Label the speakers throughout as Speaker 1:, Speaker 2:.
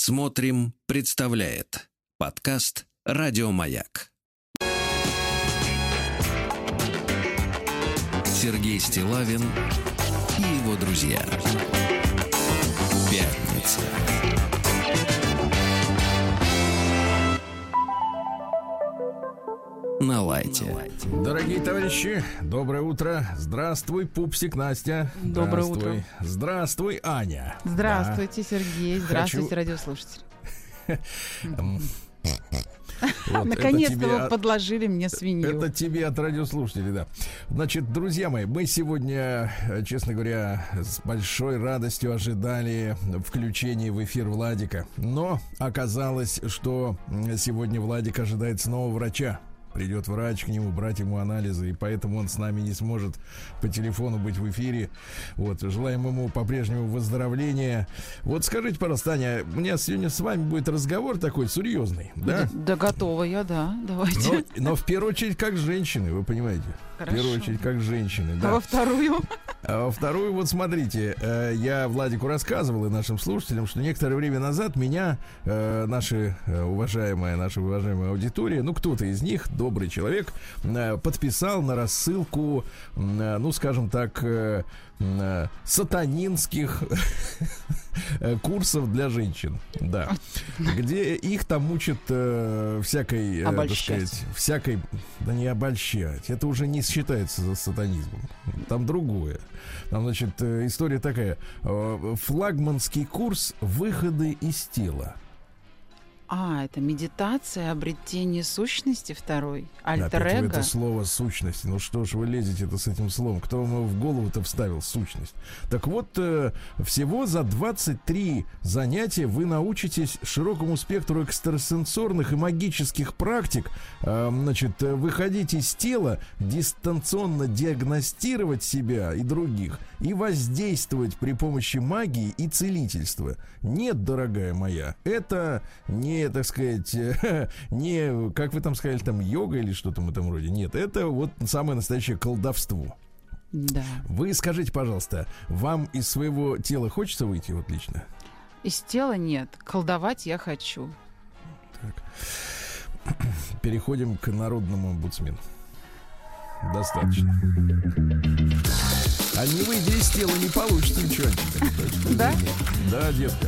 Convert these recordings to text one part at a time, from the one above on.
Speaker 1: Смотрим, представляет подкаст «Радиомаяк». Сергей Стиллавин и его друзья. Пятница. На лайте.
Speaker 2: Дорогие товарищи, доброе утро. Здравствуй, пупсик Настя.
Speaker 3: Доброе утро.
Speaker 2: Здравствуй, Аня.
Speaker 3: Здравствуйте, Сергей. Здравствуйте, радиослушатели. Наконец-то вы подложили мне свинью.
Speaker 2: Это тебе от радиослушателей, да. Значит, друзья мои, мы сегодня, честно говоря, с большой радостью ожидали включения в эфир Владика. Но оказалось, что сегодня Владик ожидает снова врача. Придет врач к нему, брать ему анализы, и поэтому он с нами не сможет по телефону быть в эфире. Вот, желаем ему по-прежнему выздоровления. Вот скажите, пожалуйста, Таня, у меня сегодня с вами будет разговор такой серьезный, да?
Speaker 3: Да, готова я, да, давайте.
Speaker 2: Но в первую очередь как женщины, вы понимаете?
Speaker 3: Хорошо.
Speaker 2: В первую очередь как женщины, да.
Speaker 3: А во вторую?
Speaker 2: А во вторую, вот смотрите, я Владику рассказывал и нашим слушателям, что некоторое время назад меня наша уважаемая аудитория, ну, кто-то из них, добрый человек, подписал на рассылку, ну, скажем так, сатанинских курсов для женщин, да, где их там учат всякой, так сказать, всякой, да не обольщать, это уже не считается за сатанизмом, там другое. Там, значит, история такая: флагманский курс «Выходы из тела».
Speaker 3: Это медитация, обретение сущности второй, альтер-эго.
Speaker 2: Это слово «сущность». Ну что ж вы лезете-то с этим словом? Кто вам в голову-то вставил сущность? Так вот, всего за 23 занятия вы научитесь широкому спектру экстрасенсорных и магических практик, значит, выходить из тела, дистанционно диагностировать себя и других и воздействовать при помощи магии и целительства. Нет, дорогая моя, это не, так сказать, не, как вы там сказали, там йога или что-то в этом роде. Нет, это вот самое настоящее колдовство.
Speaker 3: Да.
Speaker 2: Вы скажите, пожалуйста, вам из своего тела хочется выйти вот лично?
Speaker 3: Из тела нет. Колдовать я хочу.
Speaker 2: Так. Переходим к народному омбудсмену. Достаточно. А не выйдя из тела не получится ничего.
Speaker 3: Да?
Speaker 2: Да, детка.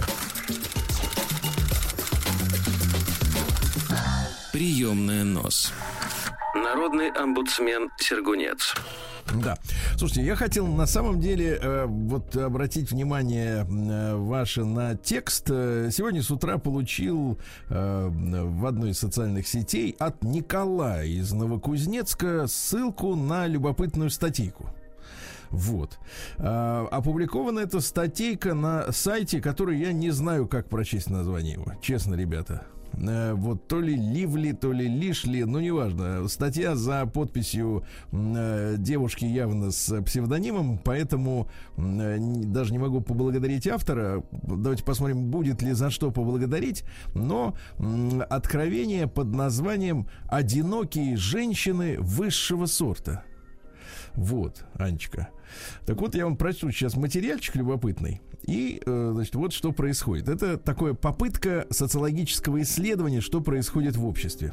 Speaker 1: Приемная НОС. Народный омбудсмен Сергунец.
Speaker 2: Да. Слушайте, я хотел на самом деле вот обратить внимание ваше на текст. Сегодня с утра получил в одной из социальных сетей от Николая из Новокузнецка ссылку на любопытную статейку. Вот. Опубликована эта статейка на сайте, который я не знаю, как прочесть название его. Честно, ребята. Вот то ли Ливли, то ли Лишли, ну неважно. Статья за подписью девушки явно с псевдонимом, поэтому даже не могу поблагодарить автора. Давайте посмотрим, будет ли за что поблагодарить. Но откровение под названием «Одинокие женщины высшего сорта». Вот, Анечка. Так вот, я вам прочту сейчас материальчик любопытный. И, значит, вот что происходит. Это такая попытка социологического исследования, что происходит в обществе.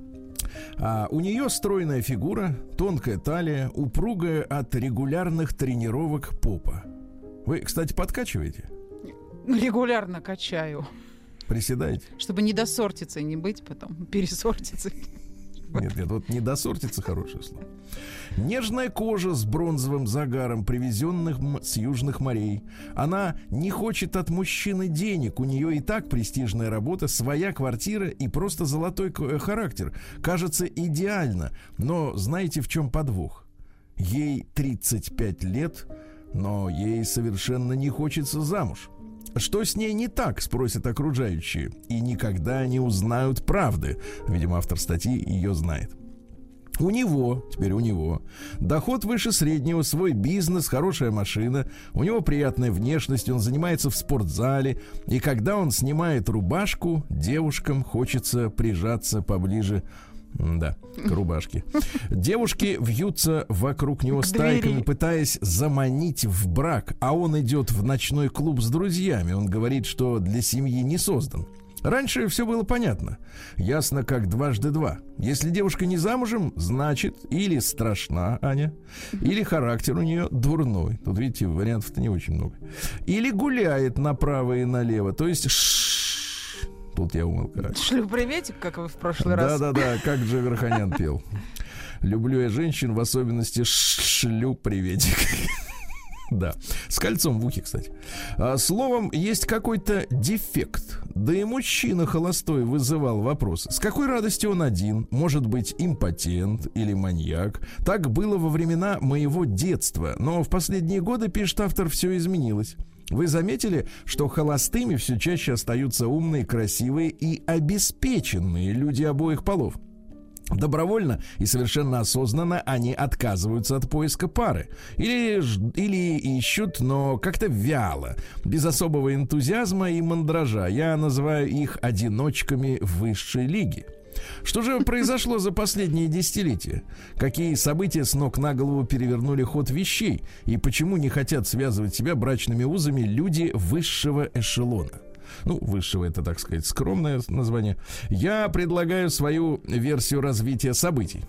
Speaker 2: У нее стройная фигура, тонкая талия, упругая от регулярных тренировок попа. Вы, кстати, подкачиваете?
Speaker 3: Регулярно качаю.
Speaker 2: Приседаете?
Speaker 3: Чтобы не досортиться и не быть потом пересортиться.
Speaker 2: Нет, вот не досортится хорошее слово. Нежная кожа с бронзовым загаром, привезенных с южных морей. Она не хочет от мужчины денег. У нее и так престижная работа, своя квартира и просто золотой характер. Кажется идеально. Но знаете, в чем подвох? Ей 35 лет, но ей совершенно не хочется замуж. Что с ней не так, спросят окружающие, и никогда не узнают правды. Видимо, автор статьи ее знает. У него доход выше среднего, свой бизнес, хорошая машина, у него приятная внешность, он занимается в спортзале, и когда он снимает рубашку, девушкам хочется прижаться поближе Да, к рубашке. Девушки вьются вокруг него стайками, пытаясь заманить в брак, а он идет в ночной клуб с друзьями. Он говорит, что для семьи не создан. Раньше все было понятно. Ясно, как дважды два. Если девушка не замужем, значит, или страшна, Аня, или характер у нее дурной. Тут, видите, вариантов-то не очень много. Или гуляет направо и налево. То есть тут я умолкаю.
Speaker 3: Шлю-приветик, как вы в прошлый раз.
Speaker 2: Да-да-да, как же Верхонян пел. Люблю я женщин, в особенности шлю-приветик. Да, с кольцом в ухе, кстати. Словом, есть какой-то дефект. Да и мужчина холостой вызывал вопрос: с какой радостью он один? Может быть, импотент или маньяк? Так было во времена моего детства. Но в последние годы, пишет автор, все изменилось. Вы заметили, что холостыми все чаще остаются умные, красивые и обеспеченные люди обоих полов? Добровольно и совершенно осознанно они отказываются от поиска пары. Или ищут, но как-то вяло, без особого энтузиазма и мандража. Я называю их одиночками высшей лиги. Что же произошло за последние десятилетия? Какие события с ног на голову перевернули ход вещей? И почему не хотят связывать себя брачными узами люди высшего эшелона? Ну, высшего — это, так сказать, скромное название. Я предлагаю свою версию развития событий.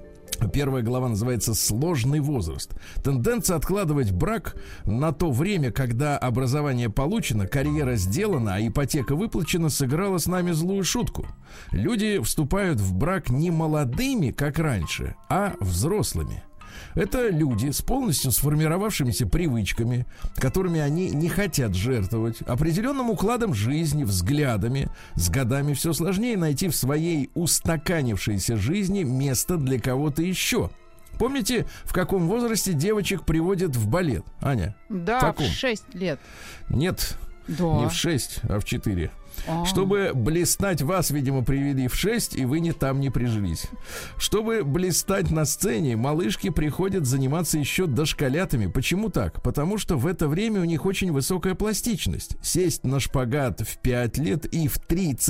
Speaker 2: Первая глава называется «Сложный возраст». Тенденция откладывать брак на то время, когда образование получено, карьера сделана, а ипотека выплачена, сыграла с нами злую шутку. Люди вступают в брак не молодыми, как раньше, а взрослыми. Это люди с полностью сформировавшимися привычками, которыми они не хотят жертвовать, определенным укладом жизни, взглядами. С годами все сложнее найти в своей устаканившейся жизни место для кого-то еще. Помните, в каком возрасте девочек приводят в балет, Аня?
Speaker 3: Да, в 6 лет.
Speaker 2: Нет,
Speaker 3: да.
Speaker 2: Не в 6, а в 4. Чтобы блистать, вас, видимо, привели в 6, и вы не прижились. Чтобы блистать на сцене, малышки приходят заниматься еще дошколятами. Почему так? Потому что в это время у них очень высокая пластичность. Сесть на шпагат в 5 лет и в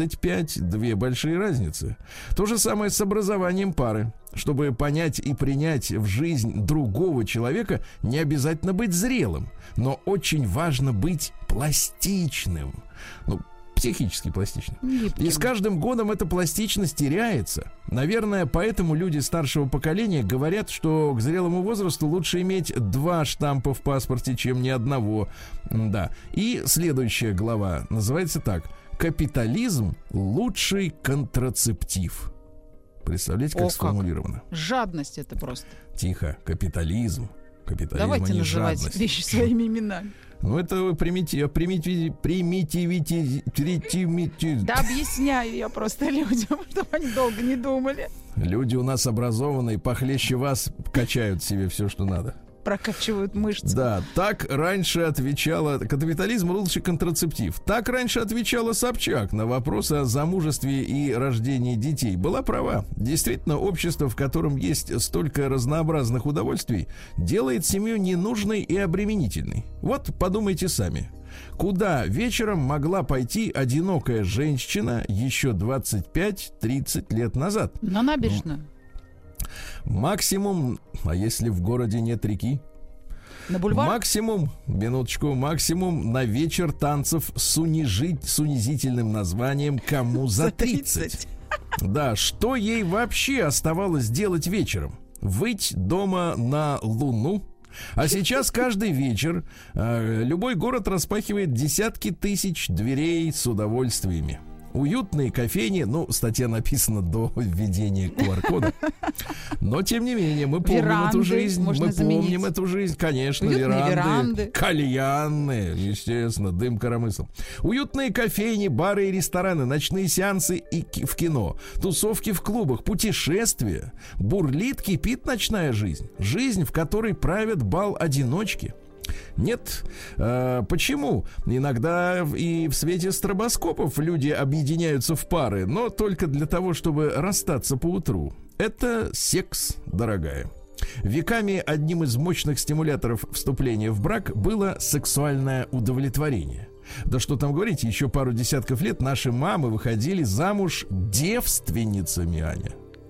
Speaker 2: 35 — две большие разницы. То же самое с образованием пары. Чтобы понять и принять в жизнь другого человека, не обязательно быть зрелым, но очень важно быть пластичным. Психически пластичным. И с каждым годом эта пластичность теряется. Наверное, поэтому люди старшего поколения говорят, что к зрелому возрасту лучше иметь 2 штампа в паспорте, чем ни одного. Да. И следующая глава называется так: «Капитализм — лучший контрацептив». Представляете, как сформулировано?
Speaker 3: Жадность это просто.
Speaker 2: Тихо. Капитализм.
Speaker 3: Давайте
Speaker 2: а не
Speaker 3: называть
Speaker 2: жадность.
Speaker 3: вещи своими именами.
Speaker 2: Ну, это примитивити.
Speaker 3: Да объясняю я просто людям, чтобы они долго не думали.
Speaker 2: Люди у нас образованные, похлеще вас качают себе все, что надо.
Speaker 3: Прокачивают мышцы.
Speaker 2: Да, так раньше отвечала... Капитализм — лучший контрацептив. Так раньше отвечала Собчак на вопросы о замужестве и рождении детей. Была права. Действительно, общество, в котором есть столько разнообразных удовольствий, делает семью ненужной и обременительной. Вот подумайте сами. Куда вечером могла пойти одинокая женщина еще 25-30 лет назад?
Speaker 3: На набережную.
Speaker 2: Максимум, а если в городе нет реки?
Speaker 3: На бульвар?
Speaker 2: Максимум на вечер танцев с унизительным названием «Кому за 30?». Да, что ей вообще оставалось делать вечером? Выть дома на Луну? А сейчас каждый вечер любой город распахивает десятки тысяч дверей с удовольствиями. Уютные кофейни, статья написана до введения QR-кода. Но, тем не менее, мы помним эту жизнь. Конечно, веранды. Кальянные, естественно, дым коромыслом. Уютные кофейни, бары и рестораны, ночные сеансы в кино, тусовки в клубах, путешествия. Бурлит, кипит ночная жизнь. Жизнь, в которой правят бал одиночки. Нет. Почему? Иногда и в свете стробоскопов люди объединяются в пары, но только для того, чтобы расстаться поутру. Это секс, дорогая. Веками одним из мощных стимуляторов вступления в брак было сексуальное удовлетворение. Да что там говорить, еще пару десятков лет наши мамы выходили замуж девственницами, Аня.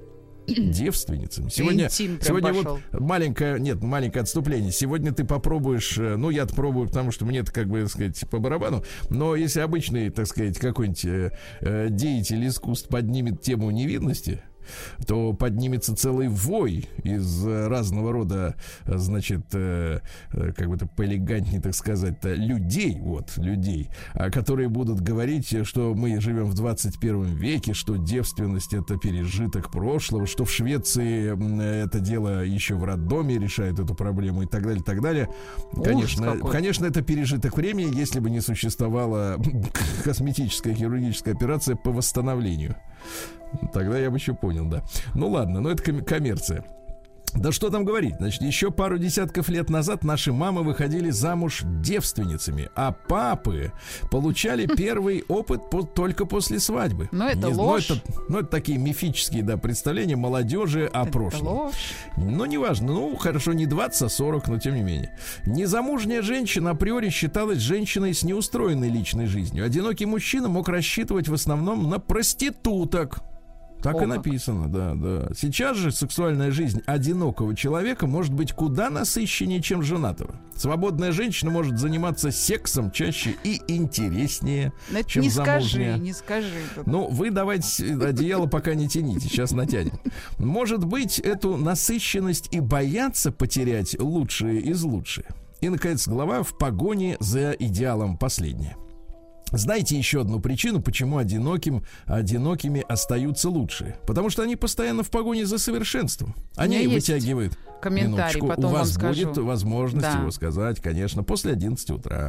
Speaker 2: девственницами. Сегодня вот маленькое отступление. Сегодня ты попробуешь, я-то пробую, потому что мне это, как бы, так сказать, по барабану, но если обычный, так сказать, какой-нибудь деятель искусств поднимет тему невинности, то поднимется целый вой из разного рода, значит, как бы это поэлегантнее, так сказать, людей, которые будут говорить, что мы живем в 21 веке, что девственность — это пережиток прошлого, что в Швеции это дело еще в роддоме решает эту проблему и так далее, и так далее. Конечно, это пережиток времени, если бы не существовала косметическая хирургическая операция по восстановлению. Тогда я бы еще понял, да. Ну ладно, но это коммерция. Да что там говорить, значит, еще пару десятков лет назад наши мамы выходили замуж девственницами, а папы получали первый опыт только после свадьбы.
Speaker 3: Но это ложь.
Speaker 2: Это такие мифические, представления молодежи о прошлом. Но неважно, хорошо, не 20, а 40, но тем не менее. Незамужняя женщина априори считалась женщиной с неустроенной личной жизнью. Одинокий мужчина мог рассчитывать в основном на проституток. Так и написано, да. Сейчас же сексуальная жизнь одинокого человека может быть куда насыщеннее, чем женатого. Свободная женщина может заниматься сексом чаще и интереснее, чем замужняя.
Speaker 3: Не скажи.
Speaker 2: Вы давайте одеяло пока не тяните, сейчас натянем. Может быть, эту насыщенность и боятся потерять лучшие из лучших. И, наконец, глава «В погоне за идеалом» последняя. Знаете еще одну причину, почему одинокими остаются лучшие? Потому что они постоянно в погоне за совершенством. Они вытягивают.
Speaker 3: Комментарий, потом
Speaker 2: у вас
Speaker 3: вам
Speaker 2: будет
Speaker 3: скажу.
Speaker 2: Возможность его сказать, конечно, после 11 утра.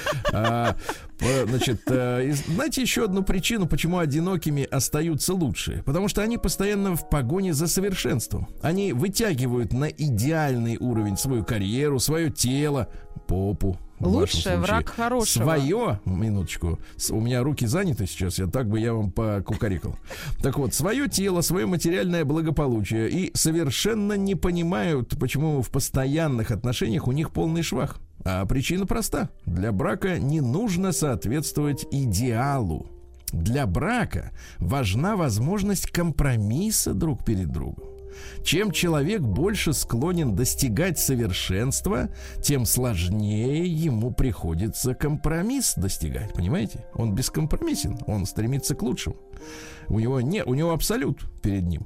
Speaker 2: Знаете еще одну причину, почему одинокими остаются лучшие? Потому что они постоянно в погоне за совершенством. Они вытягивают на идеальный уровень свою карьеру, свое тело, попу.
Speaker 3: Лучший враг хорошего.
Speaker 2: Минуточку. У меня руки заняты сейчас, я вам покукарекал. Так вот, свое тело, свое материальное благополучие. И совершенно не понимают, почему в постоянных отношениях у них полный швах. А причина проста. Для брака не нужно соответствовать идеалу. Для брака важна возможность компромисса друг перед другом. Чем человек больше склонен достигать совершенства, тем сложнее ему приходится компромисс достигать. Понимаете? Он бескомпромиссен, он стремится к лучшему. У него абсолют перед ним.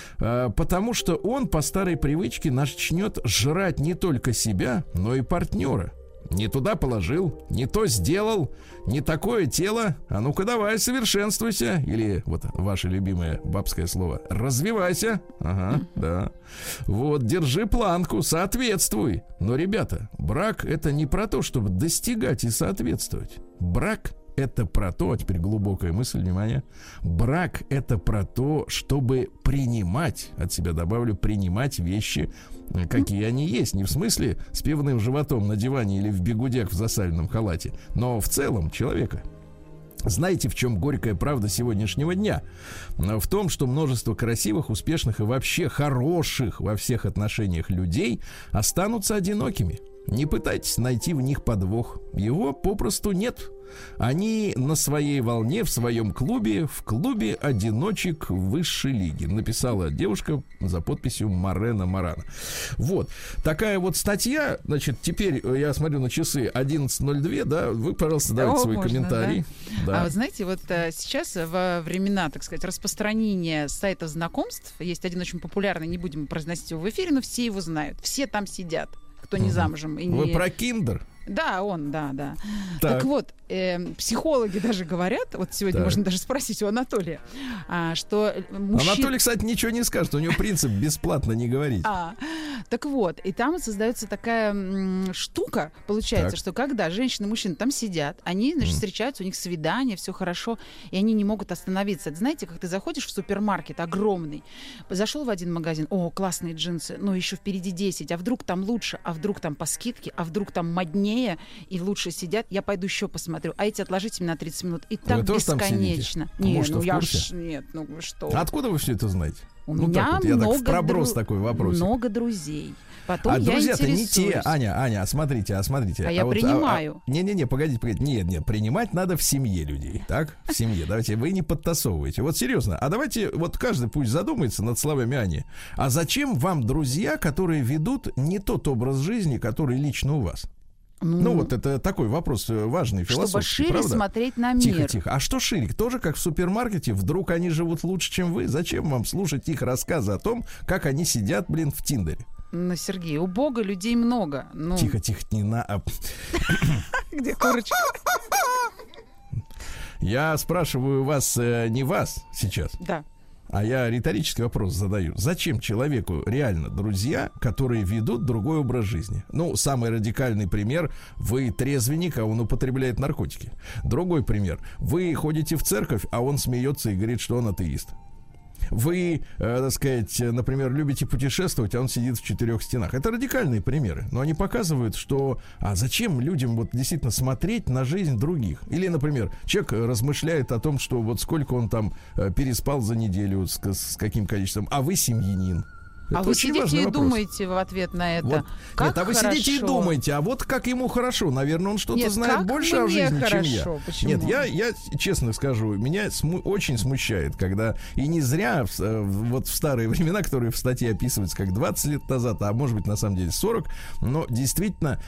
Speaker 2: Потому что он по старой привычке начнет жрать не только себя, но и партнера. Не туда положил, не то сделал, не такое тело. А ну-ка давай, совершенствуйся. Или вот ваше любимое бабское слово — развивайся. Ага, да. Вот, держи планку, соответствуй. Но, ребята, брак — это не про то, чтобы достигать и соответствовать. Брак — это про то, а теперь глубокая мысль, внимание. Брак — это про то, чтобы принимать, от себя добавлю, принимать вещи, какие они есть. Не в смысле с пивным животом на диване или в бигудях в засаленном халате, но в целом человека. Знаете, в чем горькая правда сегодняшнего дня? В том, что множество красивых, успешных и вообще хороших во всех отношениях людей останутся одинокими. Не пытайтесь найти в них подвох. Его попросту нет. Они на своей волне, в своем клубе, в клубе одиночек высшей лиги. Написала девушка за подписью Марена Марана. Вот. Такая вот статья. Значит, теперь я смотрю на часы 11:02, да. Вы, пожалуйста, давайте свой комментарий.
Speaker 3: Да. А вот знаете, вот сейчас во времена, так сказать, распространения сайтов знакомств есть один очень популярный, не будем произносить его в эфире, но все его знают. Все там сидят, кто не замужем. И
Speaker 2: Вы про Киндер?
Speaker 3: Да, он, да. Так вот, психологи даже говорят, вот сегодня можно даже спросить у Анатолия, что мужчина...
Speaker 2: Анатолий, кстати, ничего не скажет, у него принцип бесплатно не говорить.
Speaker 3: Так вот, и там создается такая штука, получается, что когда женщина и мужчина там сидят, они, значит, встречаются, у них свидание, все хорошо, и они не могут остановиться. Это, знаете, как ты заходишь в супермаркет огромный, зашел в один магазин, о, классные джинсы, но еще впереди 10, а вдруг там лучше, а вдруг там по скидке, а вдруг там моднее, и лучше сидят, я пойду еще посмотрю. А эти отложите мне на 30 минут. И так бесконечно.
Speaker 2: Нет,
Speaker 3: что?
Speaker 2: Откуда вы все это знаете?
Speaker 3: У меня
Speaker 2: так вот, в проброс такой вопрос.
Speaker 3: Много друзей. Потом
Speaker 2: а друзья-то не
Speaker 3: интересуюсь.
Speaker 2: те, Аня, смотрите.
Speaker 3: А я принимаю.
Speaker 2: Не, погодите. Нет, принимать надо в семье людей, так? В семье, давайте, вы не подтасовываете. Вот серьезно, а давайте, вот каждый пусть задумается над словами Ани. А зачем вам друзья, которые ведут не тот образ жизни, который лично у вас? Ну, вот это такой вопрос важный, философский,
Speaker 3: чтобы шире
Speaker 2: правда?
Speaker 3: Смотреть на мир.
Speaker 2: Тихо. А что шире? Тоже как в супермаркете? Вдруг они живут лучше, чем вы? Зачем вам слушать их рассказы о том, как они сидят, в Тиндере?
Speaker 3: Ну, Сергей, у Бога людей много. Ну...
Speaker 2: Тихо, не на...
Speaker 3: Где курочка?
Speaker 2: Я спрашиваю вас, не вас сейчас.
Speaker 3: Да.
Speaker 2: А я риторический вопрос задаю. Зачем человеку реально друзья, которые ведут другой образ жизни? Ну, самый радикальный пример. Вы трезвенник, а он употребляет наркотики. Другой пример. Вы ходите в церковь, а он смеется и говорит, что он атеист. Вы, так сказать, например, любите путешествовать, а он сидит в 4 стенах. Это радикальные примеры, но они показывают, что зачем людям вот действительно смотреть на жизнь других. Или, например, человек размышляет о том, что вот сколько он там переспал за неделю, с каким количеством, а вы семьянин.
Speaker 3: Это вы сидите и думаете в ответ на это.
Speaker 2: Вот.
Speaker 3: Как
Speaker 2: нет, а вы
Speaker 3: хорошо.
Speaker 2: Сидите и думаете, а вот как ему хорошо. Наверное, он что-то знает больше о жизни,
Speaker 3: хорошо.
Speaker 2: чем я.
Speaker 3: Почему?
Speaker 2: Нет, я честно скажу, меня очень смущает, когда, и не зря вот в старые времена, которые в статье описываются как 20 лет назад, а может быть на самом деле 40, но действительно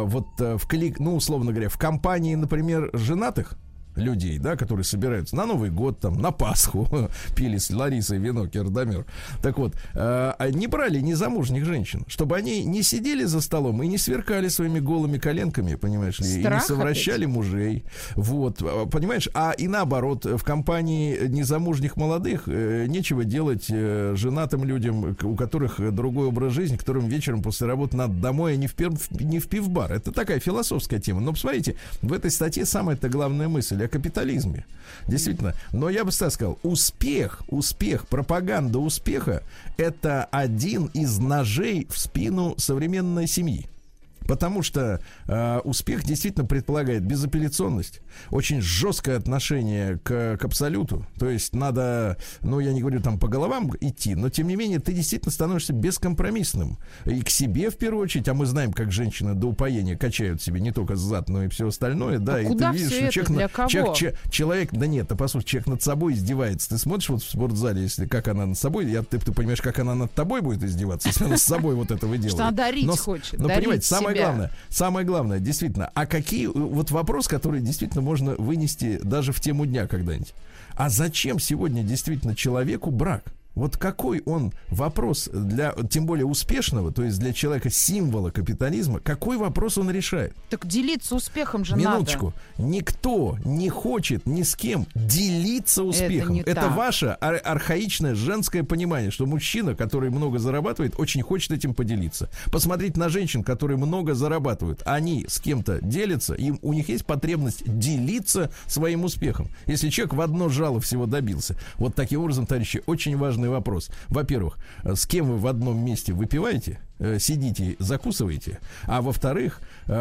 Speaker 2: условно говоря, в компании, например, женатых людей, да, которые собираются на Новый год, там, на Пасху, пили с Ларисой вино Кердомер. Так вот, не брали незамужних женщин, чтобы они не сидели за столом и не сверкали своими голыми коленками, понимаешь ли, и не совращали мужей. Вот, понимаешь? И наоборот, в компании незамужних молодых нечего делать женатым людям, у которых другой образ жизни, которым вечером после работы надо домой, а не в пивбар. Это такая философская тема. Но посмотрите, в этой статье самая-то главная мысль о капитализме. Действительно. Но я бы так сказал, успех, пропаганда успеха — это один из ножей в спину современной семьи. Потому что успех действительно предполагает безапелляционность, очень жесткое отношение к абсолюту. То есть надо, я не говорю там по головам идти, но тем не менее ты действительно становишься бескомпромиссным. И к себе в первую очередь, а мы знаем, как женщины до упоения качают себе не только зад, но и все остальное. Да, и
Speaker 3: куда
Speaker 2: ты видишь,
Speaker 3: все это? Для кого?
Speaker 2: Человек, да нет, послушай, человек над собой издевается. Ты смотришь вот в спортзале, если как она над собой, ты понимаешь, как она над тобой будет издеваться, если она с собой вот это выделывает.
Speaker 3: Что она дарить хочет.
Speaker 2: Но понимаете, самое главное, действительно, а какие, вот вопрос, который действительно можно вынести даже в тему дня когда-нибудь. А зачем сегодня действительно человеку брак? Вот какой он вопрос для, тем более успешного, то есть для человека символа капитализма, какой вопрос он решает?
Speaker 3: Так делиться успехом же
Speaker 2: Минуточку.
Speaker 3: надо.
Speaker 2: Никто не хочет ни с кем делиться успехом. Это ваше архаичное женское понимание, что мужчина, который много зарабатывает, очень хочет этим поделиться. Посмотрите на женщин, которые много зарабатывают. Они с кем-то делятся, у них есть потребность делиться своим успехом. Если человек в одно жало всего добился. Вот таким образом, товарищи, очень важный вопрос. Во-первых, с кем вы в одном месте выпиваете, сидите, закусываете, а во-вторых,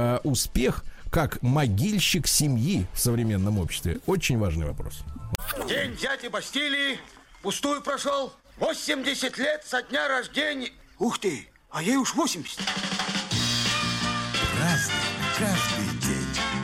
Speaker 2: успех как могильщик семьи в современном обществе. Очень важный вопрос.
Speaker 4: День дяди Бастилии пустую прошел. 80 лет со дня рождения. Ух ты, а ей уж 80.
Speaker 1: Разный, каждый день.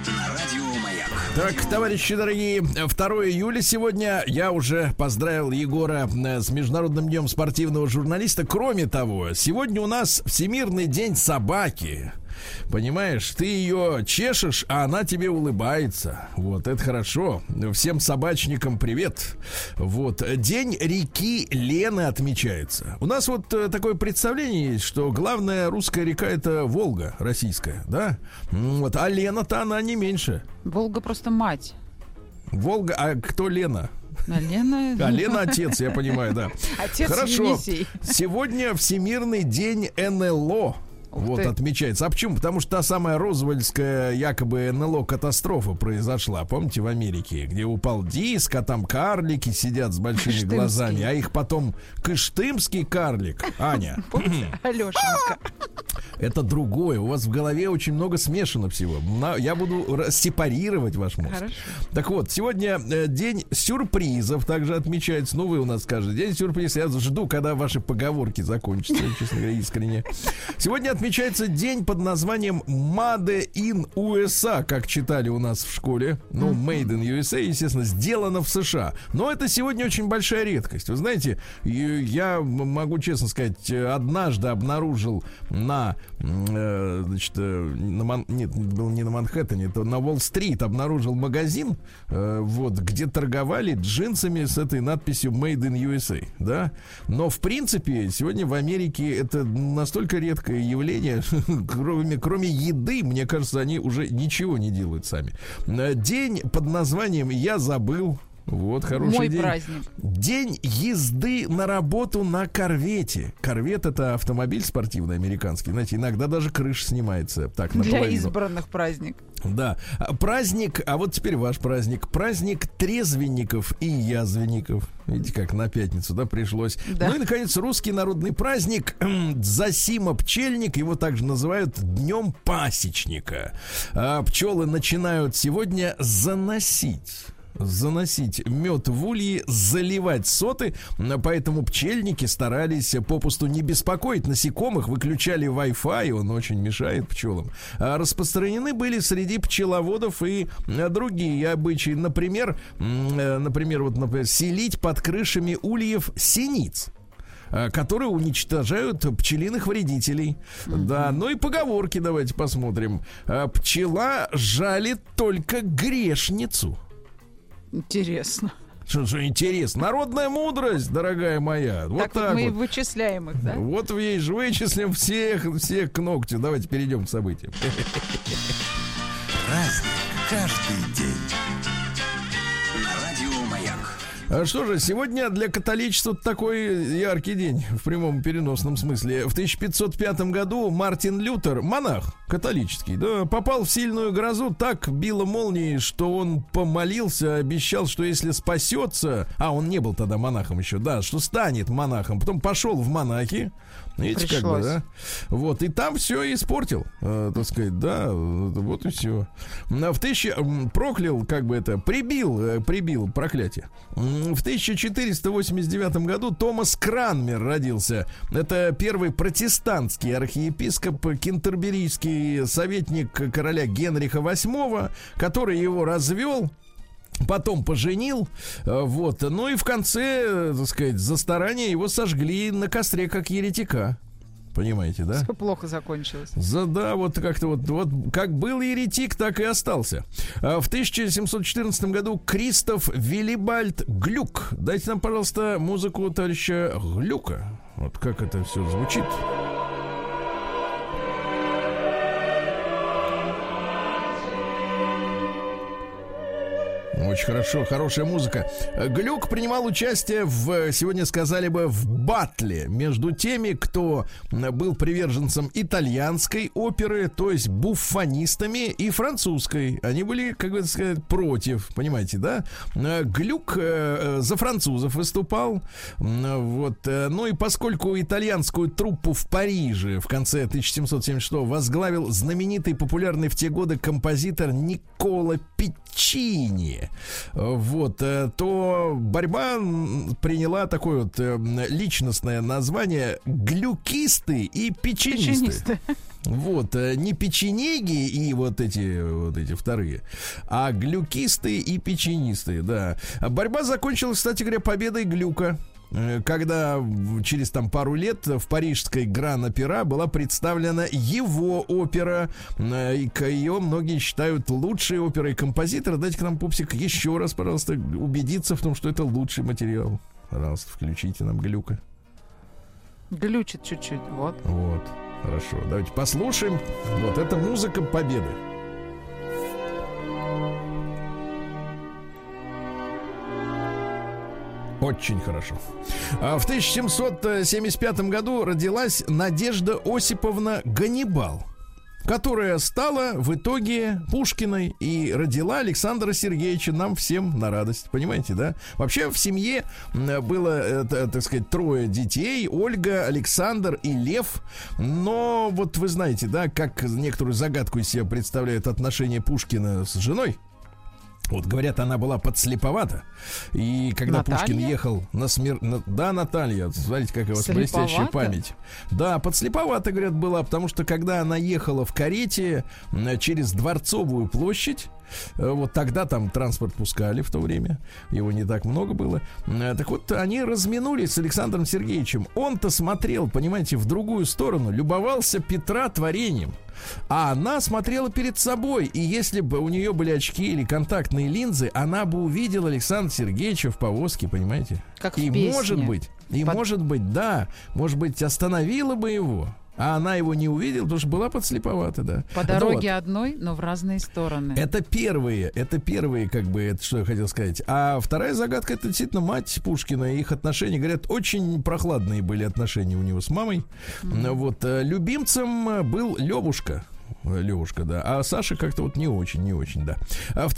Speaker 2: Так, товарищи дорогие, 2 июля сегодня. Я уже поздравил Егора с Международным днем спортивного журналиста. Кроме того, сегодня у нас Всемирный день собаки. Понимаешь, ты ее чешешь, а она тебе улыбается. Вот, это хорошо. Всем собачникам привет. Вот, день реки Лены отмечается. У нас вот такое представление есть, что главная русская река — это Волга российская, да? Вот, а Лена-то она не меньше.
Speaker 3: Волга просто мать.
Speaker 2: Волга, а кто Лена?
Speaker 3: Лена
Speaker 2: отец, я понимаю, да.
Speaker 3: Отец
Speaker 2: хорошо.
Speaker 3: Енисей.
Speaker 2: Сегодня Всемирный день НЛО. Вот отмечается. А почему? Потому что та самая Розвельская якобы НЛО-катастрофа произошла. Помните, в Америке, где упал диск, а там карлики сидят с большими глазами, а их потом кыштымский карлик, Аня.
Speaker 3: Алешенька.
Speaker 2: Это другое. У вас в голове очень много смешано всего. Я буду сепарировать ваш мозг.
Speaker 3: Хорошо.
Speaker 2: Так вот, сегодня день сюрпризов также отмечается. Ну, вы у нас скажете, день сюрпризов. Я жду, когда ваши поговорки закончатся, честно говоря, искренне. Сегодня отмечается день под названием Made in USA, как читали у нас в школе. Ну, Made in USA, естественно, сделано в США. Но это сегодня очень большая редкость. Вы знаете, я могу честно сказать, однажды обнаружил на Манхэттене, это на Уолл-стрит обнаружил магазин, вот, где торговали джинсами с этой надписью Made in USA, да. Но в принципе сегодня в Америке это настолько редкое явление, кроме еды, мне кажется, они уже ничего не делают сами. День под названием «Я забыл». Вот хороший
Speaker 3: Мой
Speaker 2: день.
Speaker 3: праздник.
Speaker 2: День езды на работу на корвете. Корвет — это автомобиль спортивный американский. Знаете, иногда даже крыша снимается. Так, наполовину.
Speaker 3: Для избранных праздник.
Speaker 2: Да. Праздник, а вот теперь ваш праздник. Праздник трезвенников и язвенников. Видите, как на пятницу, да, пришлось.
Speaker 3: Да.
Speaker 2: Ну и, наконец, русский народный праздник Засима-пчельник. Его также называют Днем Пасечника. Пчелы начинают сегодня заносить мед в ульи, заливать соты, поэтому пчельники старались попусту не беспокоить насекомых, выключали Wi-Fi, он очень мешает пчелам. Распространены были среди пчеловодов и другие обычаи, например, селить под крышами ульев синиц, которые уничтожают пчелиных вредителей. Да, ну и поговорки давайте посмотрим. Пчела жалит только грешницу.
Speaker 3: Интересно.
Speaker 2: Что интересно. Народная мудрость, дорогая моя. Вот так
Speaker 3: мы
Speaker 2: вот.
Speaker 3: вычисляем их, да?
Speaker 2: Вот вычислим всех к ногтю. Давайте перейдем к событиям.
Speaker 1: Праздник каждый день. На радио Маяк.
Speaker 2: Что же, сегодня для католичества такой яркий день в прямом и переносном смысле. В 1505 году Мартин Лютер, монах католический, да, попал в сильную грозу, так било молнией, что он помолился, обещал, что если спасется, он не был тогда монахом еще, да, что станет монахом, потом пошел в монахи. Видите, как бы, да? Вот, и там все испортил, так сказать, да, вот и все. Проклял, как бы это, прибил проклятие. В 1489 году Томас Кранмер родился. Это первый протестантский архиепископ, кентерберийский советник короля Генриха VIII, который его развел, потом поженил, вот. Ну и в конце, так сказать, за старание его сожгли на костре как еретика. Понимаете, да?
Speaker 3: Все плохо закончилось.
Speaker 2: Да, вот как-то вот как был еретик, так и остался. В 1714 году Кристоф Виллибальд Глюк. Дайте нам, пожалуйста, музыку товарища Глюка. Вот как это все звучит. Очень хорошо, хорошая музыка. Глюк принимал участие сегодня сказали бы, в баттле между теми, кто был приверженцем итальянской оперы, то есть буффонистами, и французской. Они были, как бы сказать, против, понимаете, да? Глюк за французов выступал. Вот. Ну и поскольку итальянскую труппу в Париже в конце 1776 возглавил знаменитый, популярный в те годы композитор Никколо Пиччини, вот, то борьба приняла такое вот личностное название глюкисты и печенисты. Вот, не печенеги и вот эти вторые, а глюкисты и печенисты, да. Борьба закончилась, кстати говоря, победой Глюка, когда через там пару лет в парижской Гран-Опера была представлена его опера. Ее многие считают лучшей оперой композитора. Дайте-ка нам, пупсик, еще раз, пожалуйста, убедиться в том, что это лучший материал. Пожалуйста, включите нам Глюка.
Speaker 3: Глючит чуть-чуть, вот.
Speaker 2: Вот, хорошо. Давайте послушаем. Вот, это музыка победы. Очень хорошо. В 1775 году родилась Надежда Осиповна Ганнибал, которая стала в итоге Пушкиной и родила Александра Сергеевича нам всем на радость. Понимаете, да? Вообще в семье было, так сказать, 3 детей: Ольга, Александр и Лев. Но вот вы знаете, да, как некоторую загадку из себя представляют отношения Пушкина с женой. Вот, говорят, она была подслеповата. И когда
Speaker 3: Наталья?
Speaker 2: Пушкин ехал на смерть... Да, Наталья, смотрите, какая у вас блестящая память. Да, подслеповата, говорят, была, потому что когда она ехала в карете через Дворцовую площадь, вот тогда там транспорт пускали в то время, его не так много было. Так вот, они разминулись с Александром Сергеевичем. Он-то смотрел, понимаете, в другую сторону, любовался Петра творением. А она смотрела перед собой. И если бы у нее были очки или контактные линзы, она бы увидела Александра Сергеевича в повозке, понимаете?
Speaker 3: Как
Speaker 2: и
Speaker 3: в песне.
Speaker 2: может быть, да, может быть, остановила бы его. А она его не увидела, потому что была подслеповата, да.
Speaker 3: По дороге одной, но в разные стороны.
Speaker 2: Это первые, как бы, это что я хотел сказать. А вторая загадка — это действительно мать Пушкина и их отношения. Говорят, очень прохладные были отношения у него с мамой. Вот, любимцем был Левушка, да. А Саша как-то вот не очень, да. В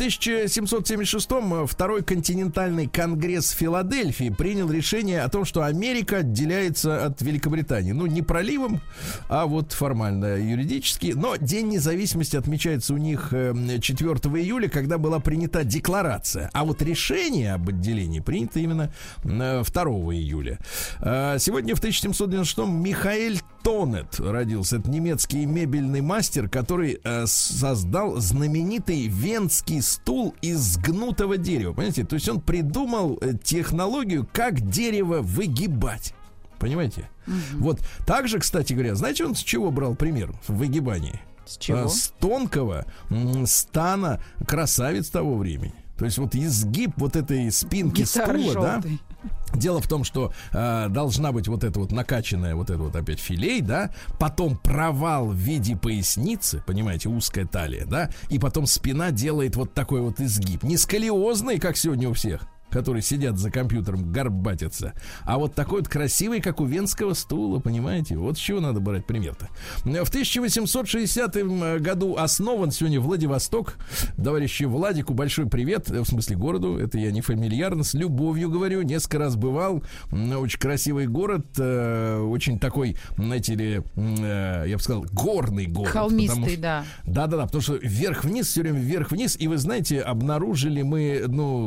Speaker 2: 1776-м Второй континентальный конгресс в Филадельфии принял решение о том, что Америка отделяется от Великобритании. Ну, не проливом, а вот формально, юридически. Но День независимости отмечается у них 4 июля, когда была принята декларация. А вот решение об отделении принято именно 2 июля. Сегодня в 1796-м Михаэль Тонет родился. Это немецкий мебельный мастер, который создал знаменитый венский стул из гнутого дерева. Понимаете? То есть он придумал технологию, как дерево выгибать. Понимаете? Вот. Также, кстати говоря, знаете, он с чего брал пример в выгибании?
Speaker 3: С чего?
Speaker 2: С тонкого стана красавиц того времени. То есть вот изгиб вот этой спинки
Speaker 3: Гитар
Speaker 2: стула,
Speaker 3: желтый.
Speaker 2: да? Дело в том, что должна быть вот эта вот накачанная, вот это вот опять филей, да, потом провал в виде поясницы, понимаете, узкая талия, да, и потом спина делает вот такой вот изгиб. Не сколиозный, как сегодня у всех, которые сидят за компьютером, горбатятся, а вот такой вот красивый, как у венского стула, понимаете? Вот с чего надо брать пример-то. В 1860 году основан сегодня Владивосток. Товарищу Владику большой привет, в смысле городу, это я не фамильярно, с любовью говорю, несколько раз бывал. Очень красивый город, очень такой, знаете ли, я бы сказал, горный город.
Speaker 3: Холмистый, да.
Speaker 2: Да-да-да, потому что вверх-вниз, все время вверх-вниз, и вы знаете, обнаружили мы,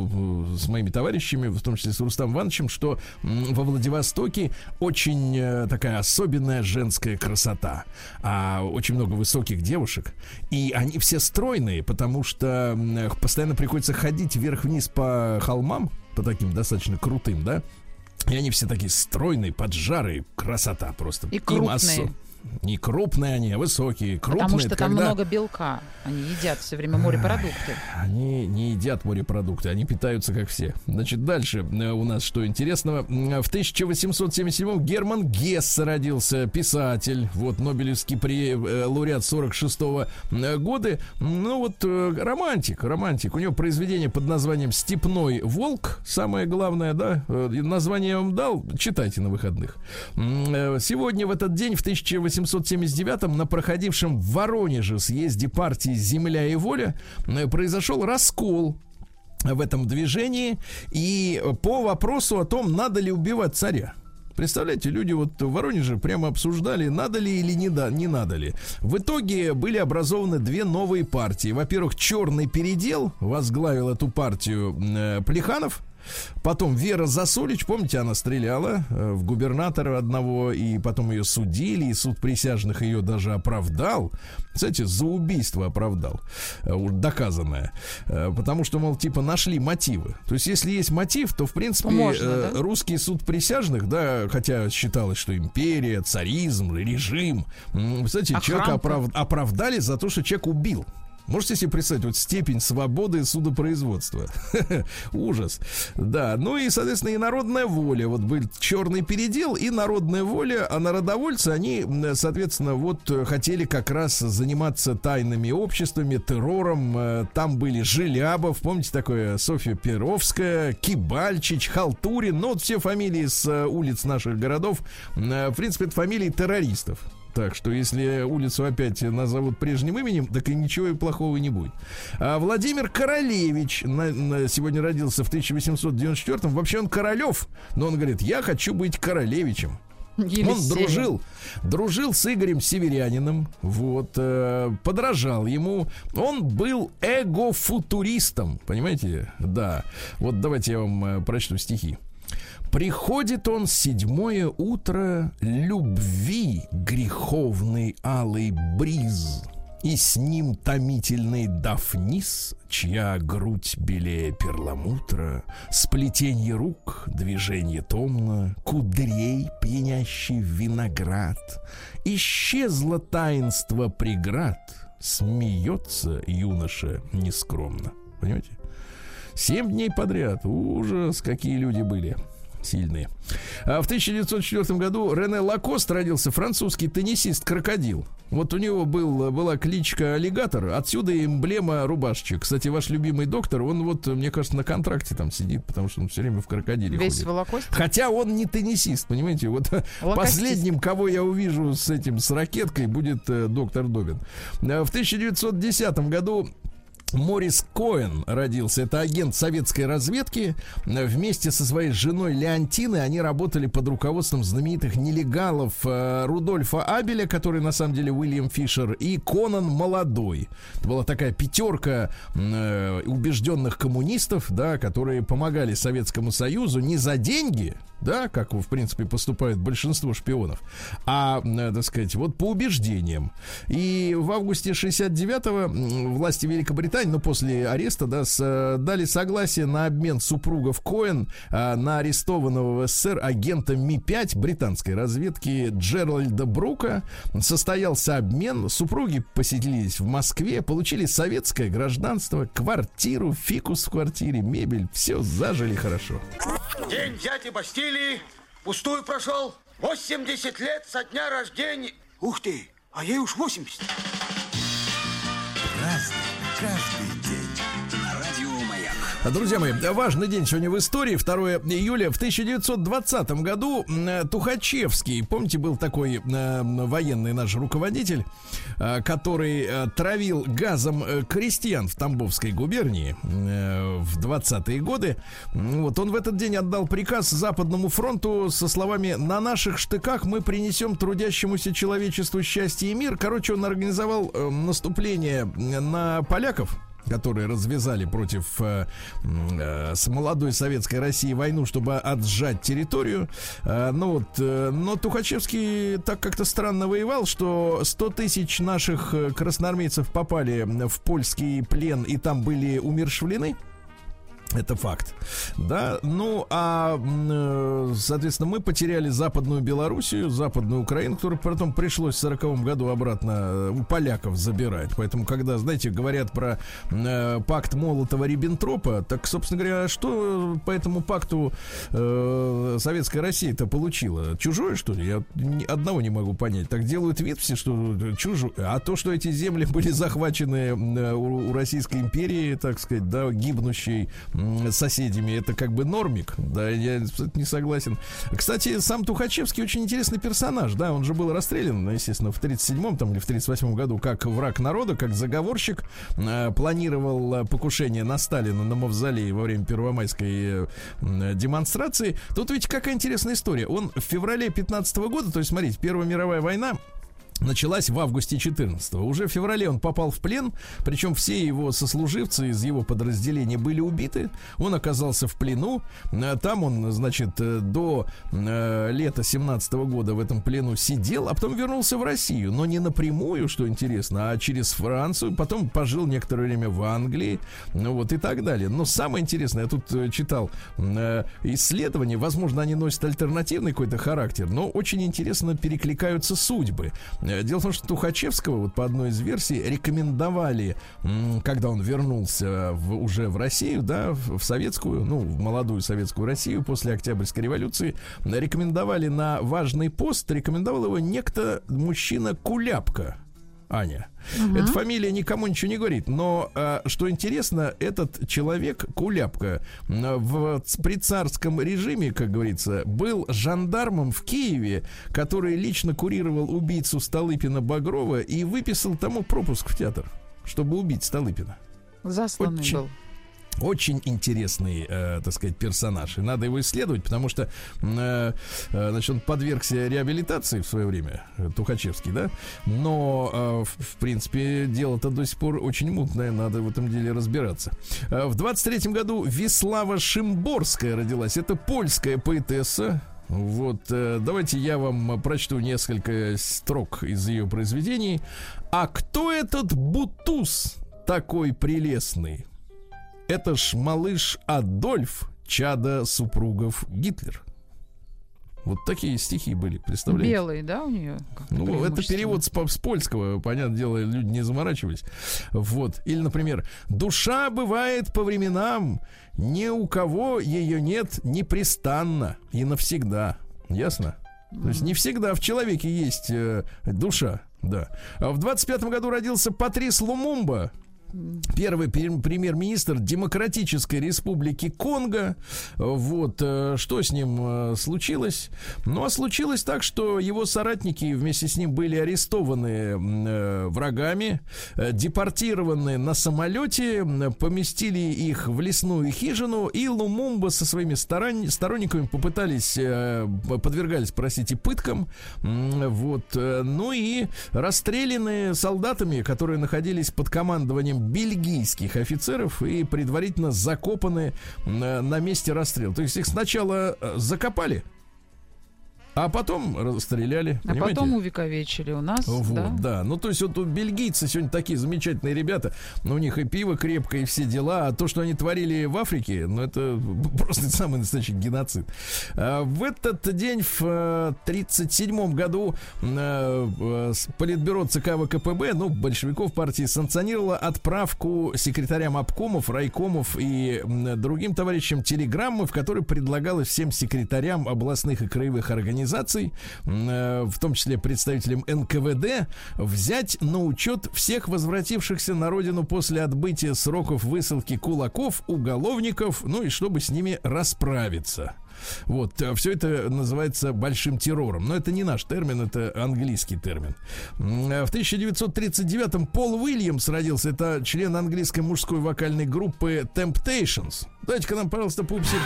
Speaker 2: с моими товарищами, в том числе с Рустамом Ивановичем, что во Владивостоке очень такая особенная женская красота. Очень много высоких девушек. И они все стройные, потому что постоянно приходится ходить вверх-вниз по холмам, по таким достаточно крутым, да? И они все такие стройные, поджарые. Красота просто.
Speaker 3: И крупные.
Speaker 2: Не крупные они, а высокие. Крупные,
Speaker 3: потому что там много белка. Они едят все время морепродукты.
Speaker 2: Они не едят морепродукты, они питаются как все. Значит, дальше у нас что интересного. В 1877-м Герман Гессе родился, писатель, вот, Нобелевский лауреат 46-го года. Ну вот, романтик. У него произведение под названием «Степной волк». Самое главное, да, название я вам дал, читайте на выходных. Сегодня в этот день, в 1879-м, на проходившем в Воронеже съезде партии «Земля и воля» произошел раскол в этом движении и по вопросу о том, надо ли убивать царя. Представляете, люди вот в Воронеже прямо обсуждали, надо ли или не надо ли. В итоге были образованы 2 новые партии. Во-первых, «Черный передел», возглавил эту партию Плеханов. Потом Вера Засулич, помните, она стреляла в губернатора одного, и потом ее судили, и суд присяжных ее даже оправдал. Кстати, за убийство оправдал, доказанное. Потому что, мол, типа, нашли мотивы. То есть, если есть мотив, то, в принципе, можно, да? Русский суд присяжных, да, хотя считалось, что империя, царизм, режим, кстати, человека оправдали за то, что человек убил. Можете себе представить вот степень свободы судопроизводства? Ужас. Да, ну и, соответственно, и народная воля. Вот был черный передел и народная воля, а народовольцы, они, соответственно, вот хотели как раз заниматься тайными обществами, террором. Там были Желябов, помните такое, Софья Перовская, Кибальчич, Халтурин, ну вот все фамилии с улиц наших городов. В принципе, это фамилии террористов. Так что если улицу опять назовут прежним именем, так и ничего и плохого не будет. А Владимир Королевич сегодня родился в 1894-м. Вообще он Королев, но он говорит, я хочу быть Королевичем.
Speaker 3: Елисеев.
Speaker 2: Он дружил с Игорем Северяниным, вот, подражал ему. Он был эгофутуристом, понимаете? Да. Вот давайте я вам прочту стихи. Приходит он 7-е утро, любви греховный алый бриз, и с ним томительный Дафнис, чья грудь белее перламутра, сплетенье рук, движение томно, кудрей пьянящий виноград. Исчезло таинство преград, смеется юноша нескромно. Понимаете? 7 дней подряд. Ужас, какие люди были. Сильные. А в 1904 году Рене Лакост родился, французский теннисист-крокодил. Вот у него была кличка Аллигатор, отсюда эмблема рубашечек. Кстати, ваш любимый доктор, он вот, мне кажется, на контракте там сидит, потому что он все время в крокодиле
Speaker 3: весь
Speaker 2: ходит.
Speaker 3: в лакосте?
Speaker 2: Хотя он не теннисист, понимаете? Вот последним, кого я увижу с ракеткой, будет доктор Добин. В 1910 году Морис Коэн родился. Это агент советской разведки. Вместе со своей женой Леонтиной они работали под руководством знаменитых нелегалов Рудольфа Абеля, который на самом деле Уильям Фишер, и Конан Молодой. Это была такая пятерка убежденных коммунистов, да, которые помогали Советскому Союзу не за деньги, да, как, в принципе, поступает большинство шпионов, а, так сказать, вот по убеждениям. И в августе 69-го власти Великобритании, ну, после ареста, да, дали согласие на обмен супругов Коэн на арестованного в СССР агента Ми-5 британской разведки Джеральда Брука. Состоялся обмен, супруги поселились в Москве, получили советское гражданство, квартиру, фикус в квартире, мебель, все зажили хорошо.
Speaker 4: День взятия Бастилии пустую прошел. 80 лет со дня рождения. Ух ты, а ей уж 80.
Speaker 1: Разный, каждый день. На радио Маяк.
Speaker 2: Друзья мои, важный день сегодня в истории. 2 июля. В 1920 году Тухачевский, помните, был такой военный наш руководитель, который травил газом крестьян в Тамбовской губернии в 20-е годы. Вот он в этот день отдал приказ Западному фронту со словами: «На наших штыках мы принесем трудящемуся человечеству счастье и мир». Короче, он организовал наступление на поляков, которые развязали против с молодой советской Россией войну, чтобы отжать территорию. Но Тухачевский так как-то странно воевал, что 100 тысяч наших красноармейцев попали в польский плен и там были умерщвлены. Это факт. Да, ну, соответственно, мы потеряли Западную Белоруссию, Западную Украину, которую потом пришлось в 40-м году обратно у поляков забирать. Поэтому, когда, знаете, говорят про пакт Молотова-Риббентропа, так, собственно говоря, что по этому пакту Советская Россия-то получила? Чужое, что ли? Я одного не могу понять. Так делают вид все, что чужое. А то, что эти земли были захвачены у Российской империи, так сказать, да, гибнущей соседями, это как бы нормик. Да, я не согласен. Кстати, сам Тухачевский очень интересный персонаж. Да, он же был расстрелян, естественно, в 37-м там, или в 38-м году как враг народа, как заговорщик. Планировал покушение на Сталина на мавзолее во время первомайской демонстрации. Тут ведь какая интересная история. Он в феврале 15-го года, то есть, смотрите, Первая мировая война началась в августе 14-го. Уже в феврале он попал в плен, причем все его сослуживцы из его подразделения были убиты. Он оказался в плену. Там он, значит, до лета 17-го года в этом плену сидел, а потом вернулся в Россию. Но не напрямую, что интересно, а через Францию. Потом пожил некоторое время в Англии. Ну вот и так далее. Но самое интересное, я тут читал исследования, возможно, они носят альтернативный какой-то характер, но очень интересно перекликаются судьбы. Дело в том, что Тухачевского, вот по одной из версий, рекомендовали, когда он вернулся уже в Россию, да, в советскую, ну, в молодую советскую Россию после Октябрьской революции, рекомендовали на важный пост, рекомендовал его некто мужчина Куляпка. Аня. Эта фамилия никому ничего не говорит. Но, что интересно, этот человек, Куляпка, при царском режиме, как говорится, был жандармом в Киеве, который лично курировал убийцу Столыпина-Багрова и выписал тому пропуск в театр, чтобы убить Столыпина.
Speaker 3: Засланный был.
Speaker 2: Очень интересный, так сказать, персонаж. И надо его исследовать, потому что, значит, он подвергся реабилитации в свое время, Тухачевский, да? Но, в принципе, дело-то до сих пор очень мутное, надо в этом деле разбираться. В 23-м году Вислава Шимборская родилась. Это польская поэтесса. Вот, давайте я вам прочту несколько строк из ее произведений. «А кто этот Бутуз такой прелестный? Это ж малыш Адольф, чадо супругов Гитлер». Вот такие стихи были, представляете?
Speaker 3: Белые, да, у нее?
Speaker 2: Ну, это перевод с польского, понятное дело, люди не заморачивались. Вот. Или, например, «Душа бывает по временам, ни у кого ее нет непрестанно и навсегда». Ясно? То есть не всегда в человеке есть душа, да. А в 25-м году родился Патрис Лумумба, первый премьер-министр Демократической Республики Конго. Вот, что с ним случилось? Ну, а случилось так, что его соратники вместе с ним были арестованы врагами, депортированы на самолете, поместили их в лесную хижину, и Лумумба со своими сторонниками подвергались, простите, пыткам. Вот, ну и расстреляны солдатами, которые находились под командованием бельгийских офицеров и предварительно закопаны на месте расстрела. То есть их сначала закопали, а потом расстреляли.
Speaker 3: А понимаете? Потом увековечили у нас.
Speaker 2: Вот, да. Ну, то есть вот бельгийцы сегодня такие замечательные ребята. Но у них и пиво крепкое, и все дела. А то, что они творили в Африке, ну, это просто самый настоящий геноцид. В этот день, в 1937 году, Политбюро ЦК ВКПБ, ну, большевиков партии, санкционировало отправку секретарям обкомов, райкомов и другим товарищам телеграммы, в которой предлагалось всем секретарям областных и краевых организаций, в том числе представителям НКВД, взять на учет всех возвратившихся на родину после отбытия сроков высылки кулаков, уголовников, ну и чтобы с ними расправиться. Вот, все это называется большим террором. Но это не наш термин, это английский термин. В 1939-м Пол Уильямс родился. Это член английской мужской вокальной группы Temptations. Дайте-ка нам, пожалуйста, пупсик.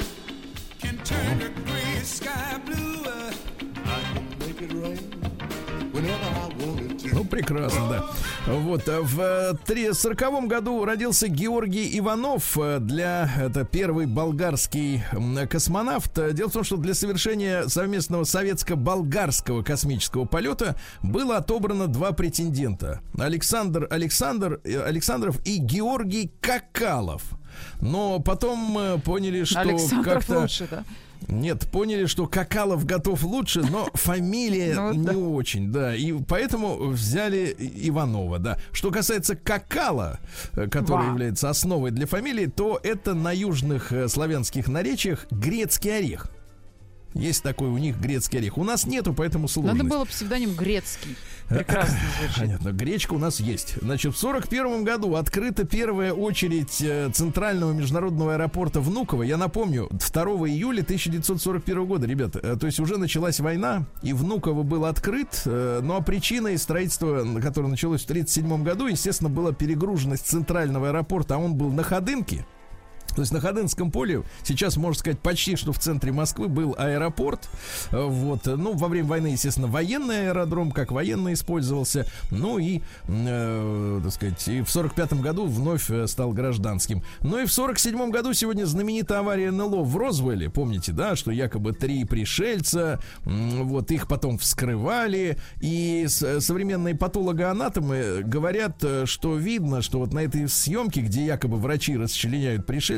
Speaker 2: Ну, прекрасно, да. Вот, в 1940 году родился Георгий Иванов. Это первый болгарский космонавт. Дело в том, что для совершения совместного советско-болгарского космического полета было отобрано два претендента: Александров и Георгий Какалов. Но потом поняли, что
Speaker 3: Александров лучше, да?
Speaker 2: Нет, поняли, что Какалов готов лучше, но фамилия не очень, да. И поэтому взяли Иванова, да. Что касается Какала, который является основой для фамилии, то это на южных славянских наречиях грецкий орех. Есть такой у них грецкий орех. У нас нету, поэтому сложность.
Speaker 3: Надо было псевдоним Грецкий. Прекрасно звучит.
Speaker 2: Понятно, гречка у нас есть. Значит, в 1941 году открыта первая очередь центрального международного аэропорта Внуково. Я напомню, 2 июля 1941 года, ребята. То есть уже началась война, и Внуково был открыт. Ну а причиной строительства, которое началось в 1937 году, естественно, была перегруженность центрального аэропорта, а он был на Ходынке. То есть на Ходынском поле сейчас, можно сказать, почти что в центре Москвы был аэропорт. Вот. Ну, во время войны, естественно, военный аэродром, как военный использовался. Ну и, так сказать, и в 1945 году вновь стал гражданским. Ну и в 1947 году сегодня знаменитая авария НЛО в Розвелле. Помните, да, что якобы 3 пришельца, вот, их потом вскрывали. И современные патологоанатомы говорят, что видно, что вот на этой съемке, где якобы врачи расчленяют пришельцев,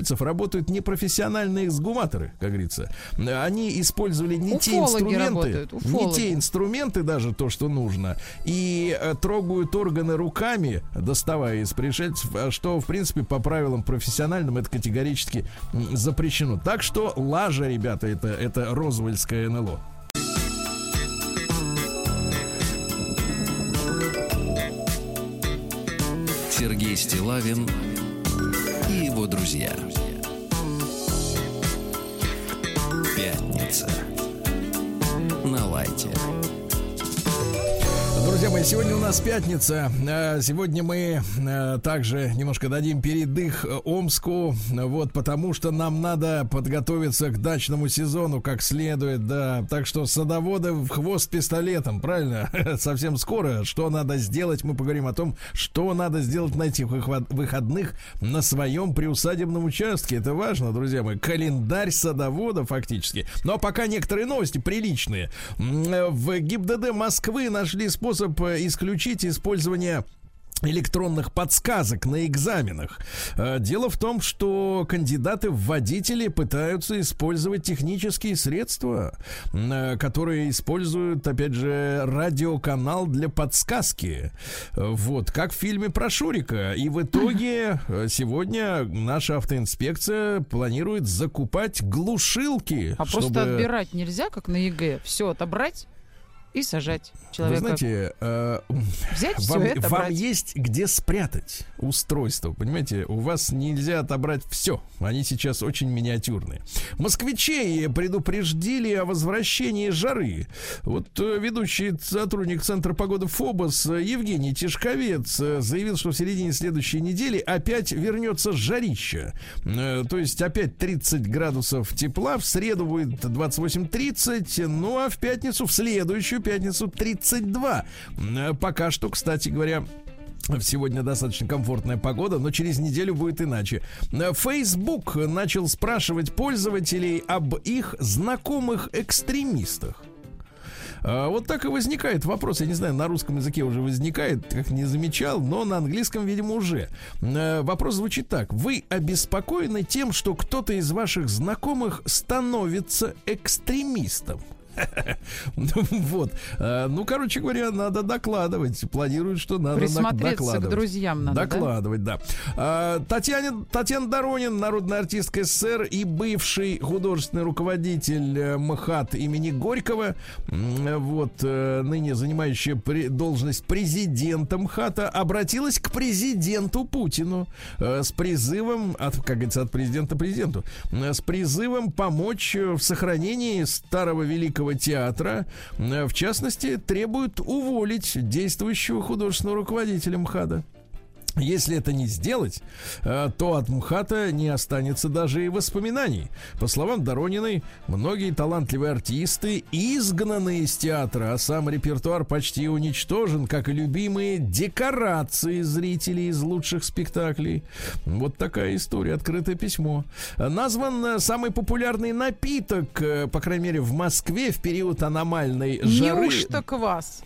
Speaker 2: очевидцев работают непрофессиональные эксгуматоры, как говорится. Они использовали не те инструменты, даже то, что нужно, и трогают органы руками, доставая из пришельцев, что, в принципе, по правилам профессиональным это категорически запрещено. Так что лажа, ребята, это Розвельское НЛО.
Speaker 1: Сергей Стиллавин и его друзья. Пятница. На лайте.
Speaker 2: Друзья мои, сегодня у нас пятница. Сегодня мы также немножко дадим передых Омску, вот, потому что нам надо подготовиться к дачному сезону как следует, да. Так что садоводы в хвост пистолетом, правильно? Совсем скоро. Что надо сделать? Мы поговорим о том, что надо сделать на этих выходных на своем приусадебном участке. Это важно, друзья мои. Календарь садовода фактически. Но пока некоторые новости приличные. В ГИБДД Москвы нашли способ исключить использование электронных подсказок на экзаменах. Дело в том, что кандидаты в водители пытаются использовать технические средства, которые используют, опять же, радиоканал для подсказки. Вот, как в фильме про Шурика. И в итоге сегодня наша автоинспекция планирует закупать глушилки.
Speaker 3: Просто отбирать нельзя, как на ЕГЭ? Все отобрать и сажать человека.
Speaker 2: Вы знаете,
Speaker 3: взять все это,
Speaker 2: вам есть где спрятать устройство, понимаете? У вас нельзя отобрать все. Они сейчас очень миниатюрные. Москвичей предупредили о возвращении жары. Вот ведущий сотрудник Центра погоды ФОБОС Евгений Тишковец заявил, что в середине следующей недели опять вернется жарища. То есть опять 30 градусов тепла. В среду будет 28-30. Ну а в пятницу, в следующую пятницу 32. Пока что, кстати говоря, сегодня достаточно комфортная погода, но через неделю будет иначе. Facebook начал спрашивать пользователей об их знакомых экстремистах. Вот так и возникает вопрос. Я не знаю, на русском языке уже возникает, как не замечал, но на английском, видимо, уже. Вопрос звучит так. Вы обеспокоены тем, что кто-то из ваших знакомых становится экстремистом? Вот. Ну, короче говоря, надо докладывать. Планируют, что надо
Speaker 3: присмотреться
Speaker 2: докладывать.
Speaker 3: К друзьям надо,
Speaker 2: докладывать, да. Татьяна Доронин, народная артистка СССР и бывший художественный руководитель МХАТ имени Горького, вот, ныне занимающая должность президента МХАТа, обратилась к президенту Путину с призывом, как говорится, от президента президенту, с призывом помочь в сохранении старого великого театра. В частности, требует уволить действующего художественного руководителя МХАТа. Если это не сделать, то от МХАТа не останется даже и воспоминаний. По словам Дорониной, многие талантливые артисты изгнаны из театра, а сам репертуар почти уничтожен, как и любимые декорации зрителей из лучших спектаклей. Вот такая история, открытое письмо. Назван самый популярный напиток, по крайней мере, в Москве в период аномальной жары.
Speaker 3: Неужто квас?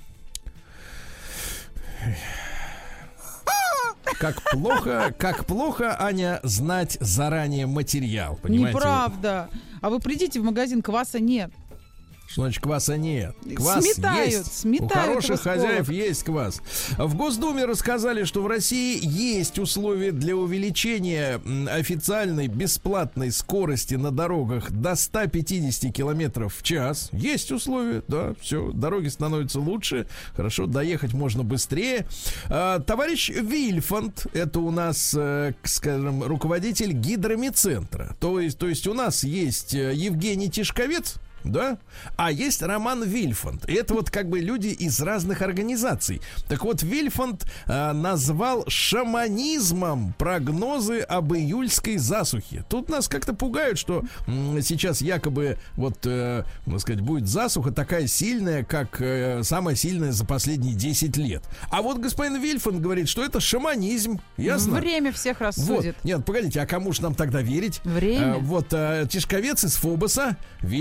Speaker 2: Как плохо, Аня, знать заранее материал, понимаете?
Speaker 3: Неправда. А вы придите в магазин, кваса нет.
Speaker 2: Что значит кваса нет? Квас есть. У хороших хозяев есть квас. В Госдуме рассказали, что в России есть условия для увеличения официальной бесплатной скорости на дорогах до 150 километров в час. Есть условия, да, все, дороги становятся лучше, хорошо, доехать можно быстрее. Товарищ Вильфанд, это у нас, скажем, руководитель гидромедцентра. То есть у нас есть Евгений Тишковец, да? А есть Роман Вильфанд. И это вот как бы люди из разных организаций. Так вот, Вильфанд назвал шаманизмом прогнозы об июльской засухе. Тут нас как-то пугают, что сейчас якобы вот, так сказать, будет засуха такая сильная, как самая сильная за последние 10 лет. А вот господин Вильфанд говорит, что это шаманизм. Ясно?
Speaker 3: Время всех рассудит.
Speaker 2: Вот. Нет, погодите, а кому же нам тогда верить?
Speaker 3: Время.
Speaker 2: Вот Тишковец из ФОБОСа, Вильфанд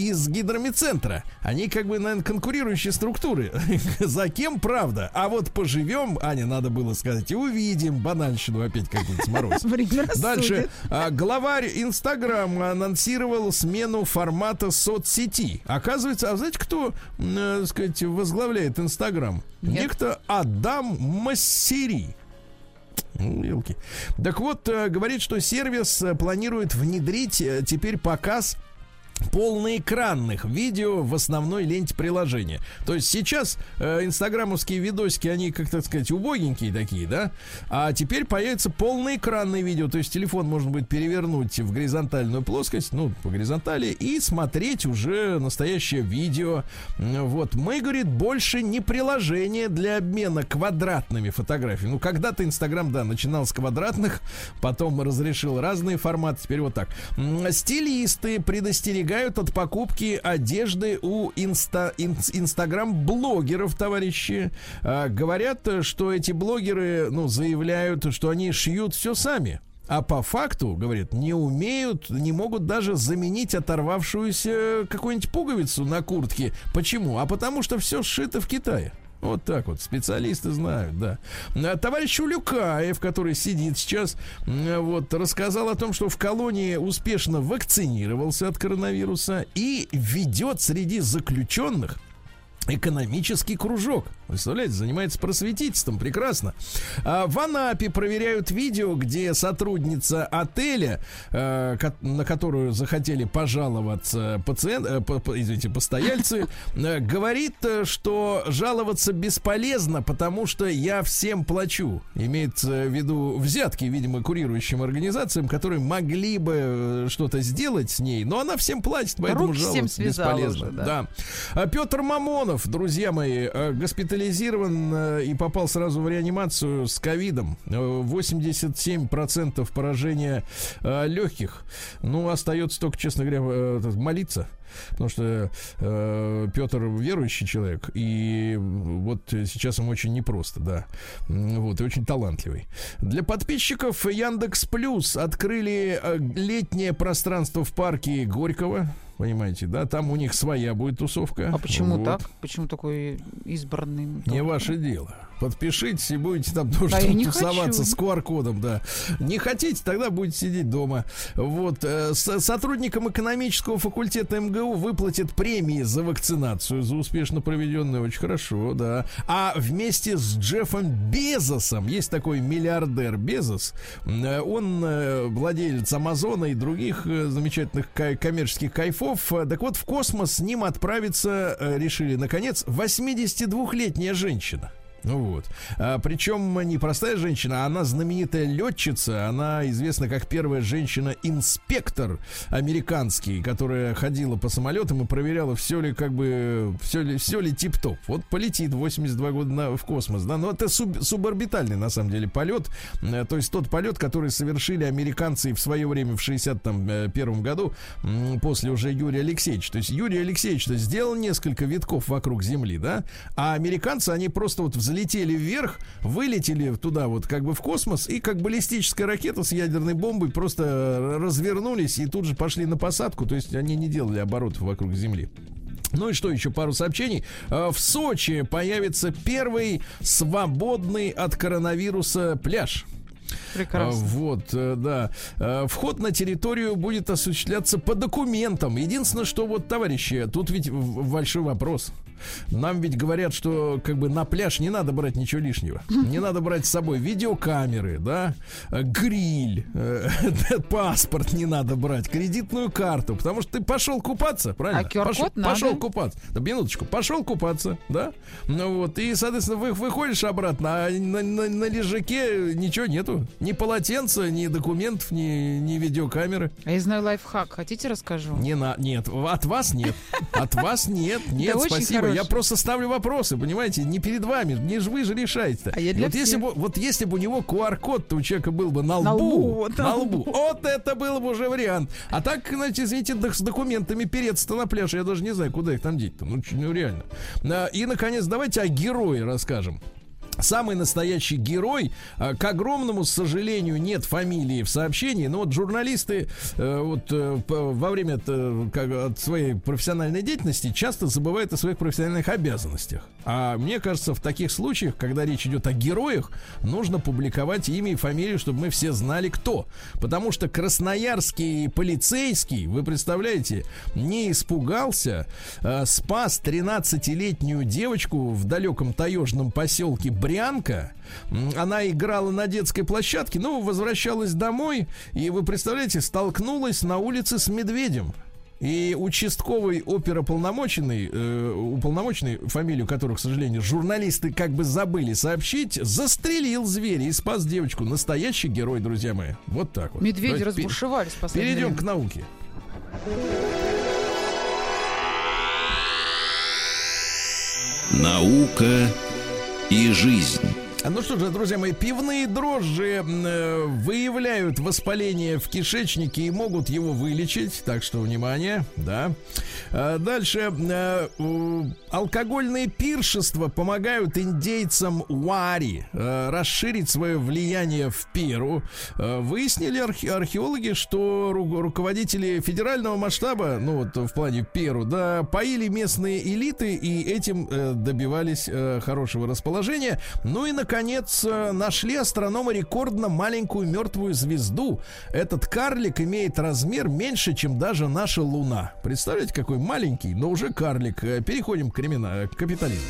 Speaker 2: из гидромедцентра. Они как бы, наверное, конкурирующие структуры. За кем правда? А вот поживем, Аня, надо было сказать, и увидим банальщину опять какую-то Мороз. Дальше. Главарь Инстаграма анонсировал смену формата соцсети. Оказывается, а знаете, кто, так сказать, возглавляет Инстаграм? Некто Адам Моссери. Елки. Так вот, говорит, что сервис планирует внедрить теперь показ полноэкранных видео в основной ленте приложения. То есть сейчас инстаграмовские видосики, они, как так сказать, убогенькие такие, да? А теперь появится полноэкранное видео. То есть телефон можно будет перевернуть в горизонтальную плоскость, ну, по горизонтали, и смотреть уже настоящее видео. Вот. Мы, говорит, больше не приложение для обмена квадратными фотографиями. Ну, когда-то Инстаграм, да, начинал с квадратных, потом разрешил разные форматы, теперь вот так. Стилисты предостерегают от покупки одежды у инстаграм-блогеров, товарищи. Говорят, что эти блогеры, ну, заявляют, что они шьют все сами. А по факту, говорят, не умеют, не могут даже заменить оторвавшуюся какую-нибудь пуговицу на куртке. Почему? А потому что все сшито в Китае. Вот так вот, специалисты знают, да. Товарищ Улюкаев, который сидит сейчас, вот, рассказал о том, что в колонии успешно вакцинировался от коронавируса и ведет среди заключенных экономический кружок. Представляете, занимается просветительством. Прекрасно. В Анапе проверяют видео, где сотрудница отеля, на которую захотели пожаловаться постояльцы, говорит, что жаловаться бесполезно, потому что я всем плачу. Имеется в виду взятки, видимо, курирующим организациям, которые могли бы что-то сделать с ней, но она всем платит, поэтому руки жаловаться бесполезно. Уже, да. Петр Мамонов, друзья мои, госпитализирован и попал сразу в реанимацию с ковидом. 87% поражения легких. Ну, остается только, честно говоря, молиться. Потому что Петр верующий человек, и вот сейчас ему очень непросто, да. Вот, и очень талантливый. Для подписчиков Яндекс.Плюс открыли летнее пространство в парке Горького. Понимаете, да? Там у них своя будет тусовка.
Speaker 3: А почему вот так? Почему такой избранный?
Speaker 2: Не ваше дело. Подпишитесь и будете там тоже тусоваться с QR-кодом, да. Не хотите, тогда будете сидеть дома. Вот. Сотрудникам экономического факультета МГУ выплатят премии за вакцинацию, за успешно проведенную. Очень хорошо, да. А вместе с Джеффом Безосом, есть такой миллиардер Безос, он владелец Амазона и других замечательных коммерческих кайфов. Так вот, в космос с ним отправиться решили, наконец, 82-летняя женщина. Ну вот. Причем не простая женщина, она знаменитая летчица. Она известна как первая женщина-инспектор американский, которая ходила по самолетам и проверяла, все ли тип-топ. Вот полетит 82 года в космос, да. Но это суборбитальный, на самом деле, полет. То есть тот полет, который совершили американцы в свое время в 61 году, после уже Юрия Алексеевича. То есть Юрий Алексеевич сделал несколько витков вокруг Земли, да. А американцы, они просто вот взлетели вверх, вылетели туда вот как бы в космос, и как баллистическая ракета с ядерной бомбой просто развернулись и тут же пошли на посадку. То есть они не делали оборотов вокруг Земли. Ну и что еще? Пару сообщений. В Сочи появится первый свободный от коронавируса пляж.
Speaker 3: Прекрасно.
Speaker 2: Вот, да. Вход на территорию будет осуществляться по документам. Единственное, что вот, товарищи, тут ведь большой вопрос. Нам ведь говорят, что как бы на пляж не надо брать ничего лишнего. Не надо брать с собой видеокамеры, да, гриль, паспорт не надо брать, кредитную карту, потому что ты пошел купаться, правильно?
Speaker 3: А QR-код надо?
Speaker 2: Пошел купаться. Да, минуточку, пошел купаться, да? Ну вот, и, соответственно, выходишь обратно, а на лежаке ничего нету. Ни полотенца, ни документов, ни видеокамеры.
Speaker 3: А я знаю лайфхак, хотите расскажу?
Speaker 2: Нет, от вас нет. От вас нет, спасибо. Я просто ставлю вопросы, понимаете, не перед вами, не ж вы же решаете.
Speaker 3: А я для всех.
Speaker 2: Если бы у него QR-код-то у человека был бы на лбу, вот это был бы уже вариант. А так, значит, извините, с документами переться на пляж, я даже не знаю, куда их там деть-то. Ну реально. И, наконец, давайте о герое расскажем. самый настоящий герой. К огромному сожалению, нет фамилии в сообщении. Но вот журналисты во время своей профессиональной деятельности часто забывают о своих профессиональных обязанностях. А мне кажется, в таких случаях, когда речь идет о героях, нужно публиковать имя и фамилию, чтобы мы все знали, кто. Потому что красноярский полицейский, вы представляете, не испугался, спас 13-летнюю девочку в далеком таежном поселке Брянка. Она играла на детской площадке, возвращалась домой, и, вы представляете, столкнулась на улице с медведем. И участковый уполномоченный, фамилию которого, к сожалению, журналисты как бы забыли сообщить, застрелил зверя и спас девочку. Настоящий герой, друзья мои. Вот так вот.
Speaker 3: Медведи разбушевались в последнее время.
Speaker 2: Перейдем к науке.
Speaker 1: Наука и жизнь.
Speaker 2: Ну что же, друзья мои, пивные дрожжи выявляют воспаление в кишечнике и могут его вылечить. Так что, внимание, да. Дальше. Алкогольные пиршества помогают индейцам Уари расширить свое влияние в Перу. Выяснили археологи, что руководители федерального масштаба, в плане Перу, да, поили местные элиты и этим добивались хорошего расположения. Ну и, наконец, нашли астрономы рекордно маленькую мертвую звезду. Этот карлик имеет размер меньше, чем даже наша Луна. Представляете, какой маленький, но уже карлик. Переходим к капитализму.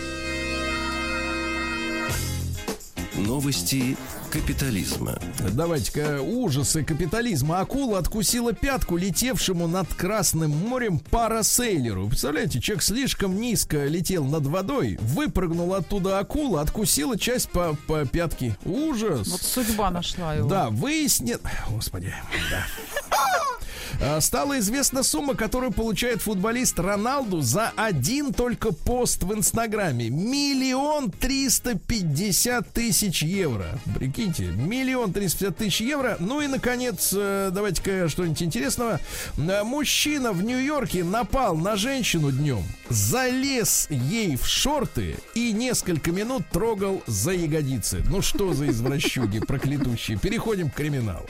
Speaker 1: Новости капитализма.
Speaker 2: Давайте-ка ужасы капитализма. Акула откусила пятку летевшему над Красным морем парасейлеру. Представляете, человек слишком низко летел над водой, выпрыгнула оттуда акула, откусила часть по пятке. Ужас.
Speaker 3: Вот судьба нашла его.
Speaker 2: Да, выяснит... Господи, да. Стала известна сумма, которую получает футболист Роналду за один только пост в Инстаграме. 1 350 000 евро. Прикиньте, 1 350 000 евро. Ну и, наконец, давайте-ка что-нибудь интересного. Мужчина в Нью-Йорке напал на женщину днем, залез ей в шорты и несколько минут трогал за ягодицы. Ну что за извращуги проклятущие. Переходим к криминалу.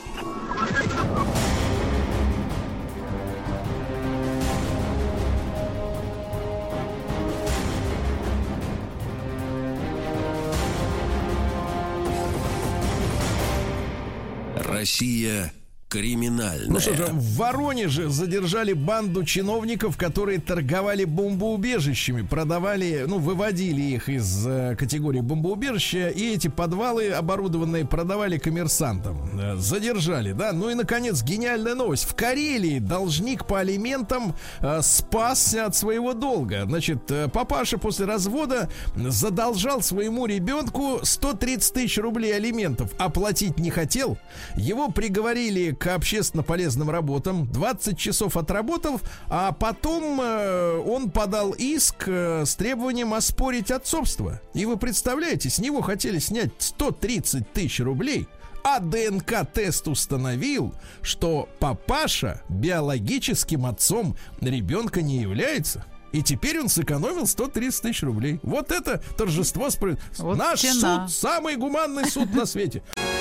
Speaker 1: Россия криминальная.
Speaker 2: Ну что же, в Воронеже задержали банду чиновников, которые торговали бомбоубежищами, продавали, выводили их из категории бомбоубежища, и эти подвалы оборудованные продавали коммерсантам. Задержали, да. Ну и, наконец, гениальная новость. В Карелии должник по алиментам спасся от своего долга. Значит, папаша после развода задолжал своему ребенку 130 000 рублей алиментов. Оплатить не хотел. Его приговорили к общественно полезным работам, 20 часов отработав, а потом он подал иск с требованием оспорить отцовство. И вы представляете, с него хотели снять 130 000 рублей, а ДНК-тест установил, что папаша биологическим отцом ребенка не является. И теперь он сэкономил 130 000 рублей. Вот это торжество справедливости. Вот наш суд, самый гуманный суд на свете.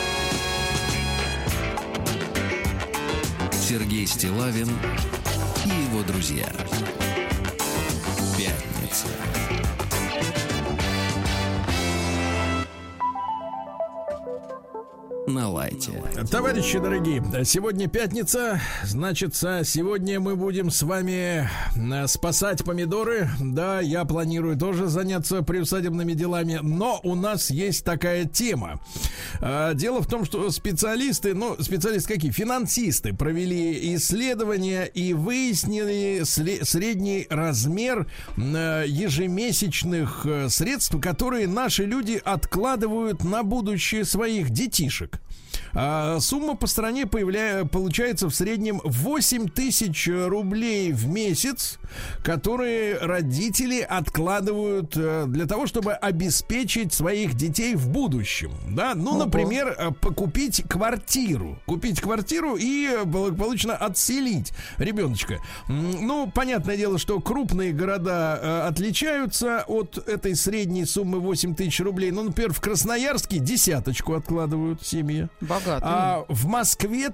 Speaker 1: Сергей Стиллавин и его друзья. Пятница. На лайте.
Speaker 2: Товарищи дорогие, сегодня пятница, значит, сегодня мы будем с вами спасать помидоры. Да, я планирую тоже заняться приусадебными делами, но у нас есть такая тема. Дело в том, что специалисты какие? Финансисты провели исследования и выяснили средний размер ежемесячных средств, которые наши люди откладывают на будущее своих детишек. Сумма по стране получается в среднем 8 тысяч рублей в месяц, которые родители откладывают для того, чтобы обеспечить своих детей в будущем. Да? Ну, например, купить квартиру и благополучно отселить ребеночка. Ну, понятное дело, что крупные города отличаются от этой средней суммы 8 тысяч рублей. Ну, например, в Красноярске 10 откладывают семьи.
Speaker 3: Богато.
Speaker 2: А в Москве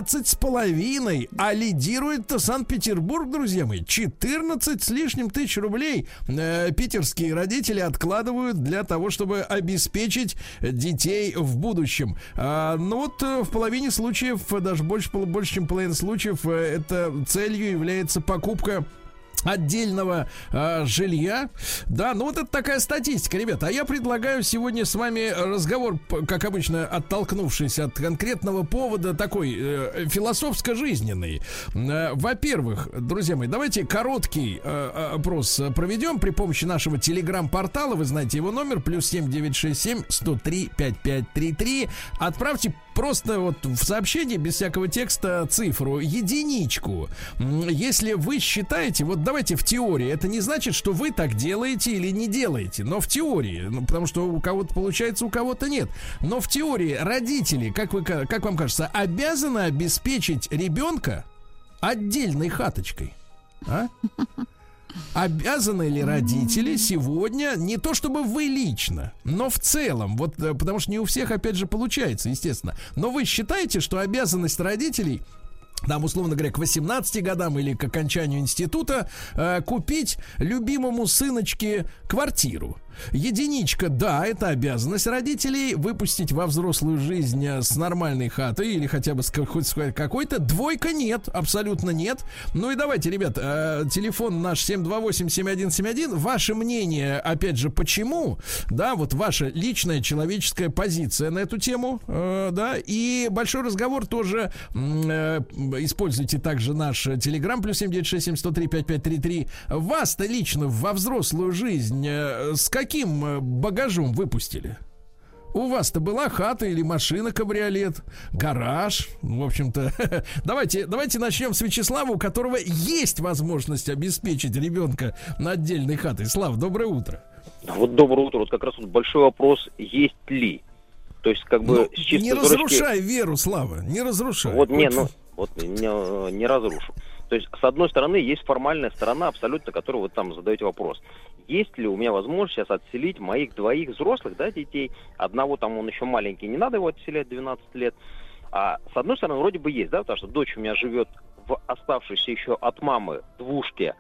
Speaker 2: 13,5. А лидирует-то Санкт-Петербург, друзья мои. 14 с лишним тысяч рублей питерские родители откладывают для того, чтобы обеспечить детей в будущем. Ну вот в половине случаев, даже больше чем половина случаев, это целью является покупка отдельного жилья. Да, ну вот это такая статистика, ребята. А я предлагаю сегодня с вами разговор, как обычно, оттолкнувшись от конкретного повода, такой философско-жизненный. Во-первых, друзья мои, давайте короткий опрос проведем при помощи нашего телеграм-портала. Вы знаете его номер, +7 967 103 5533. Отправьте просто вот в сообщении, без всякого текста, цифру, единичку. Если вы считаете, вот давайте в теории, это не значит, что вы так делаете или не делаете, но в теории, потому что у кого-то получается, у кого-то нет. Но в теории родители, как вам кажется, обязаны обеспечить ребенка отдельной хаточкой? А? Обязаны ли родители сегодня, не то чтобы вы лично, но в целом, вот потому что не у всех, опять же, получается, естественно, но вы считаете, что обязанность родителей, там, условно говоря, к 18 годам или к окончанию института купить любимому сыночке квартиру? Единичка, да, это обязанность родителей выпустить во взрослую жизнь с нормальной хатой или хотя бы с какой-то. Двойка нет, абсолютно нет. Ну и давайте, ребят, телефон наш 728-7171. Ваше мнение, опять же, почему? Да, вот ваша личная человеческая позиция на эту тему, да, и большой разговор тоже. Используйте также наш телеграм +7 967 103 5533. Вас-то лично во взрослую жизнь с каким багажом выпустили? У вас-то была хата или машина, кабриолет, гараж, в общем-то. Давайте начнем с Вячеслава, у которого есть возможность обеспечить ребенка на отдельной хатой. Слав, доброе утро.
Speaker 5: Вот доброе утро. Вот как раз вот большой вопрос, есть ли. То есть как бы с чистой
Speaker 2: не разрушай веру, Слава, не разрушай.
Speaker 5: Вот не разрушу. То есть, с одной стороны, есть формальная сторона, абсолютно, которую вы там задаете вопрос. Есть ли у меня возможность сейчас отселить моих двоих взрослых, да, детей? Одного там он еще маленький, не надо его отселять, 12 лет. А с одной стороны, вроде бы есть, да, потому что дочь у меня живет в оставшейся еще от мамы двушке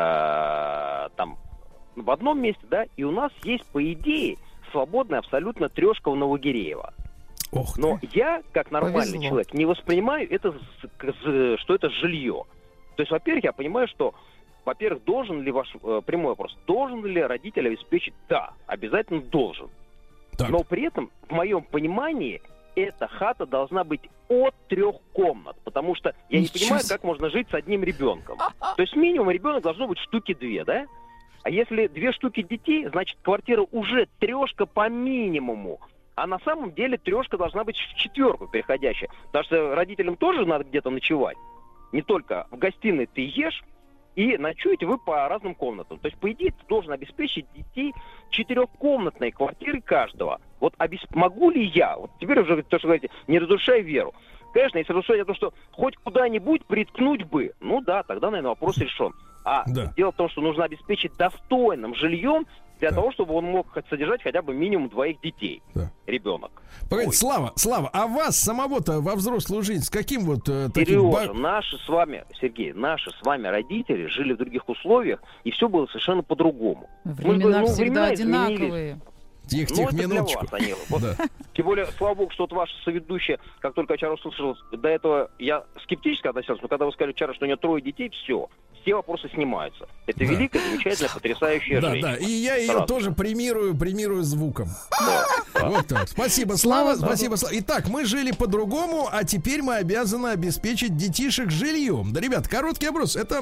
Speaker 5: там в одном месте, да, и у нас есть, по идее, свободная абсолютно трешка в Новогиреево. Но я, как нормальный человек, не воспринимаю это, что это жилье. То есть, во-первых, я понимаю, что, во-первых, должен ли прямой вопрос, должен ли родитель обеспечить? Да, обязательно должен. Так. Но при этом, в моем понимании, эта хата должна быть от 3 комнат, потому что я не понимаю, как можно жить с одним ребенком. То есть минимум ребенок должно быть штуки 2, да? А если 2 штуки детей, значит, квартира уже 3 по минимуму. А на самом деле 3 должна быть в 4 переходящая. Потому что родителям тоже надо где-то ночевать. Не только в гостиной ты ешь, и ночуете вы по разным комнатам. То есть, по идее, ты должен обеспечить детей 4-комнатной квартирой каждого. Вот могу ли я, вот теперь уже то, что говорите, не разрушай веру. Конечно, если разрушать о том, что хоть куда-нибудь приткнуть бы, ну да, тогда, наверное, вопрос решен. А дело в том, что нужно обеспечить достойным жильем для того, чтобы он мог содержать хотя бы минимум 2 детей. Ребенок.
Speaker 2: Погодите, Слава, а вас самого-то во взрослую жизнь с каким вот
Speaker 5: Сережа, наши с вами родители жили в других условиях, и все было совершенно по-другому.
Speaker 3: Времена всегда одинаковые.
Speaker 2: Тихо, минуточку.
Speaker 5: Тем более, слава богу, что вот ваша соведущая, как только вчера услышал, до этого я скептически относился, но когда вы сказали вчера, что у нее 3 детей, все вопросы снимаются. Это великая, замечательная, потрясающая женщина. Да,
Speaker 2: и я ее тоже премирую звуком. Вот так. Спасибо, Слава, спасибо, Слава. Итак, мы жили по-другому, а теперь мы обязаны обеспечить детишек жильем. Да, ребят, короткий опрос. Это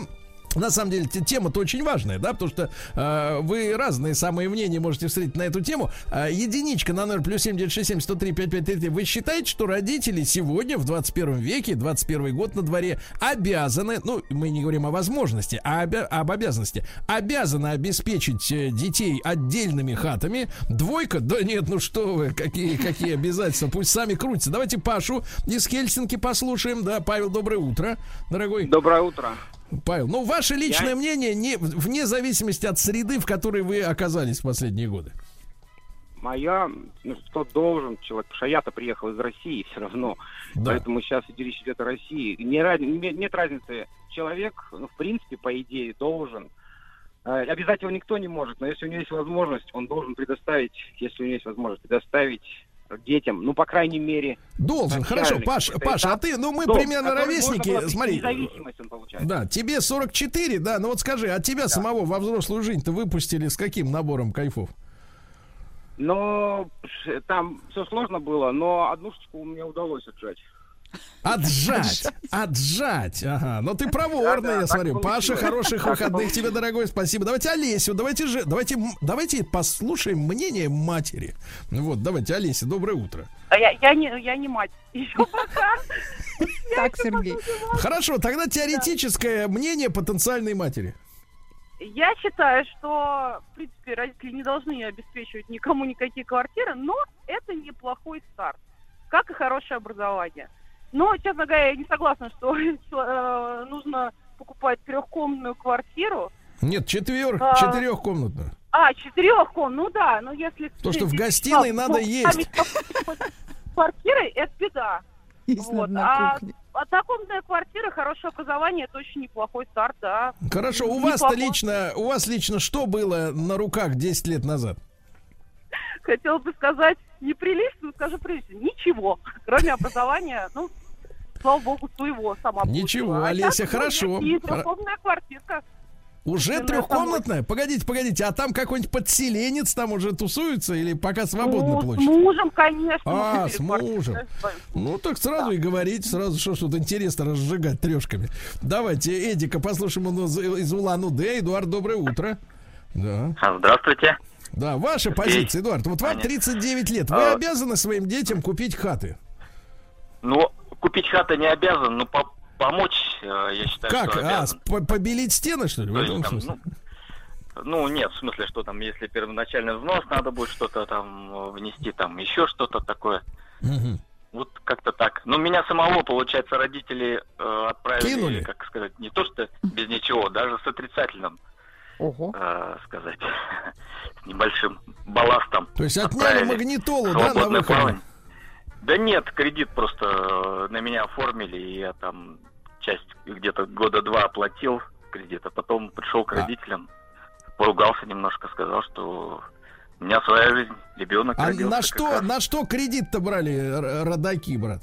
Speaker 2: На самом деле, тема-то очень важная, да, потому что вы разные самые мнения можете встретить на эту тему. Единичка на 0 +7 967 103 5533. Вы считаете, что родители сегодня, в 21 веке, 21 год на дворе, обязаны, ну, мы не говорим о возможности, а об обязанности, обязаны обеспечить детей отдельными хатами? Двойка? Да нет, ну что вы, какие обязательства, пусть сами крутятся. Давайте Пашу из Хельсинки послушаем. Да, Павел, доброе утро, дорогой.
Speaker 6: Доброе утро.
Speaker 2: Павел, ну, ваше личное мнение, вне зависимости от среды, в которой вы оказались в последние годы.
Speaker 6: Моя, что должен человек, потому что я-то приехал из России все равно, да. Поэтому сейчас речь идет о России. Нет разницы, человек, ну, в принципе, по идее, должен. Обязать его никто не может, но если у него есть возможность, он должен предоставить, если у него есть возможность, предоставить детям, ну, по крайней мере... Должен, хорошо, Паша, а ты, ну, мы примерно ровесники, смотри. Независимость он получает.
Speaker 2: Да, тебе 44, да, ну вот скажи, а тебя самого во взрослую жизнь-то выпустили с каким набором кайфов?
Speaker 6: Ну, там все сложно было, но одну штуку мне удалось отжать.
Speaker 2: Отжать. Ага. Но ты проворный, я смотрю. Паша, хороших выходных тебе, дорогой. Спасибо. Давайте Олесю, давайте послушаем мнение матери. Вот, давайте, Олеся, доброе утро.
Speaker 7: Я не мать. Еще пока.
Speaker 3: Так, Сергей.
Speaker 2: Хорошо, тогда теоретическое мнение потенциальной матери.
Speaker 7: Я считаю, что, в принципе, родители не должны обеспечивать никому никакие квартиры, но это неплохой старт, как и хорошее образование. Но, честно говоря, я не согласна, что нужно покупать трехкомнатную квартиру.
Speaker 2: Нет, четырехкомнатную.
Speaker 7: 4-комнатную, ну да, но если...
Speaker 2: Потому что в гостиной надо есть.
Speaker 7: Квартиры — это беда. Вот. Однокомнатная квартира, хорошее образование — это очень неплохой старт, да.
Speaker 2: Хорошо, у вас лично что было на руках 10 лет назад?
Speaker 7: Хотела бы сказать неприлично, скажу прилично. Ничего, кроме образования, ну, слава богу, своего сама получила.
Speaker 2: Ничего, Олеся, хорошо.
Speaker 7: И трехкомнатная квартирка.
Speaker 2: Уже трехкомнатная? Погодите, а там какой-нибудь подселенец там уже тусуется или пока свободно площадь?
Speaker 7: С мужем, конечно.
Speaker 2: С мужем. Ну, так сразу и говорить, сразу что-то интересно разжигать трешками. Давайте Эдика послушаем, он из Улан-Удэ. Эдуард, доброе утро.
Speaker 8: Да. Здравствуйте.
Speaker 2: Да, ваша позиция, Эдуард. Вот вам 39 лет. Вы обязаны своим детям купить хаты?
Speaker 8: Ну, купить хаты не обязан, но помочь, я считаю,
Speaker 2: как?
Speaker 8: Что обязан.
Speaker 2: Побелить стены, что ли? В этом смысле?
Speaker 8: Ну, нет, в смысле, что там, если первоначальный взнос надо будет что-то там внести, там еще что-то такое.
Speaker 2: Угу.
Speaker 8: Вот как-то так. Но меня самого, получается, родители отправили,
Speaker 2: кинули?
Speaker 8: Как сказать, не то что без ничего, даже с отрицательным. Сказать, с небольшим балластом.
Speaker 2: То есть отняли магнитолу, да, на выходе?
Speaker 8: Да нет, кредит просто на меня оформили, и я там часть где-то года 2 оплатил кредит, а потом пришел к родителям, поругался немножко, сказал, что у меня своя жизнь, ребенок родился.
Speaker 2: На что кредит-то брали родаки, брат?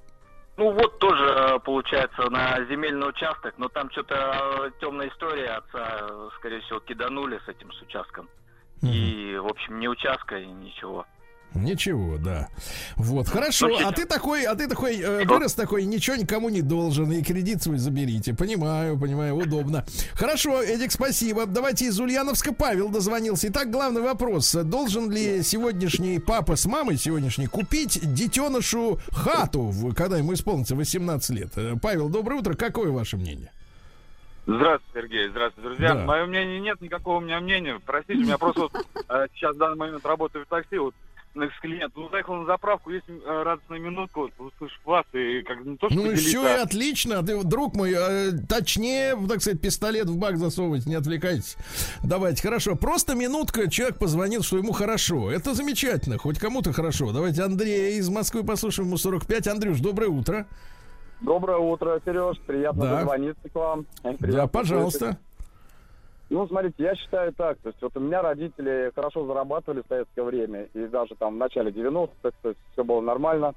Speaker 8: Ну вот тоже, получается, на земельный участок, но там что-то темная история, отца, скорее всего, киданули с этим участком. И, в общем, ни участка, ничего.
Speaker 2: Ничего, да. Вот, хорошо. А ты такой вырос такой, ничего никому не должен, и кредит свой заберите. Понимаю, удобно. Хорошо, Эдик, спасибо. Давайте из Ульяновска Павел дозвонился. Итак, главный вопрос. Должен ли сегодняшний папа с мамой купить детенышу хату, когда ему исполнится 18 лет? Павел, доброе утро. Какое ваше мнение?
Speaker 9: Здравствуйте, Сергей. Здравствуйте, друзья.
Speaker 2: Да.
Speaker 9: Мое мнение нет, никакого у меня мнения. Простите, у меня просто сейчас в данный момент работаю в такси. Клиент заехал на заправку, есть радостная минутка, услышишь вас, и как не то, что
Speaker 2: ну все, и отлично. Ты, друг мой, точнее, так сказать, пистолет в бак засовывать, не отвлекайтесь. Давайте, хорошо. Просто минутка, человек позвонил, что ему хорошо. Это замечательно, хоть кому-то хорошо. Давайте Андрея из Москвы послушаем, ему 45. Андрюш, доброе утро.
Speaker 10: Доброе утро, Сереж. Приятно дозвониться к вам.
Speaker 2: Да, пожалуйста.
Speaker 10: Ну, смотрите, я считаю так, то есть вот у меня родители хорошо зарабатывали в советское время, и даже там в начале 90-х, то есть все было нормально,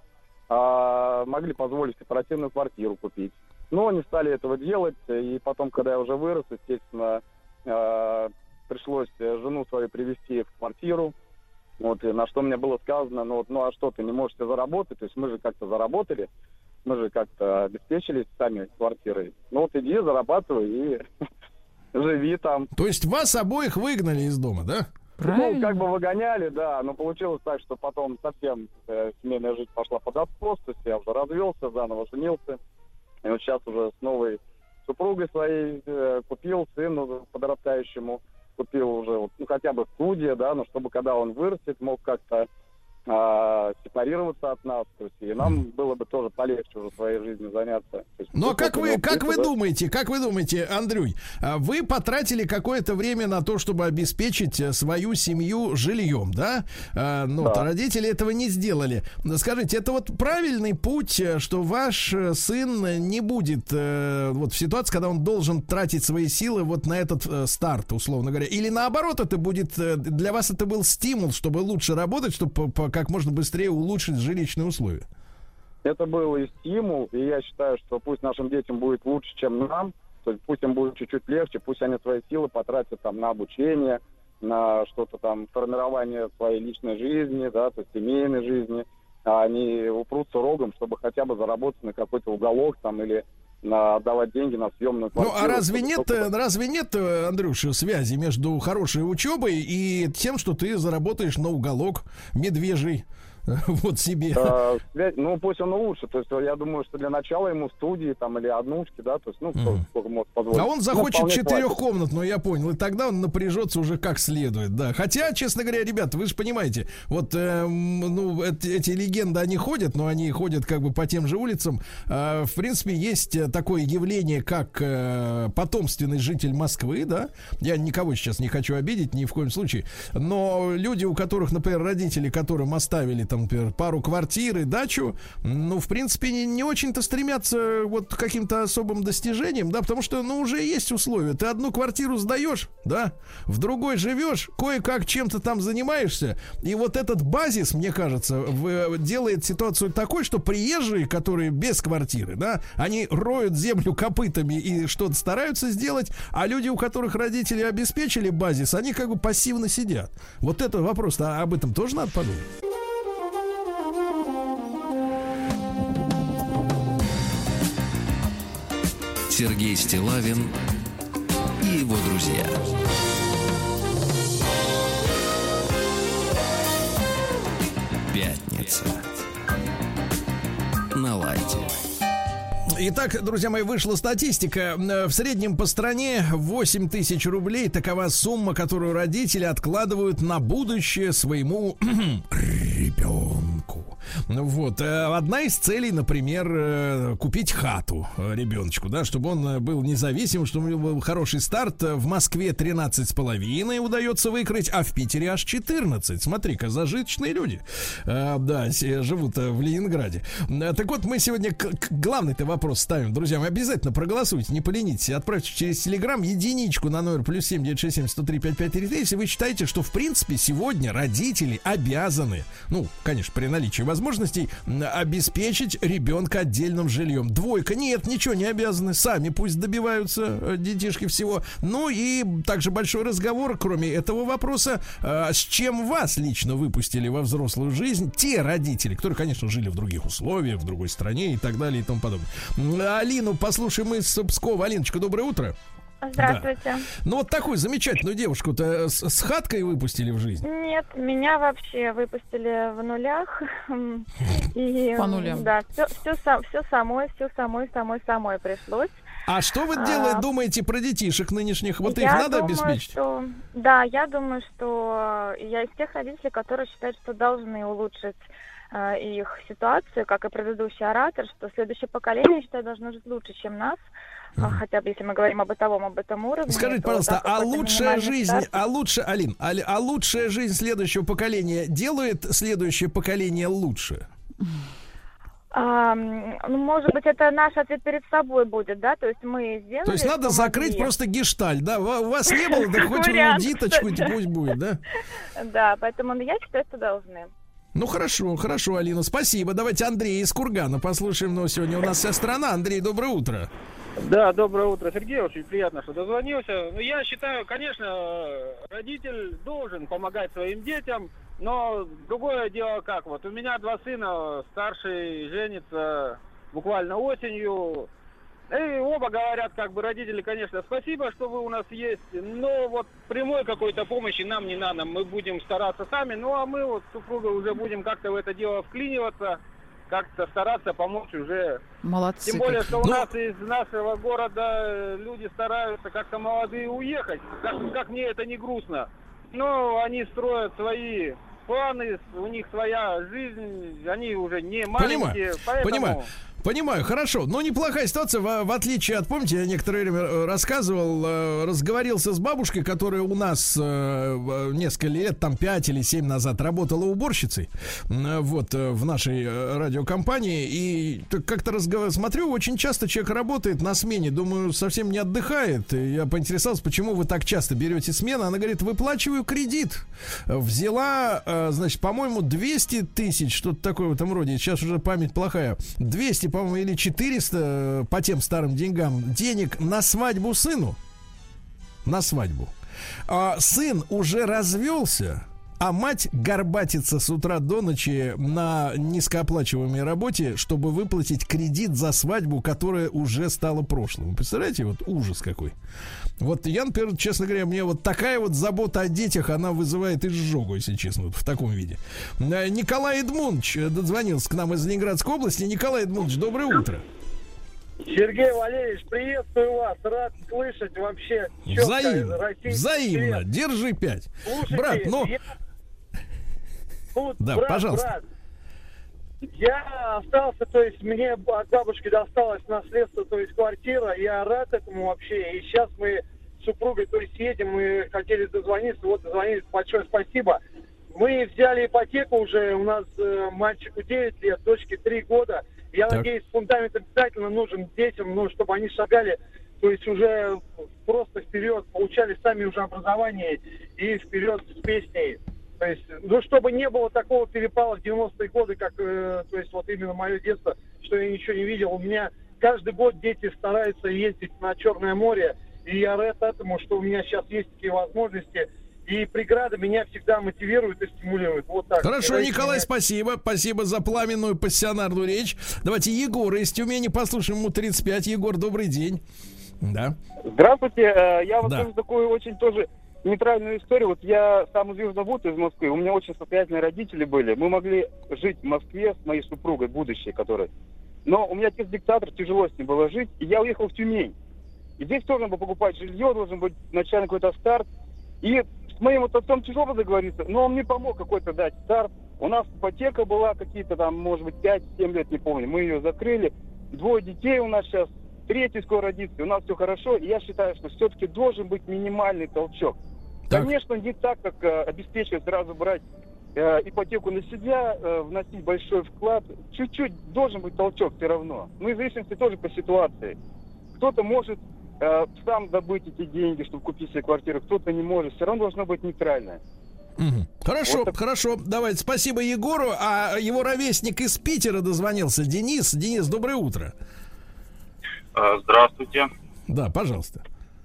Speaker 10: могли позволить кооперативную квартиру купить. Но не стали этого делать, и потом, когда я уже вырос, естественно, пришлось жену свою привезти в квартиру, вот, и на что мне было сказано, ну а что, ты не можешь заработать, то есть мы же как-то заработали, мы же как-то обеспечились сами квартирой, ну вот иди, зарабатывай, и семьи там.
Speaker 2: То есть вас обоих выгнали из дома, да?
Speaker 3: Правильно.
Speaker 10: Ну, как бы выгоняли, да, но получилось так, что потом совсем семейная жизнь пошла под откос, то есть я уже развелся, заново женился, и вот сейчас уже с новой супругой своей купил сыну подрастающему, купил уже, ну, хотя бы студия, да, но чтобы когда он вырастет, мог как-то сепарироваться от нас, то есть и нам было бы тоже полегче уже своей жизнью заняться.
Speaker 2: Ну а как вы думаете, Андрюй, вы потратили какое-то время на то, чтобы обеспечить свою семью жильем, да? Да. Родители этого не сделали. Скажите, это вот правильный путь, что ваш сын не будет вот в ситуации, когда он должен тратить свои силы вот на этот старт, условно говоря, или наоборот, это будет для вас это был стимул, чтобы лучше работать, чтобы как можно быстрее улучшить жилищные условия?
Speaker 10: Это был и стимул, и я считаю, что пусть нашим детям будет лучше, чем нам, то есть пусть им будет чуть-чуть легче, пусть они свои силы потратят там на обучение, на что-то там, формирование своей личной жизни, да, то есть семейной жизни, а они упрутся рогом, чтобы хотя бы заработать на какой-то уголок там или отдавать деньги на съемную квартиру.
Speaker 2: Ну, а разве нет, Андрюша, связи между хорошей учебой и тем, что ты заработаешь на уголок медвежий? Вот себе.
Speaker 10: Ну, пусть он лучше. То есть, я думаю, что для начала ему студии там или однушки, да, то есть, ну, сколько может позволить.
Speaker 2: А он захочет четырехкомнатную, я понял, и тогда он напряжется уже как следует, да. Хотя, честно говоря, ребята, вы же понимаете, вот, ну, эти легенды, они ходят, но они ходят как бы по тем же улицам. В принципе, есть такое явление, как потомственный житель Москвы, да. Я никого сейчас не хочу обидеть, ни в коем случае. Но люди, у которых, например, родители, которым оставили там, например, пару квартир и дачу, ну, в принципе, не очень-то стремятся вот к каким-то особым достижениям, да, потому что, ну, уже есть условия. Ты одну квартиру сдаешь, да, в другой живешь, кое-как чем-то там занимаешься, и вот этот базис, мне кажется, делает ситуацию такой, что приезжие, которые без квартиры, да, они роют землю копытами и что-то стараются сделать, а люди, у которых родители обеспечили базис, они как бы пассивно сидят. Вот это вопрос, а об этом тоже надо подумать.
Speaker 1: Сергей Стиллавин и его друзья. Пятница. На лайте.
Speaker 2: Итак, друзья мои, вышла статистика. В среднем по стране 8 тысяч рублей. Такова сумма, которую родители откладывают на будущее своему ребенку. Вот. Одна из целей, например, купить хату ребеночку, да, чтобы он был независим, чтобы у него был хороший старт. В Москве 13,5 удается выкрыть, а в Питере аж 14. Смотри-ка, зажиточные люди. Да, живут в Ленинграде. Так вот, мы сегодня главный-то вопрос ставим. Друзья, вы обязательно проголосуйте, не поленитесь. Отправьте через Телеграм единичку на номер +7 967 103 5533, если вы считаете, что в принципе сегодня родители обязаны, ну, конечно, при наличии возможностей, обеспечить ребенка отдельным жильем. Двойка, нет, ничего не обязаны, сами пусть добиваются детишки всего. Ну и также большой разговор, кроме этого вопроса, с чем вас лично выпустили во взрослую жизнь те родители, которые, конечно, жили в других условиях, в другой стране и так далее и тому подобное. Алину послушаем из Пскова. Алиночка, доброе утро.
Speaker 11: Здравствуйте.
Speaker 2: Да. Ну вот такую замечательную девушку-то с хаткой выпустили в жизнь?
Speaker 11: Нет, меня вообще выпустили в нулях. И,
Speaker 3: по нулям.
Speaker 11: Да, все самой пришлось.
Speaker 2: А что вы думаете про детишек нынешних? Вот их надо обеспечить?
Speaker 11: Да, я думаю, что я из тех родителей, которые считают, что должны улучшить их ситуацию, как и предыдущий оратор, что следующее поколение, я считаю, должно жить лучше, чем нас. Хотя бы если мы говорим об этом уровне.
Speaker 2: Скажите, пожалуйста, а лучшая жизнь, Алин, а лучшая жизнь следующего поколения делает следующее поколение лучше?
Speaker 11: Ну, может быть, это наш ответ перед собой будет, да? То есть мы сделали.
Speaker 2: То есть надо закрыть просто гештальт, да? У вас не было, да хоть диточку пусть будет, да?
Speaker 11: Да, поэтому я считаю, что должны.
Speaker 2: Ну, хорошо, Алина, спасибо. Давайте Андрея из Кургана послушаем. Но сегодня у нас вся страна. Андрей, доброе утро.
Speaker 12: Да, доброе утро, Сергей. Очень приятно, что дозвонился. Ну, я считаю, конечно, родитель должен помогать своим детям, но другое дело как. Вот у меня 2 сына, старший женится буквально осенью. И оба говорят, как бы, родители, конечно, спасибо, что вы у нас есть, но вот прямой какой-то помощи нам не надо, мы будем стараться сами, ну а мы вот с супругой уже будем как-то в это дело вклиниваться, как-то стараться помочь уже.
Speaker 3: Молодцы.
Speaker 12: Тем более, что у нас из нашего города люди стараются как-то молодые уехать, как мне это не грустно, но они строят свои планы, у них своя жизнь, они уже не маленькие, поэтому...
Speaker 2: Понимаю, хорошо. Но неплохая ситуация, в отличие от, помните, я некоторое время рассказывал, разговорился с бабушкой, которая у нас несколько лет, там 5 или 7 назад работала уборщицей, вот, в нашей радиокомпании, и как-то смотрю, очень часто человек работает на смене, думаю, совсем не отдыхает. И я поинтересовался, почему вы так часто берете смену. Она говорит, выплачиваю кредит. Взяла, значит, по-моему, 200 тысяч, что-то такое в этом роде, сейчас уже память плохая, 200, по-моему, или 400 по тем старым деньгам денег на свадьбу сыну. На свадьбу. Сын уже развелся, а мать горбатится с утра до ночи на низкооплачиваемой работе, чтобы выплатить кредит за свадьбу, которая уже стала прошлым. Вы представляете, вот ужас какой. Вот я, например, честно говоря, мне вот такая вот забота о детях, она вызывает изжогу, если честно, вот в таком виде. Николай Эдмундович дозвонился к нам из Ленинградской области. Николай Эдмундович, доброе утро.
Speaker 13: Сергей Валерьевич, приветствую вас. Рад слышать вообще.
Speaker 2: Взаимно. Держи 5.
Speaker 13: Слушайте,
Speaker 2: брат, ну... Да,
Speaker 13: брат,
Speaker 2: пожалуйста.
Speaker 13: Брат, я остался, то есть мне от бабушки досталось наследство, то есть квартира. Я рад этому вообще. И сейчас мы с супругой, то есть едем, мы хотели дозвониться. Вот дозвонились, большое спасибо. Мы взяли ипотеку уже, у нас мальчику 9 лет, дочке 3 года. Я надеюсь, фундамент обязательно нужен детям, ну, чтобы они шагали, то есть уже просто вперед, получали сами уже образование и вперед с песней. То есть, ну, чтобы не было такого перепала в 90-е годы, как, то есть, вот именно мое детство, что я ничего не видел. У меня каждый год дети стараются ездить на Черное море, и я рад этому, что у меня сейчас есть такие возможности. И преграды меня всегда мотивируют и стимулируют. Вот так.
Speaker 2: Хорошо, Николай, спасибо. Спасибо за пламенную пассионарную речь. Давайте Егора из Тюмени послушаем, ему 35. Егор, добрый день. Да.
Speaker 6: Здравствуйте. Я вот тоже такую очень тоже нейтральную историю. Вот я сам из Южного из Москвы. У меня очень состоятельные родители были. Мы могли жить в Москве с моей супругой, будущей, которой. Но у меня отец диктатор, тяжело с ним было жить. И я уехал в Тюмень. И здесь тоже надо покупать жилье, должен быть начальный какой-то старт. И с моим вот отцом тяжело договориться, но он мне помог какой-то дать старт. У нас ипотека была какие-то там, может быть, 5-7 лет, не помню. Мы ее закрыли. 2 детей у нас сейчас, 3 скоро родится. У нас все хорошо. И я считаю, что все-таки должен быть минимальный толчок. Так. Конечно, не так, как обеспечивать сразу брать ипотеку на себя, вносить большой вклад. Чуть-чуть должен быть толчок все равно. Ну и в зависимости тоже по ситуации. Кто-то может сам добыть эти деньги, чтобы купить себе квартиру, кто-то не может. Все равно должно быть нейтральное.
Speaker 2: Хорошо, вот хорошо. Давайте, спасибо Егору. А его ровесник из Питера дозвонился. Денис. Денис, доброе утро.
Speaker 14: Здравствуйте.
Speaker 2: Да, пожалуйста.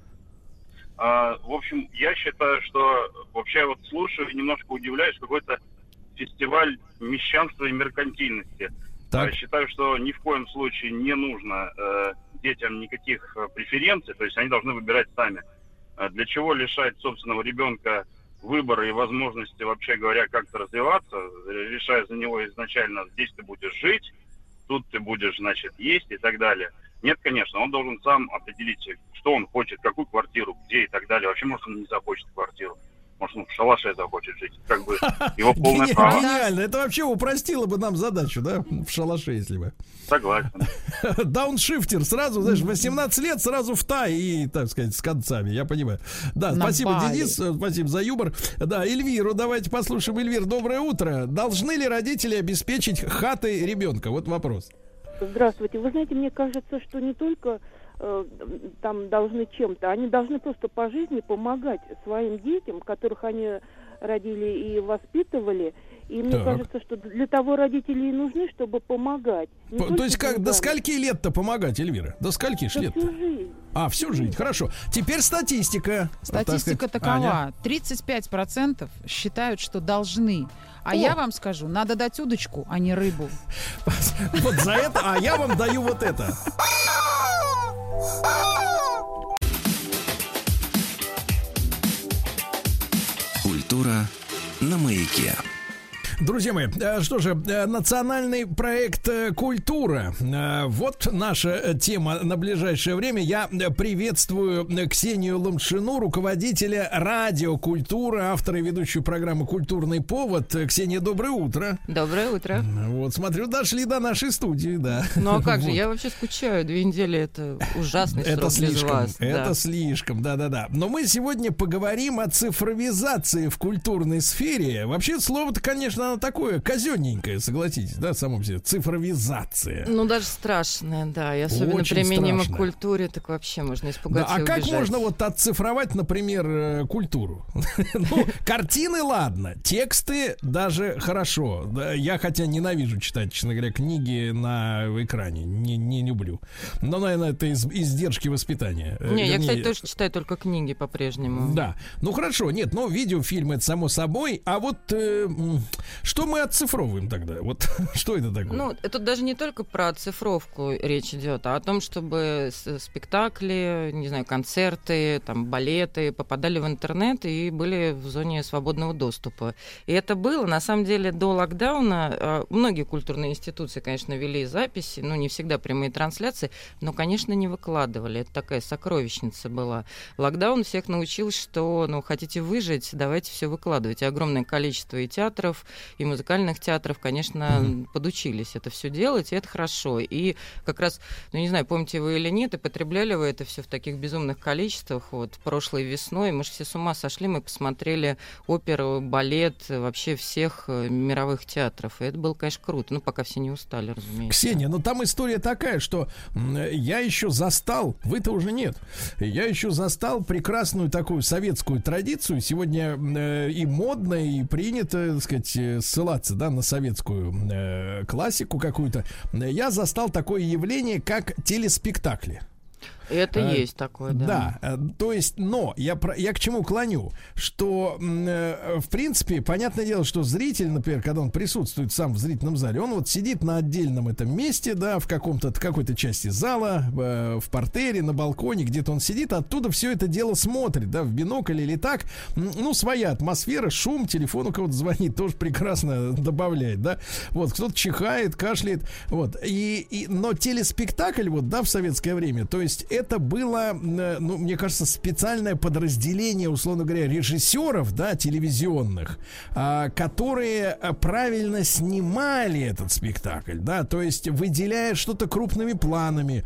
Speaker 14: В общем, я считаю, что вообще вот слушаю и немножко удивляюсь, какой-то фестиваль мещанства и меркантильности. Так. Считаю, что ни в коем случае не нужно детям никаких преференций, то есть они должны выбирать сами. Для чего лишать собственного ребенка выбора и возможности, вообще говоря, как-то развиваться, решая за него изначально, здесь ты будешь жить, тут ты будешь, значит, есть и так далее. Нет, конечно, он должен сам определить, что он хочет, какую квартиру, где и так далее. Вообще, может, он не захочет квартиру. Может, он в шалаше захочет жить. Как бы его полное право.
Speaker 2: Гениально. Это вообще упростило бы нам задачу, да? В шалаше, если бы.
Speaker 14: Согласен.
Speaker 2: Дауншифтер сразу, знаешь, 18 лет сразу в тай и, так сказать, с концами. Я понимаю. Да, спасибо, Денис. Спасибо за юмор. Да, Эльвиру давайте послушаем. Эльвир, доброе утро. Должны ли родители обеспечить хатой ребенка? Вот вопрос.
Speaker 15: Здравствуйте. Вы знаете, мне кажется, что не только там должны чем-то, они должны просто по жизни помогать своим детям, которых они родили и воспитывали. И мне кажется, что для того родители и нужны, чтобы помогать.
Speaker 2: То есть как, до скольки лет-то помогать, Эльвира? До скольки ж лет?
Speaker 15: Всю жизнь.
Speaker 2: Всю жизнь, хорошо. Теперь статистика.
Speaker 3: Статистика такова. Аня. 35% считают, что должны. Я вам скажу, надо дать удочку, а не рыбу.
Speaker 2: Вот за это, я вам даю вот это.
Speaker 1: Культура на маяке.
Speaker 2: Друзья мои, что же, национальный проект «Культура». Вот наша тема на ближайшее время. Я приветствую Ксению Ломшину, руководителя радио «Культура», автора и ведущую программы «Культурный повод». Ксения, доброе утро.
Speaker 16: Доброе утро.
Speaker 2: Вот, смотрю, дошли до нашей студии, да.
Speaker 16: Ну а как же, я вообще скучаю. 2 недели — это ужасный срок
Speaker 2: это слишком,
Speaker 16: без вас.
Speaker 2: Это слишком, да-да-да. Но мы сегодня поговорим о цифровизации в культурной сфере. Вообще, слово-то, конечно, оно такое казенненькое, согласитесь, да, само себе, цифровизация.
Speaker 16: Ну, даже страшное, да, и особенно
Speaker 2: очень
Speaker 16: применимо
Speaker 2: страшно.
Speaker 16: к культуре, так вообще можно испугаться,
Speaker 2: да,
Speaker 16: и убежать.
Speaker 2: как можно вот отцифровать, например, культуру? Ну, картины, ладно, тексты даже хорошо. Я, хотя ненавижу читать, честно говоря, книги на экране, не люблю. Но, наверное, это издержки воспитания.
Speaker 16: Не, я, кстати, тоже читаю только книги по-прежнему.
Speaker 2: Да, ну хорошо, нет, ну видеофильмы, это само собой, а вот что мы отцифровываем тогда? Вот что это такое?
Speaker 16: Ну, это даже не только про оцифровку речь идет, а о том, чтобы спектакли, не знаю, концерты, там, балеты попадали в интернет и были в зоне свободного доступа. И это было, на самом деле, до локдауна. Многие культурные институции, конечно, вели записи, ну, не всегда прямые трансляции, но, конечно, не выкладывали. Это такая сокровищница была. Локдаун всех научил, что, ну, хотите выжить, давайте все выкладывать. И огромное количество и театров, и музыкальных театров, конечно, подучились это все делать, и это хорошо. И как раз, ну, не знаю, помните вы или нет, и потребляли вы это все в таких безумных количествах. Вот прошлой весной мы же все с ума сошли, мы посмотрели оперу, балет вообще всех мировых театров. И это было, конечно, круто. Ну, пока все не устали, разумеется.
Speaker 2: Ксения, ну там история такая, что я еще застал, вы-то уже нет, я еще застал прекрасную такую советскую традицию. Сегодня и модно, и принято, так сказать, ссылаться, да, на советскую классику какую-то. Я застал такое явление, как телеспектакли.
Speaker 16: Это есть такое, да.
Speaker 2: Да, то есть, но я к чему клоню, что, в принципе, понятное дело, что зритель, например, когда он присутствует сам в зрительном зале, он вот сидит на отдельном этом месте, да, в какой-то части зала, в партере, на балконе, где-то он сидит, оттуда все это дело смотрит, да, в бинокль или так, ну, своя атмосфера, шум, телефон у кого-то звонит, тоже прекрасно добавляет, да, вот, кто-то чихает, кашляет, вот, но телеспектакль, вот, да, в советское время, то есть это было, ну, мне кажется, специальное подразделение, условно говоря, режиссеров, да, телевизионных, которые правильно снимали этот спектакль, да, то есть выделяя что-то крупными планами,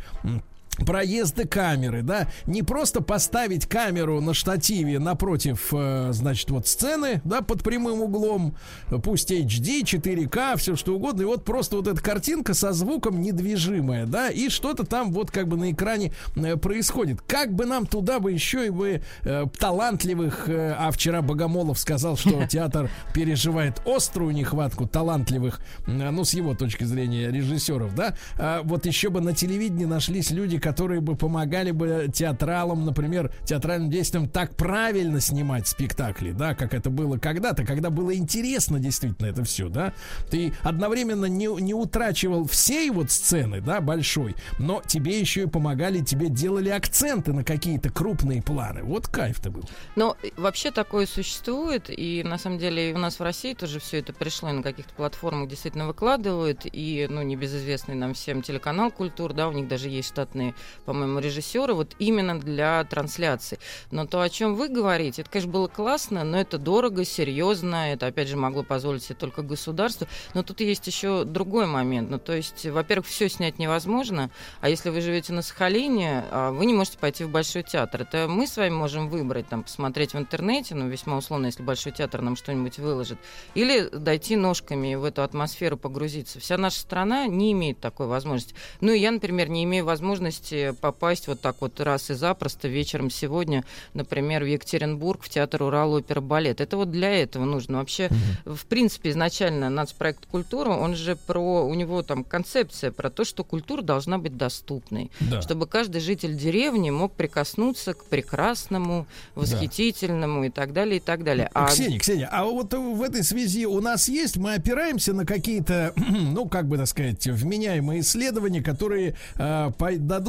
Speaker 2: проезды камеры, да, не просто поставить камеру на штативе напротив, значит, вот сцены, да, под прямым углом, пусть HD, 4К, все что угодно, и вот просто вот эта картинка со звуком недвижимая, да, и что-то там вот как бы на экране происходит. Как бы нам туда бы еще и бы талантливых, а вчера Богомолов сказал, что театр переживает острую нехватку талантливых, ну, с его точки зрения, режиссеров, да, вот еще бы на телевидении нашлись люди, которые бы помогали бы театралам, например, театральным действиям так правильно снимать спектакли, да, как это было когда-то, когда было интересно действительно это все, да. Ты одновременно не утрачивал всей вот сцены, да, большой, но тебе еще и помогали, тебе делали акценты на какие-то крупные планы. Вот кайф-то был.
Speaker 16: Но вообще такое существует, и на самом деле и у нас в России тоже все это пришло, и на каких-то платформах действительно выкладывают, и, ну, небезызвестный нам всем телеканал «Культура», да, у них даже есть штатные, по-моему, режиссеры, вот именно для трансляции. Но то, о чем вы говорите, это, конечно, было классно, но это дорого, серьезно, это, опять же, могло позволить себе только государство. Но тут есть еще другой момент. Ну, то есть, во-первых, все снять невозможно, а если вы живете на Сахалине, вы не можете пойти в Большой театр. Это мы с вами можем выбрать, там, посмотреть в интернете, ну, весьма условно, если Большой театр нам что-нибудь выложит, или дойти ножками в эту атмосферу погрузиться. Вся наша страна не имеет такой возможности. Ну, и я, например, не имею возможности попасть вот так вот раз и запросто вечером сегодня, например, в Екатеринбург, в театр Урал-опера-балет. Это вот для этого нужно. Вообще, в принципе, изначально нацпроект «Культура», он же у него там концепция про то, что культура должна быть доступной. Да. Чтобы каждый житель деревни мог прикоснуться к прекрасному, восхитительному, да, и так далее, и так далее.
Speaker 2: Ксения, а вот в этой связи у нас есть, мы опираемся на какие-то, ну, как бы, так сказать, вменяемые исследования, которые дадут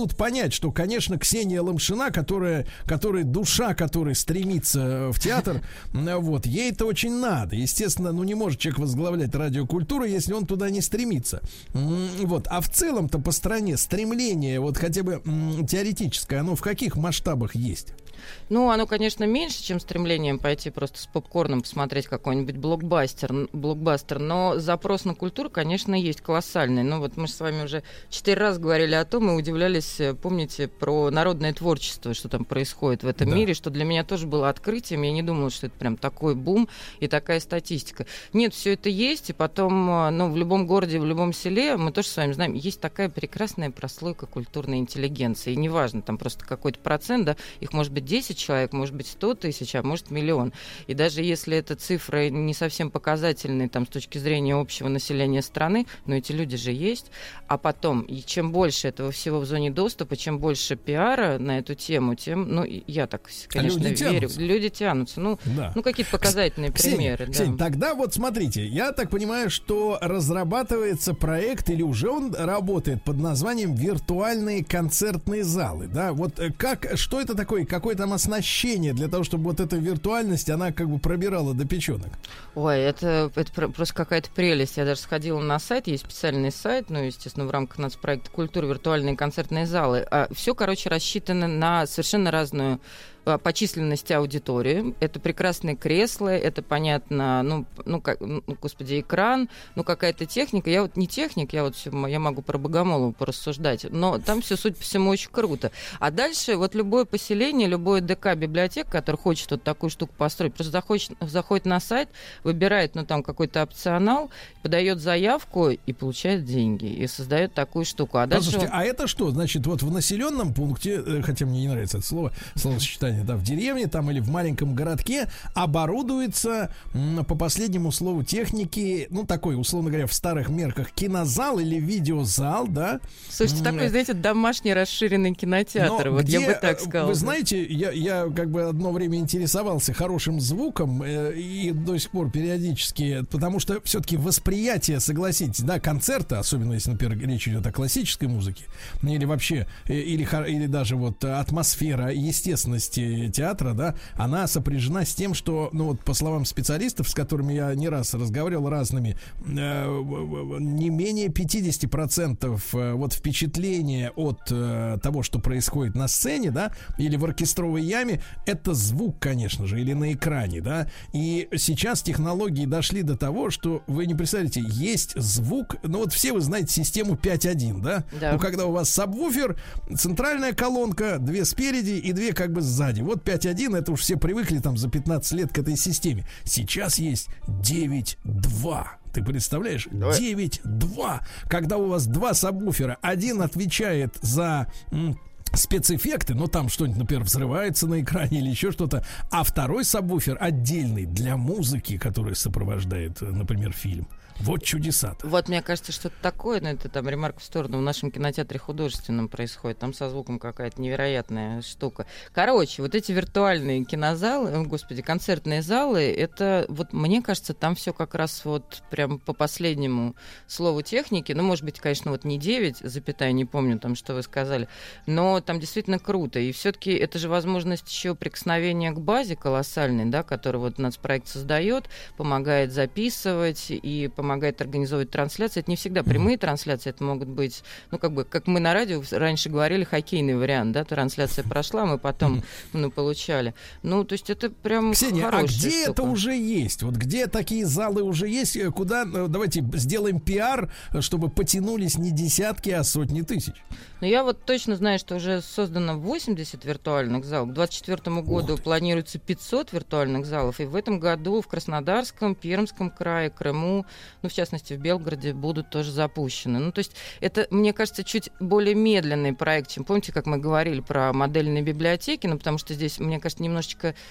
Speaker 2: дадут понять, что, конечно, Ксения Ломшина, которая душа, которая стремится в театр, вот, ей это очень надо. Естественно, ну не может человек возглавлять радиокультуру, если он туда не стремится. Вот. А в целом-то по стране стремление, вот хотя бы теоретическое, оно в каких масштабах есть?
Speaker 16: Ну, оно, конечно, меньше, чем стремлением пойти просто с попкорном посмотреть какой-нибудь блокбастер, но запрос на культуру, конечно, есть колоссальный. Ну, вот мы с вами уже 4 раза говорили о том и удивлялись, помните, про народное творчество, что там происходит в этом мире, что для меня тоже было открытием. Я не думала, что это прям такой бум и такая статистика. Нет, все это есть, и потом, ну, в любом городе, в любом селе, мы тоже с вами знаем, есть такая прекрасная прослойка культурной интеллигенции. И неважно, там просто какой-то процент, да, их может быть 10 человек, может быть 100 тысяч, а может миллион. И даже если эта цифра не совсем показательная там, с точки зрения общего населения страны, но эти люди же есть. А потом, и чем больше этого всего в зоне доступа, чем больше пиара на эту тему, тем, ну, я так, конечно, верю. Люди тянутся. Ну, да. Ну какие-то показательные примеры.
Speaker 2: Ксения, тогда вот смотрите, я так понимаю, что разрабатывается проект, или уже он работает под названием «Виртуальные концертные залы». Да? Вот что это такое? Какое там оснащение для того, чтобы вот эта виртуальность, она как бы пробирала до печенок?
Speaker 16: Ой, это просто какая-то прелесть. Я даже сходила на сайт, есть специальный сайт, ну, естественно, в рамках нацпроекта «Культура. Виртуальные концертные залы». Все, короче, рассчитано на совершенно разную по численности аудитории. Это прекрасные кресла, это понятно, господи, экран, какая-то техника. Я вот не техник, я могу про Богомолову порассуждать, но там все, судя по всему, очень круто. А дальше вот любое поселение, любое ДК, библиотека, который хочет вот такую штуку построить, просто заходит на сайт, выбирает, там какой-то опционал, подает заявку и получает деньги, и создает такую штуку. А дальше...
Speaker 2: Слушайте, а это что? Значит, вот в населенном пункте, хотя мне не нравится это словосочетание, да, в деревне там или в маленьком городке оборудуется, по последнему слову техники, такой, условно говоря, в старых мерках кинозал или видеозал, да?
Speaker 16: Слушайте, такой, знаете, домашний расширенный кинотеатр, вот я бы так сказала.
Speaker 2: Вы знаете, я как бы одно время интересовался хорошим звуком и до сих пор периодически, потому что все-таки восприятие, согласитесь, да, концерта, особенно если, например, речь идет о классической музыке, или вообще, или даже вот атмосфера, естественности театра, да, она сопряжена с тем, что, по словам специалистов, с которыми я не раз разговаривал разными, не менее 50% вот впечатления от того, что происходит на сцене, да, или в оркестровой яме, это звук, конечно же, или на экране, да, и сейчас технологии дошли до того, что вы не представляете, есть звук, все вы знаете систему 5.1, да?
Speaker 16: Да.
Speaker 2: Когда у вас сабвуфер, центральная колонка, 2 спереди и 2 как бы сзади. Вот 5.1, это уж все привыкли там за 15 лет к этой системе. Сейчас есть 9.2. Ты представляешь? 9.2. Когда у вас 2 сабвуфера, один отвечает за спецэффекты, там что-нибудь, например, взрывается на экране или еще что-то, а второй сабвуфер отдельный для музыки, которая сопровождает, например, фильм. Вот чудеса-то.
Speaker 16: Вот, мне кажется, что-то такое, но это там ремарка в сторону, в нашем кинотеатре художественном происходит. Там со звуком какая-то невероятная штука. Короче, вот эти виртуальные кинозалы, концертные залы, это, вот мне кажется, там все как раз вот прям по последнему слову техники. Может быть, конечно, не 9, не помню там, что вы сказали, но там действительно круто. И все-таки это же возможность еще прикосновения к базе колоссальной, да, которую вот нацпроект создает, помогает записывать и помогает организовывать трансляции. Это не всегда прямые трансляции, это могут быть, как мы на радио раньше говорили, хоккейный вариант, да, трансляция прошла, мы потом получали. То есть это прям
Speaker 2: Ксения,
Speaker 16: хорошая
Speaker 2: где
Speaker 16: штука.
Speaker 2: Это уже есть? Вот где такие залы уже есть? Куда, давайте сделаем пиар, чтобы потянулись не десятки, а сотни тысяч.
Speaker 16: Я вот точно знаю, что уже создано 80 виртуальных залов. К 2024 году планируется 500 виртуальных залов. И в этом году в Краснодарском, Пермском крае, Крыму, в частности, в Белгороде будут тоже запущены. То есть это, мне кажется, чуть более медленный проект, чем, помните, как мы говорили про модельные библиотеки, потому что здесь, мне кажется, немножечко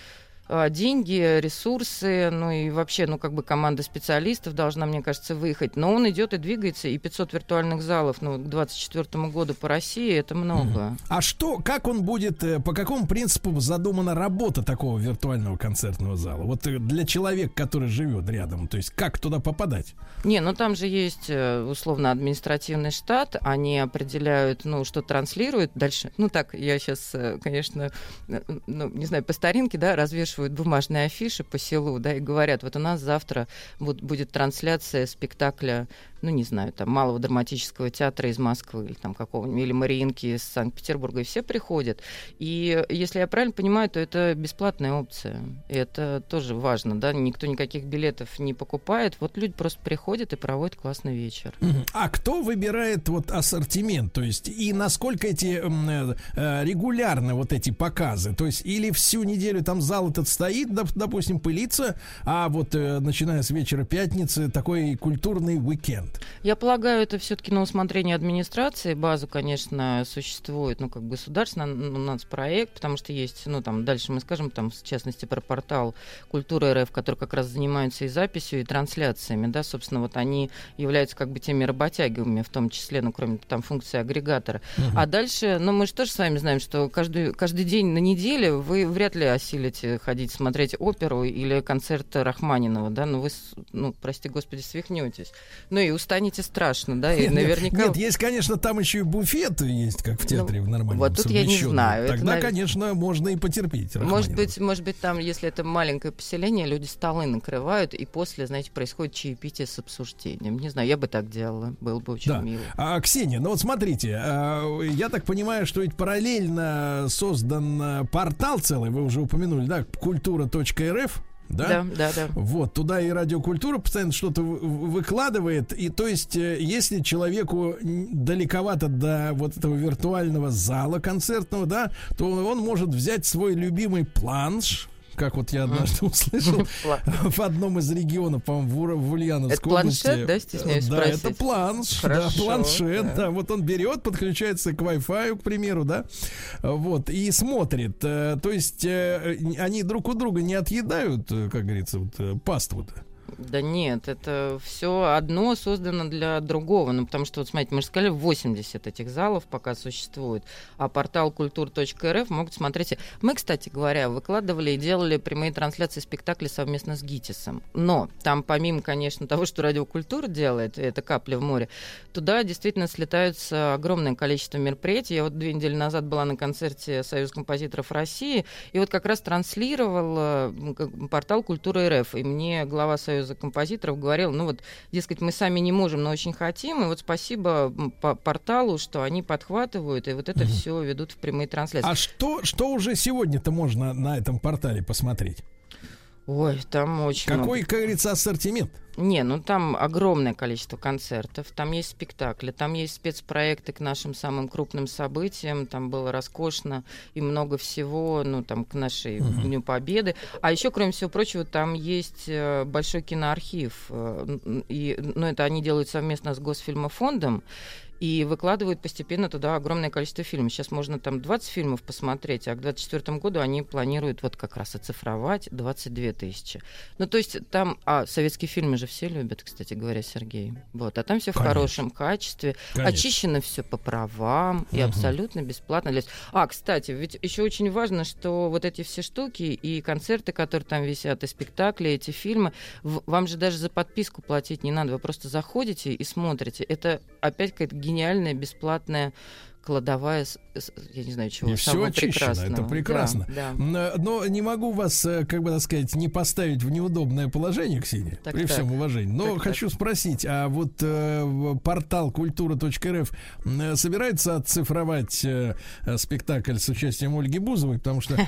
Speaker 16: деньги, ресурсы, ну и вообще, ну как бы команда специалистов должна, мне кажется, выехать. Но он идет и двигается, и 500 виртуальных залов, ну, к 2024 году по России, это много.
Speaker 2: А что, как он будет, по какому принципу задумана работа такого виртуального концертного зала? Вот для человека, который живет рядом, то есть как туда попадать?
Speaker 16: Не, ну там же есть условно административный штат, они определяют, ну, что транслируют дальше. Ну так, я сейчас, конечно, ну, не знаю, по старинке, да, развешивают бумажные афиши по селу, да, и говорят, вот у нас завтра будет трансляция спектакля, ну, не знаю, там, Малого драматического театра из Москвы или там какого-нибудь, или Мариинки из Санкт-Петербурга, и все приходят. И если я правильно понимаю, то это бесплатная опция. И это тоже важно, да, никто никаких билетов не покупает, вот люди просто приходят и проводят классный вечер.
Speaker 2: А кто выбирает вот ассортимент, то есть и насколько эти регулярны вот эти показы, то есть или всю неделю там зал этот стоит, допустим, пылится, а вот начиная с вечера пятницы такой культурный уикенд?
Speaker 16: Я полагаю, это все-таки на усмотрение администрации. База, конечно, существует, ну, как государственный у нас проект, потому что есть, ну, там, дальше мы скажем, там, в частности, про портал Культура РФ, который как раз занимается и записью, и трансляциями, да, собственно, вот они являются как бы теми работягами, в том числе, ну, кроме там функции агрегатора. А дальше, ну, мы же тоже с вами знаем, что каждый день на неделе вы вряд ли осилите ходить смотреть оперу или концерт Рахманинова, да, ну, вы, ну, прости господи, свихнетесь. Ну, и устанете страшно, да, и наверняка...
Speaker 2: Нет, есть, конечно, там еще и буфет есть, как в театре, в нормальном.
Speaker 16: Вот тут я не знаю.
Speaker 2: Тогда, конечно, можно и потерпеть.
Speaker 16: Может быть, там, если это маленькое поселение, люди столы накрывают, и после, знаете, происходит чаепитие с обсуждением. Не знаю, я бы так делала, было бы очень мило.
Speaker 2: Ксения, ну вот смотрите, я так понимаю, что ведь параллельно создан портал целый, вы уже упомянули, да, культура.рф. Да?
Speaker 16: Да.
Speaker 2: Вот, туда и Радиокультура постоянно что-то выкладывает. И то есть, если человеку далековато до вот этого виртуального зала концертного, да, то он может взять свой любимый планш, как вот я однажды услышал в одном из регионов, по-моему, в Ульяновской области.
Speaker 16: Это планшет, да, стесняюсь спросить?
Speaker 2: Да, это планш, да, планшет, да. Вот он берет, подключается к Wi-Fi, к примеру, да, вот, и смотрит. То есть они друг у друга не отъедают, как говорится, вот, паству-то.
Speaker 16: Да нет, это все одно создано для другого. Ну, потому что, вот смотрите, мы же сказали, 80 этих залов пока существует, а портал культур.рф могут смотреть. Мы, кстати говоря, выкладывали и делали прямые трансляции спектаклей совместно с ГИТИСом. Но там, помимо, конечно, того, что Радиокультура делает, это капля в море, туда действительно слетаются огромное количество мероприятий. Я вот 2 недели назад была на концерте Союза композиторов России, и вот как раз транслировал портал Культура.рф, и мне глава Союза композиторов говорил, ну вот, дескать, мы сами не можем, но очень хотим, и вот спасибо порталу, что они подхватывают, и вот это все ведут в прямые трансляции.
Speaker 2: А что уже сегодня-то можно на этом портале посмотреть?
Speaker 16: Ой, там очень
Speaker 2: Какой,
Speaker 16: много.
Speaker 2: Как говорится, ассортимент?
Speaker 16: Не, ну там огромное количество концертов, там есть спектакли, там есть спецпроекты к нашим самым крупным событиям, там было роскошно и много всего, ну там к нашей Дню Победы. А еще, кроме всего прочего, там есть большой киноархив, и, ну это они делают совместно с Госфильмофондом, и выкладывают постепенно туда огромное количество фильмов. Сейчас можно там 20 фильмов посмотреть, а к 2024 году они планируют вот как раз оцифровать 22 тысячи. Ну, то есть там... А советские фильмы же все любят, кстати говоря, Сергей. Вот. А там все в хорошем качестве. Конечно. Очищено все по правам и абсолютно бесплатно. Кстати, ведь еще очень важно, что вот эти все штуки и концерты, которые там висят, и спектакли, эти фильмы, вам же даже за подписку платить не надо. Вы просто заходите и смотрите. Это опять какая-то гениальная, бесплатная кладовая, я не знаю чего,
Speaker 2: и все очищено, это прекрасно.
Speaker 16: Да.
Speaker 2: Но не могу вас, как бы так сказать, не поставить в неудобное положение, Ксения, при всем уважении. Но хочу спросить, а вот портал культура.рф собирается оцифровать спектакль с участием Ольги Бузовой, потому что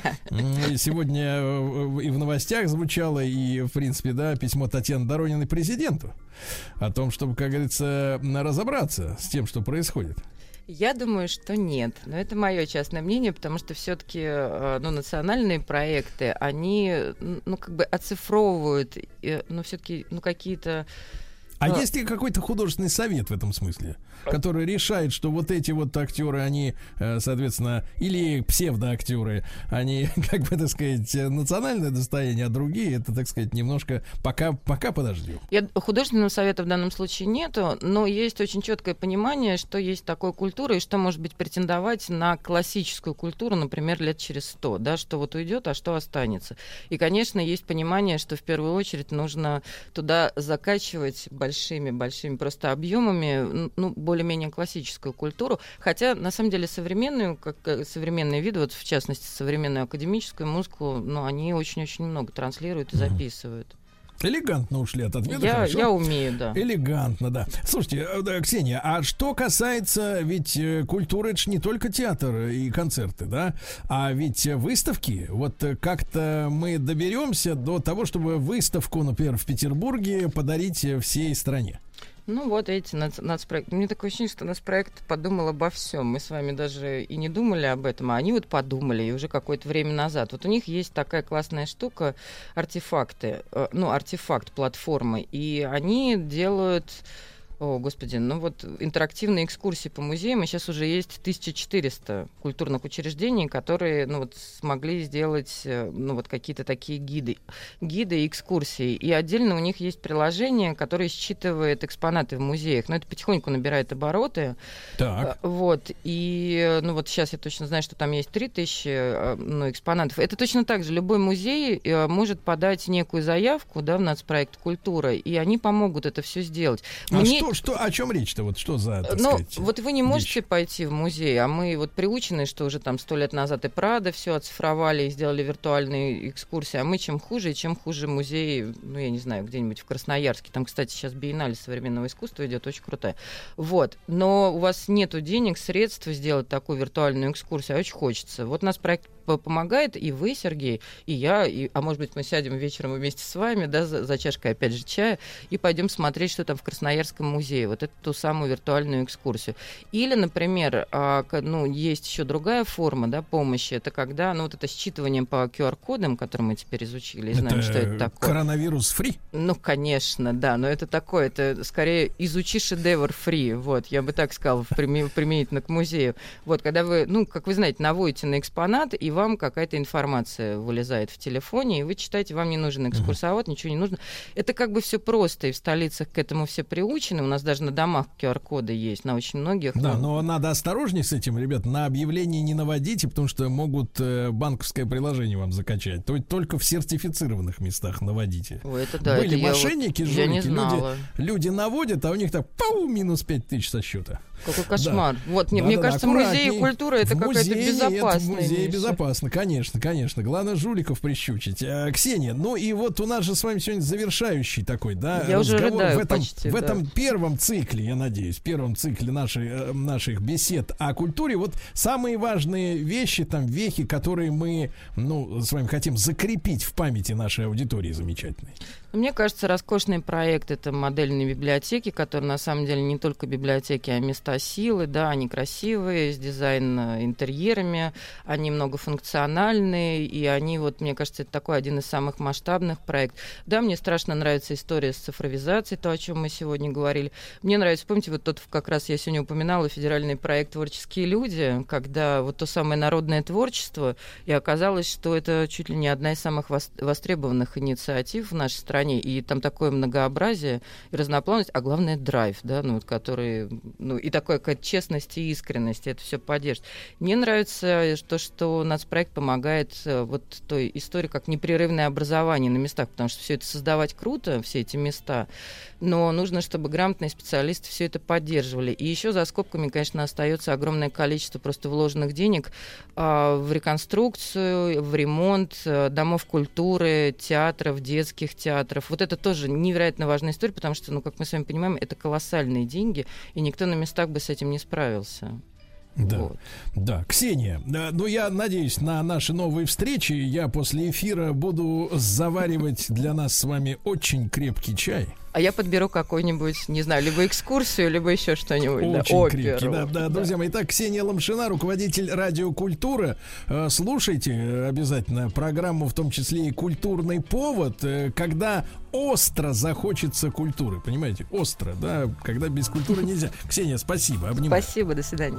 Speaker 2: сегодня и в новостях звучало, и, в принципе, да, письмо Татьяны Дорониной президенту о том, чтобы, как говорится, разобраться с тем, что происходит.
Speaker 16: Я думаю, что нет. Но это мое частное мнение, потому что все-таки национальные проекты, они как бы оцифровывают, но все-таки какие-то
Speaker 2: А есть ли какой-то художественный совет в этом смысле, который решает, что вот эти вот актеры, они, соответственно, или псевдоактеры, они, как бы, так сказать, национальное достояние, а другие, это, так сказать, немножко пока подождем.
Speaker 16: Художественного совета в данном случае нету, но есть очень четкое понимание, что есть такая культура и что, может быть, претендовать на классическую культуру, например, лет через 100, да, что вот уйдет, а что останется. И, конечно, есть понимание, что в первую очередь нужно туда закачивать большими просто объемами, ну, более-менее классическую культуру, хотя, на самом деле, современные виды, вот, в частности, современную академическую музыку, ну, они очень-очень много транслируют и записывают.
Speaker 2: Элегантно ушли от ответа.
Speaker 16: Я умею, да.
Speaker 2: Элегантно, да. Слушайте, Ксения, а что касается, ведь культуры, это же не только театр и концерты, да, а ведь выставки, вот как-то мы доберемся до того, чтобы выставку, например, в Петербурге подарить всей стране.
Speaker 16: Ну вот эти нацпроекты. Мне такое ощущение, что нацпроект подумал обо всем. Мы с вами даже и не думали об этом, а они вот подумали, и уже какое-то время назад. Вот у них есть такая классная штука, артефакты, артефакт платформы, и они делают... О, господи, ну вот интерактивные экскурсии по музеям, и сейчас уже есть 1400 культурных учреждений, которые, ну вот, смогли сделать, ну вот, какие-то такие гиды и экскурсии. И отдельно у них есть приложение, которое считывает экспонаты в музеях. Но это потихоньку набирает обороты.
Speaker 2: Так.
Speaker 16: Вот, и, ну вот, сейчас я точно знаю, что там есть 3000 экспонатов. Это точно так же. Любой музей может подать некую заявку, да, в нацпроект «Культура», и они помогут это все сделать.
Speaker 2: О чем речь-то? Вот что за, так
Speaker 16: сказать, вот вы не можете пойти в музей, а мы вот приучены, что уже там 100 лет назад и Прадо все оцифровали и сделали виртуальные экскурсии, а мы чем хуже музей, ну, я не знаю, где-нибудь в Красноярске. Там, кстати, сейчас биеннале современного искусства идет, очень крутая. Вот. Но у вас нету денег, средств сделать такую виртуальную экскурсию, а очень хочется. Вот нас проект помогает, и вы, Сергей, и я, а может быть, мы сядем вечером вместе с вами, да, за чашкой, опять же, чая, и пойдем смотреть, что там в Красноярском музее, вот эту ту самую виртуальную экскурсию. Или, например, есть еще другая форма, да, помощи, это когда, вот это считывание по QR-кодам, которые мы теперь изучили, и знаем, что это такое.
Speaker 2: Коронавирус-фри?
Speaker 16: Ну, конечно, да, но это такое, это скорее изучи шедевр-фри, вот, я бы так сказала, применительно к музею. Вот, когда вы, как вы знаете, наводите на экспонат, и вам какая-то информация вылезает в телефоне, и вы читаете, вам не нужен экскурсовод, ничего не нужно. Это как бы все просто, и в столицах к этому все приучены. У нас даже на домах QR-коды есть, на очень многих.
Speaker 2: Да, но надо осторожнее с этим, ребят. На объявление не наводите, потому что могут банковское приложение вам закачать. Только в сертифицированных местах наводите.
Speaker 16: Ой, это да.
Speaker 2: Были мошенники, жулики.
Speaker 16: Я не знала.
Speaker 2: Люди наводят, а у них так минус 5000 со счета.
Speaker 16: Какой кошмар. Да. Вот, мне кажется, музей и культура — это какая-то безопасная вещь.
Speaker 2: Музей безопасно, конечно. Главное, жуликов прищучить. Ксения, и вот у нас же с вами сегодня завершающий такой, да,
Speaker 16: я
Speaker 2: разговор
Speaker 16: уже рыдаю
Speaker 2: в этом первом цикле, я надеюсь, первом цикле наших бесед о культуре. Вот самые важные вещи, вехи, которые мы, с вами хотим закрепить в памяти нашей аудитории замечательной.
Speaker 16: Мне кажется, роскошный проект — это модельные библиотеки, которые на самом деле не только библиотеки, а места силы, да, они красивые, с дизайн-интерьерами, они многофункциональные, и они, мне кажется, это такой один из самых масштабных проектов. Да, мне страшно нравится история с цифровизацией, то, о чем мы сегодня говорили. Мне нравится, помните, тот, как раз я сегодня упоминала, федеральный проект «Творческие люди», когда то самое народное творчество, и оказалось, что это чуть ли не одна из самых востребованных инициатив в нашей стране, и там такое многообразие и разноплановость, а главное драйв, да, который, и такая какая-то честность и искренность, это все поддержит. Мне нравится то, что нацпроект помогает той истории, как непрерывное образование на местах, потому что все это создавать круто, все эти места, но нужно, чтобы грамотные специалисты все это поддерживали. И еще за скобками, конечно, остается огромное количество просто вложенных денег в реконструкцию, в ремонт домов культуры, театров, детских театров. Вот это тоже невероятно важная история, потому что, как мы с вами понимаем, это колоссальные деньги, и никто на местах бы с этим не справился.
Speaker 2: Да, да. Ксения, я надеюсь на наши новые встречи. Я после эфира буду заваривать для нас с вами очень крепкий чай.
Speaker 16: А я подберу какую-нибудь, не знаю, либо экскурсию, либо еще что-нибудь.
Speaker 2: Очень
Speaker 16: да,
Speaker 2: крепкий,
Speaker 16: оперу.
Speaker 2: да, друзья мои. Итак, Ксения Ломшина, руководитель Радио Культура. Слушайте обязательно программу, в том числе и «Культурный повод», когда остро захочется культуры, понимаете? Остро, да, когда без культуры нельзя. Ксения, спасибо, обнимаю.
Speaker 16: Спасибо, до свидания.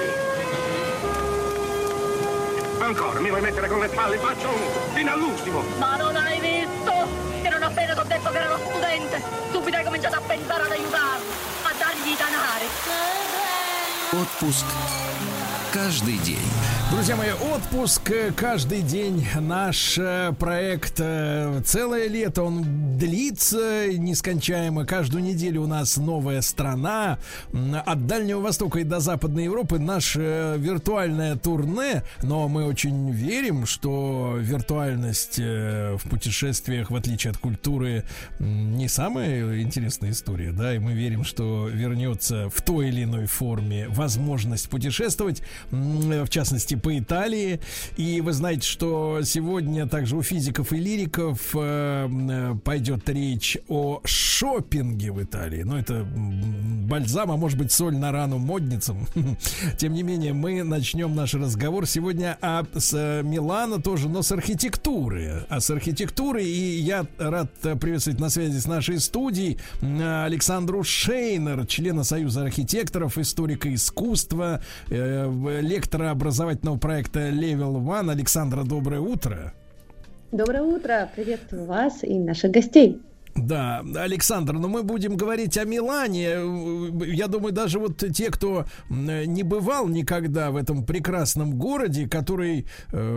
Speaker 4: Ancora, mi vuoi mettere con le palle? Faccio fino all'ultimo.
Speaker 17: Ma non hai visto? Che non appena ti ho detto che era uno studente, subito hai cominciato a pensare ad aiutarlo, a dargli i danari.
Speaker 1: Отпуск каждый день.
Speaker 2: Друзья мои, отпуск каждый день. Наш проект целое лето, он длится нескончаемо. Каждую неделю у нас новая страна. От Дальнего Востока и до Западной Европы наше виртуальное турне. Но мы очень верим, что виртуальность в путешествиях, в отличие от культуры, не самая интересная история, да, и мы верим, что вернется в той или иной форме возможность путешествовать, в частности, по Италии. И вы знаете, что сегодня также у физиков и лириков пойдет речь о шопинге в Италии. Ну, это бальзам, а может быть, соль на рану модницам. Тем не менее, мы начнем наш разговор сегодня с Милана тоже, но с архитектуры. С архитектуры. И я рад приветствовать на связи с нашей студией Александру Шейнер, члена Союза архитекторов, историка искусства, лектора образовательного проекта Level One. Александра, доброе утро.
Speaker 18: Доброе утро. Приветствую вас и наших гостей.
Speaker 2: Да, Александр, но мы будем говорить о Милане. Я думаю, даже вот те, кто не бывал никогда в этом прекрасном городе, который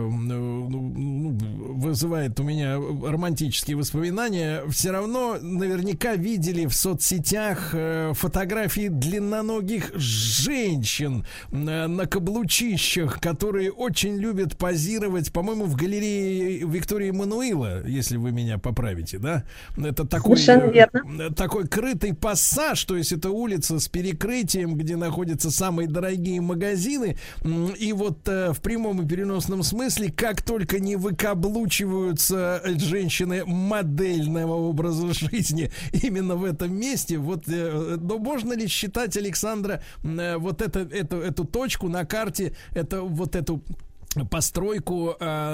Speaker 2: вызывает у меня романтические воспоминания, все равно наверняка видели в соцсетях фотографии длинноногих женщин на каблучищах, такие очень любят позировать, по-моему, в галерее Виктории Эммануила, если вы меня поправите, да? Это такой крытый пассаж, то есть это улица с перекрытием, где находятся самые дорогие магазины, и вот в прямом и переносном смысле, как только не выкаблучиваются женщины модельного образа жизни именно в этом месте, вот, но можно ли считать, Александра, вот эту точку на карте, эту постройку,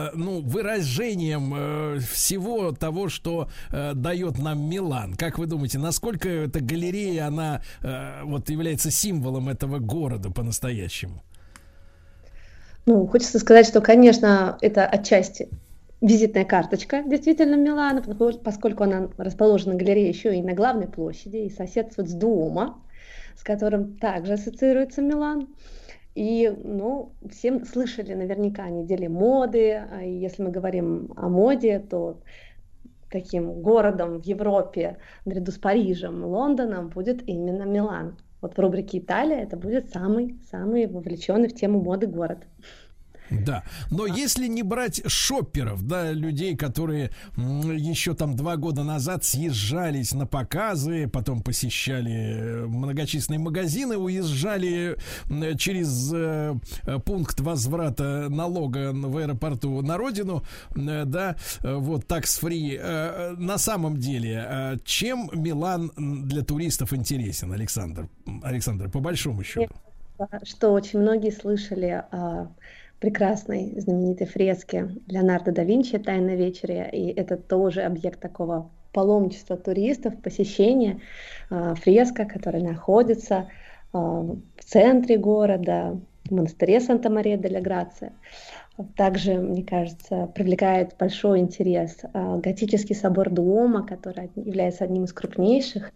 Speaker 2: выражением всего того, что дает нам Милан? Как вы думаете, насколько эта галерея, она является символом этого города по-настоящему?
Speaker 18: Хочется сказать, что, конечно, это отчасти визитная карточка действительно Милана, поскольку она расположена, галерея, еще и на главной площади, и соседствует с Дуомо, с которым также ассоциируется Милан. И, все слышали наверняка о неделе моды, и если мы говорим о моде, то таким городом в Европе, наряду с Парижем, Лондоном, будет именно Милан. Вот в рубрике «Италия» это будет самый вовлеченный в тему моды город.
Speaker 2: Да, но если не брать шопперов, да, людей, которые еще там 2 года назад съезжались на показы, потом посещали многочисленные магазины, уезжали через пункт возврата налога в аэропорту на родину, да, вот tax-free. На самом деле, чем Милан для туристов интересен, Александр, по большому счету?
Speaker 18: Что очень многие слышали о прекрасной знаменитой фреске Леонардо да Винчи «Тайна вечеря», и это тоже объект такого паломничества туристов, посещения. Фреска, которая находится в центре города, в монастыре Санта-Мария-дель-Грация. Также, мне кажется, привлекает большой интерес готический собор Дуомо, который является одним из крупнейших.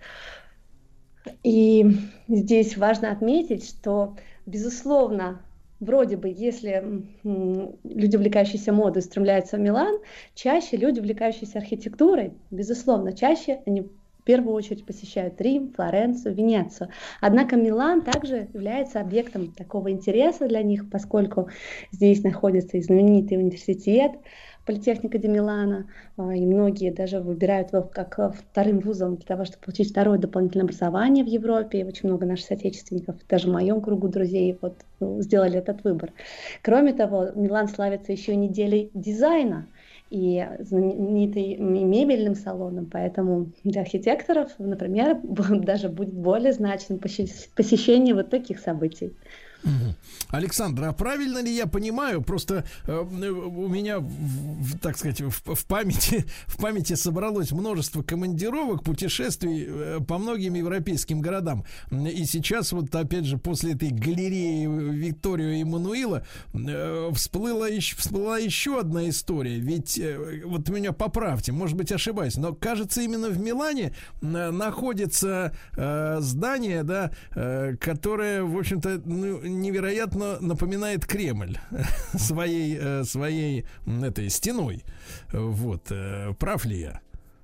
Speaker 18: И здесь важно отметить, что, безусловно, вроде бы, если люди, увлекающиеся модой, стремляются в Милан, чаще люди, увлекающиеся архитектурой, безусловно, чаще они в первую очередь посещают Рим, Флоренцию, Венецию. Однако Милан также является объектом такого интереса для них, поскольку здесь находится и знаменитый университет, Политехника ди Милано, и многие даже выбирают его как вторым вузом для того, чтобы получить второе дополнительное образование в Европе. И очень много наших соотечественников, даже в моем кругу друзей, сделали этот выбор. Кроме того, Милан славится еще и неделей дизайна. и знаменитым мебельным салоном. Поэтому для архитекторов, например, даже будет более значным посещение вот таких событий.
Speaker 2: Александр, а правильно ли я понимаю, просто у меня, так сказать, в памяти собралось множество командировок, путешествий по многим европейским городам. И сейчас вот опять же после этой галереи Викторио Эммануила всплыла еще одна история. Ведь вот меня поправьте, может быть ошибаюсь, но кажется именно в Милане находится здание, да, которое, в общем-то, невероятно напоминает Кремль своей этой стеной. Вот. Прав ли я?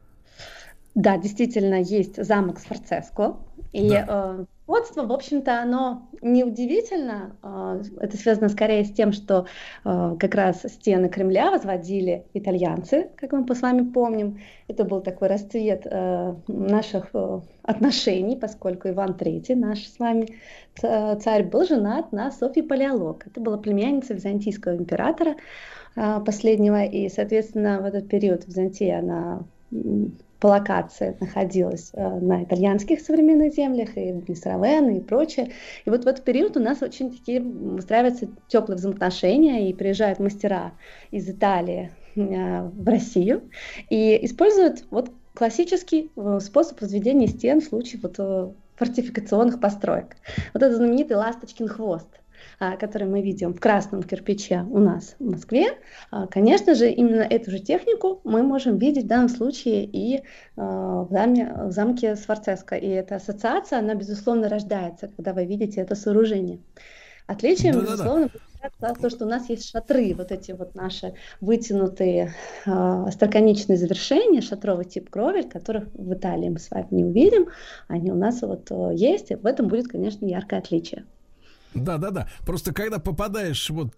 Speaker 18: Да, действительно, есть замок Сфорцеско. И сходство, в общем-то, оно неудивительно. Это связано скорее с тем, что как раз стены Кремля возводили итальянцы, как мы с вами помним. Это был такой расцвет наших отношений, поскольку Иван III, наш с вами царь, был женат на Софье Палеолог. Это была племянница византийского императора последнего. И, соответственно, в этот период Византия, она по локации находилась на итальянских современных землях, и близ Равенны, и прочее. И вот в этот период у нас очень такие устраиваются теплые взаимоотношения, и приезжают мастера из Италии в Россию, и используют вот классический способ возведения стен в случае вот фортификационных построек. Вот этот знаменитый ласточкин хвост, который мы видим в красном кирпиче у нас в Москве. Конечно же, именно эту же технику мы можем видеть в данном случае и в замке Сфорцеско. И эта ассоциация, она, безусловно, рождается, когда вы видите это сооружение. Отличием, безусловно, то, что у нас есть шатры, вот эти вот наши вытянутые остроконечные завершения, шатровый тип кровель, которых в Италии мы с вами не увидим, они у нас вот есть, и в этом будет, конечно, яркое отличие.
Speaker 2: Да. Просто когда попадаешь вот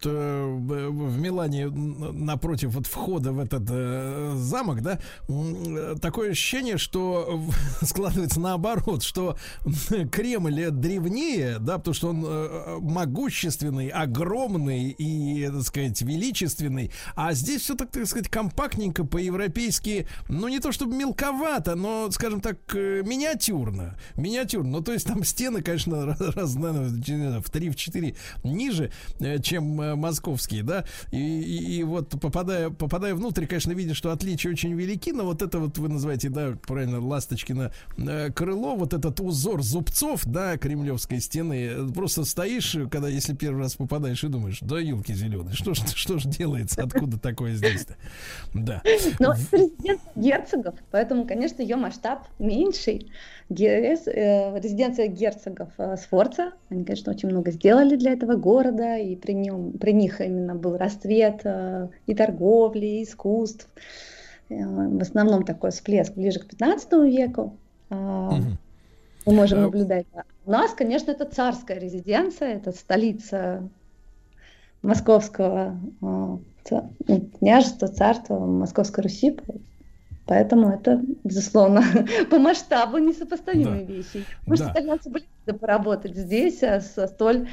Speaker 2: в Милане напротив вот входа в этот замок, да, такое ощущение, что складывается наоборот, что Кремль древнее, да, потому что он могущественный, огромный и, так сказать, величественный, а здесь все так сказать, компактненько, по-европейски, ну, не то чтобы мелковато, но, скажем так, миниатюрно. Ну, то есть там стены, конечно, наверное, в 3-4 ниже, чем московские, да, и вот попадая внутрь, конечно, видишь, что отличия очень велики, но вот это вот вы называете, да, правильно, ласточкино крыло, вот этот узор зубцов, да, кремлевской стены, просто стоишь, когда, если первый раз попадаешь и думаешь, да, елки зеленые, что ж делается, откуда такое здесь-то, да.
Speaker 18: Но это резиденция герцогов, поэтому, конечно, ее масштаб меньший. Резиденция герцогов Сфорца, они, конечно, очень много сделали для этого города, и при них именно был расцвет и торговли, и искусств. В основном такой всплеск ближе к 15 веку. Мы можем наблюдать. У нас, конечно, это царская резиденция, это столица московского княжества, царства Московской Руси. Поэтому это, безусловно, по масштабу несопоставимые вещи. Может, итальянцы были рады поработать здесь со столь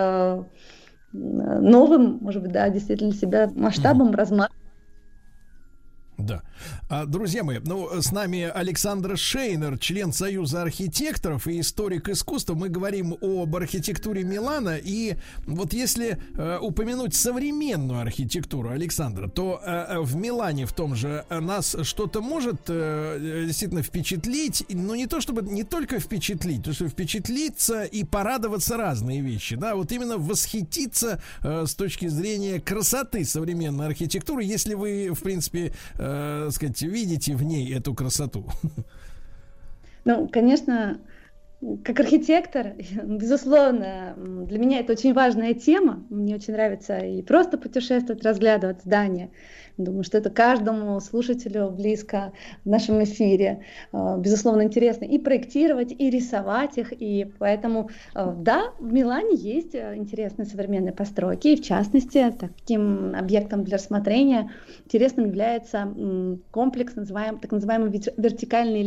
Speaker 18: новым, может быть, да, действительно себя масштабом, размахом.
Speaker 2: Да. Друзья мои, с нами Александра Шейнер, член Союза архитекторов и историк искусства. Мы говорим об архитектуре Милана. И вот если упомянуть современную архитектуру, Александра, то в Милане в том же нас что-то может действительно впечатлить, но не то чтобы не только впечатлить, потому что впечатлиться и порадоваться разные вещи, да, вот именно восхититься с точки зрения красоты современной архитектуры, если вы, в принципе, сказать, видите в ней эту красоту?
Speaker 18: Ну, конечно, как архитектор, безусловно, для меня это очень важная тема. Мне очень нравится и просто путешествовать, разглядывать здания. Думаю, что это каждому слушателю близко в нашем эфире. Безусловно, интересно и проектировать, и рисовать их. И поэтому, да, в Милане есть интересные современные постройки. И в частности, таким объектом для рассмотрения интересным является комплекс, так называемый вертикальный лес.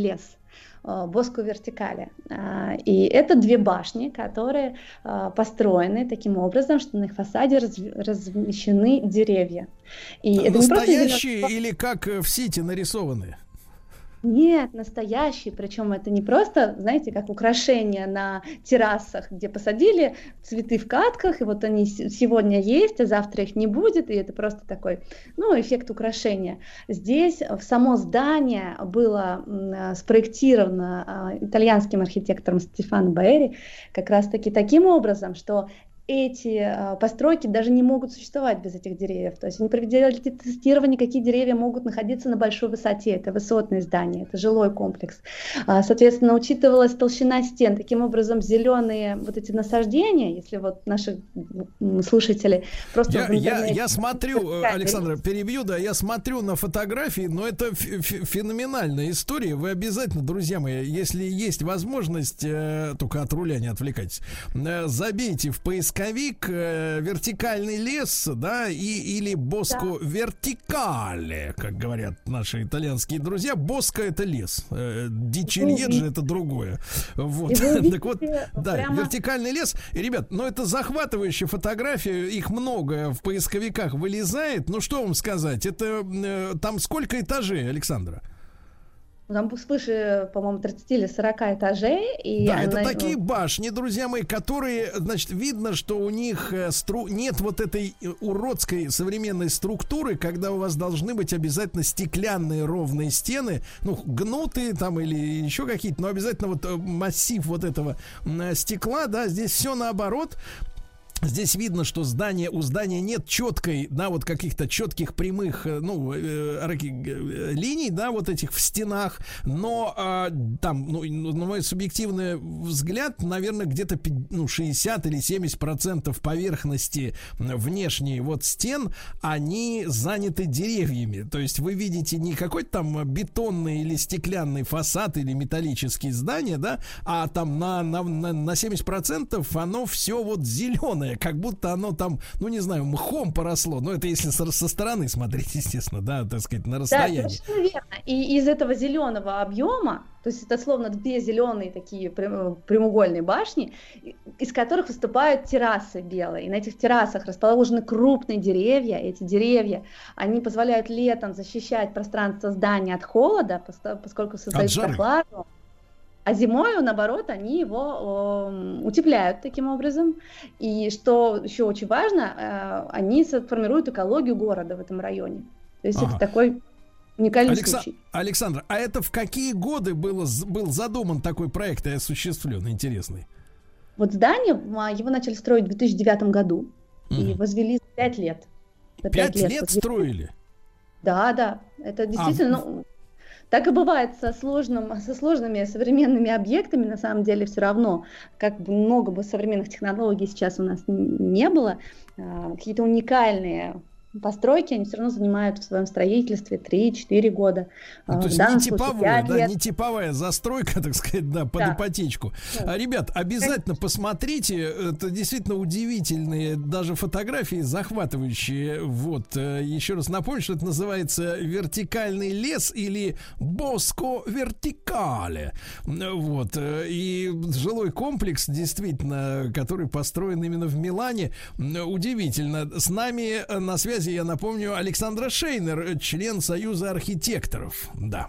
Speaker 18: Боско Вертикале. И это 2 башни, которые построены таким образом, что на их фасаде размещены деревья. И это
Speaker 2: настоящие или как в Сити нарисованные?
Speaker 18: Нет, настоящие, причем это не просто, знаете, как украшения на террасах, где посадили цветы в катках, и вот они сегодня есть, а завтра их не будет, и это просто такой, эффект украшения. Здесь в само здание было спроектировано итальянским архитектором Стефано Баэри как раз-таки таким образом, что эти постройки даже не могут существовать без этих деревьев. То есть они провели тестирование, какие деревья могут находиться на большой высоте. Это высотные здания, это жилой комплекс. Соответственно, учитывалась толщина стен. Таким образом, зеленые вот эти насаждения, если вот наши слушатели просто...
Speaker 2: Я смотрю, Александра, перебью, я смотрю на фотографии, но это феноменальная история. Вы обязательно, друзья мои, если есть возможность, только от руля не отвлекайтесь, забейте в поисковик вертикальный лес, да, или Боско Вертикале, как говорят наши итальянские друзья. Боско — это лес, Дичильеджи — это другое. Вот. Так вот, да, вертикальный лес. И, ребят, это захватывающая фотография, их много в поисковиках вылезает. Ну, что вам сказать, это там сколько этажей, Александра?
Speaker 18: Там свыше, по-моему, 30 или 40 этажей. И
Speaker 2: это такие башни, друзья мои, которые, значит, видно, что у них нет вот этой уродской современной структуры, когда у вас должны быть обязательно стеклянные ровные стены, гнутые там или еще какие-то, но обязательно вот массив вот этого стекла, да, здесь все наоборот. Здесь видно, что у здания нет четкой, да, вот каких-то четких прямых, линий, да, вот этих в стенах, но там, на мой субъективный взгляд, наверное, где-то 60 или 70% поверхности внешней вот стен, они заняты деревьями. То есть вы видите не какой-то там бетонный или стеклянный фасад или металлические здания, да, а там на 70% оно все вот зеленое, как будто оно там, не знаю, мхом поросло. Но это если со стороны смотреть, естественно, да, так сказать, на расстоянии.
Speaker 18: Да, совершенно верно. И из этого зеленого объема, то есть это словно 2 зеленые такие прямоугольные башни, из которых выступают террасы белые. И на этих террасах расположены крупные деревья. Эти деревья, они позволяют летом защищать пространство здания от холода, поскольку создают прохладу. А зимой, наоборот, они его утепляют таким образом. И что еще очень важно, они формируют экологию города в этом районе. То есть это такой уникальный случай.
Speaker 2: Александра, а это в какие годы был задуман такой проект и осуществлен, интересный?
Speaker 18: Вот здание, его начали строить в 2009 году и возвели за 5 лет.
Speaker 2: 5 лет строили?
Speaker 18: Да. Это действительно... Так и бывает со сложными современными объектами, на самом деле все равно, как бы много бы современных технологий сейчас у нас не было, какие-то уникальные постройки, они все равно занимают в своем строительстве 3-4 года.
Speaker 2: То есть не типовая застройка, так сказать, да, под ипотечку. Ребят, обязательно посмотрите, это действительно удивительные даже фотографии, захватывающие. Вот, еще раз напомню, что это называется вертикальный лес или Боско Вертикале. Вот, и жилой комплекс, действительно, который построен именно в Милане. Удивительно. С нами на связи, я напомню, Александра Шейнер, член Союза архитекторов. Да.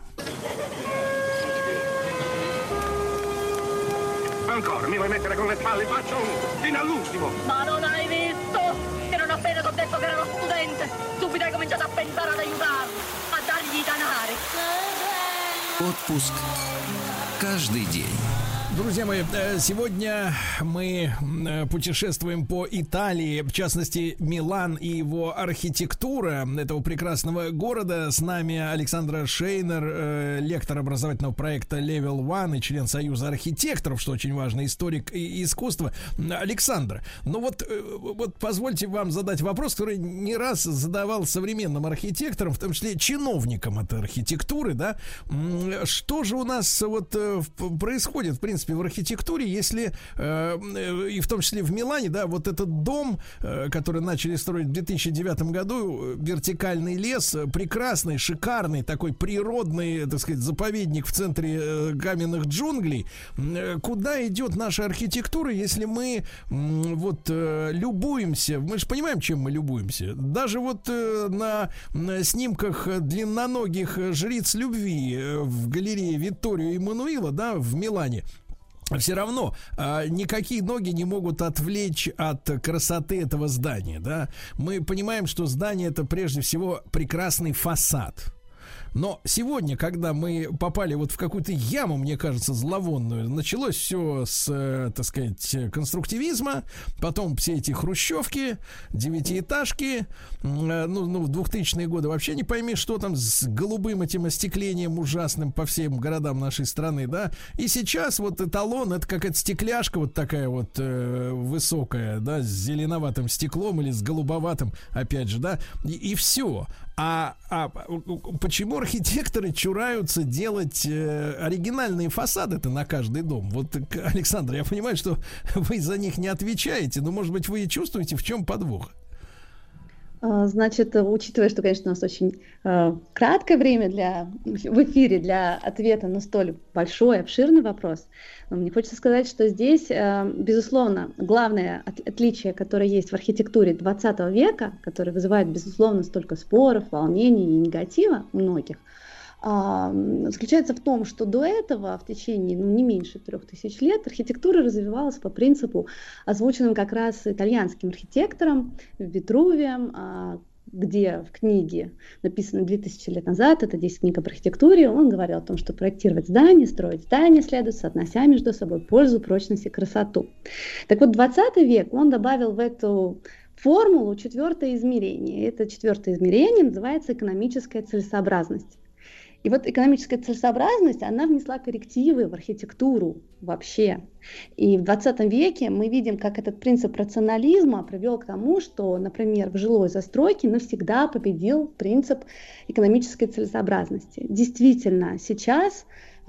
Speaker 17: Ancora, mi vuoi mettere con le spalle? Faccio fino all'ultimo. Ma non hai visto che non appena ti ho detto che ero studente, subito hai cominciato a pensare ad aiutarmi, a dargli i denari.
Speaker 1: Отпуск каждый день.
Speaker 2: Друзья мои, сегодня мы путешествуем по Италии, в частности, Милан и его архитектура этого прекрасного города. С нами Александра Шейнер, лектор образовательного проекта Level One и член Союза архитекторов, что очень важно, историк и искусства. Александра, вот позвольте вам задать вопрос, который не раз задавал современным архитекторам, в том числе чиновникам этой архитектуры, да? Что же у нас вот происходит, в принципе, принципе, в архитектуре, если, и в том числе в Милане, да, вот этот дом, который начали строить в 2009 году, вертикальный лес, прекрасный, шикарный, такой природный, так сказать, заповедник в центре каменных джунглей. Куда идет наша архитектура, если мы вот любуемся, мы же понимаем, чем мы любуемся. Даже вот на снимках длинноногих жриц любви в галерее Витторио Эммануила, да, в Милане, все равно никакие ноги не могут отвлечь от красоты этого здания, да. Мы понимаем, что здание — это прежде всего прекрасный фасад. Но сегодня, когда мы попали вот в какую-то яму, мне кажется, зловонную, началось все с, так сказать, конструктивизма, потом все эти хрущевки, девятиэтажки, в 2000-е годы вообще не пойми, что там с голубым этим остеклением ужасным по всем городам нашей страны, да, и сейчас вот эталон, это какая-то стекляшка вот такая вот высокая, да, с зеленоватым стеклом или с голубоватым, опять же, да, и все. А почему архитекторы чураются делать оригинальные фасады-то на каждый дом? Вот, Александр, я понимаю, что вы за них не отвечаете, но, может быть, вы и чувствуете, в чем подвох?
Speaker 18: Значит, учитывая, что, конечно, у нас очень краткое время в эфире для ответа на столь большой, обширный вопрос, мне хочется сказать, что здесь, безусловно, главное отличие, которое есть в архитектуре 20 века, которое вызывает, безусловно, столько споров, волнений и негатива у многих, заключается в том, что до этого, в течение не меньше 3000 лет, архитектура развивалась по принципу, озвученным как раз итальянским архитектором Витрувием, где в книге, написанной 2000 лет назад, это 10 книг об архитектуре, он говорил о том, что проектировать здание, строить здание следует, соотнося между собой пользу, прочность и красоту. Так вот, 20 век он добавил в эту формулу 4-е измерение. Это 4-е измерение называется экономическая целесообразность. И вот экономическая целесообразность, она внесла коррективы в архитектуру вообще. И в 20 веке мы видим, как этот принцип рационализма привел к тому, что, например, в жилой застройке навсегда победил принцип экономической целесообразности. Действительно, сейчас,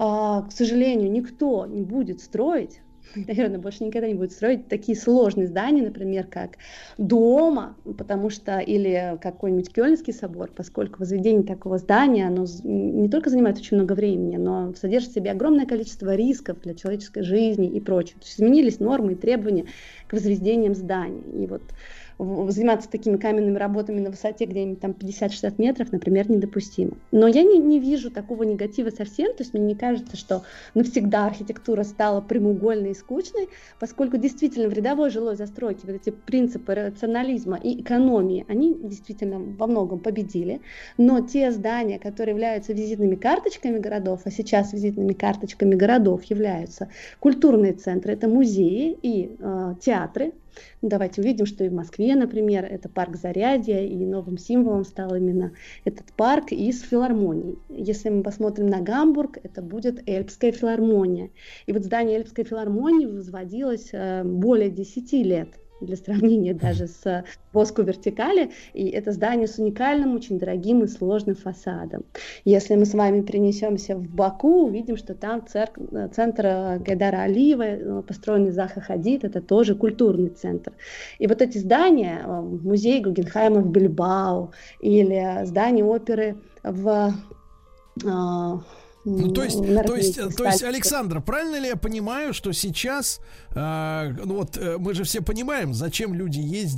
Speaker 18: к сожалению, никто не будет строить, наверное, больше никогда не будет строить такие сложные здания, например, как Дуомо, потому что, или какой-нибудь Кёльнский собор, поскольку возведение такого здания, оно не только занимает очень много времени, но содержит в себе огромное количество рисков для человеческой жизни и прочее. То есть изменились нормы и требования к возведениям зданий. И вот заниматься такими каменными работами на высоте где-нибудь там 50-60 метров, например, недопустимо. Но я не вижу такого негатива совсем, то есть мне не кажется, что навсегда архитектура стала прямоугольной и скучной, поскольку действительно в рядовой жилой застройке вот эти принципы рационализма и экономии, они действительно во многом победили, но те здания, которые являются визитными карточками городов, а сейчас визитными карточками городов являются культурные центры, это музеи и театры. Давайте увидим, что и в Москве, например, это парк Зарядья, и новым символом стал именно этот парк из филармоний. Если мы посмотрим на Гамбург, это будет Эльбская филармония. И вот здание Эльбской филармонии возводилось более 10 лет. Для сравнения даже с Боско Вертикале, и это здание с уникальным, очень дорогим и сложным фасадом. Если мы с вами перенесемся в Баку, увидим, что там центр Гайдара Алиева, построенный Заха Хадид, это тоже культурный центр. И вот эти здания, музей Гугенхайма в Бильбао, или здание оперы в...
Speaker 2: то есть, Александр, правильно ли я понимаю, что сейчас, мы же все понимаем, зачем люди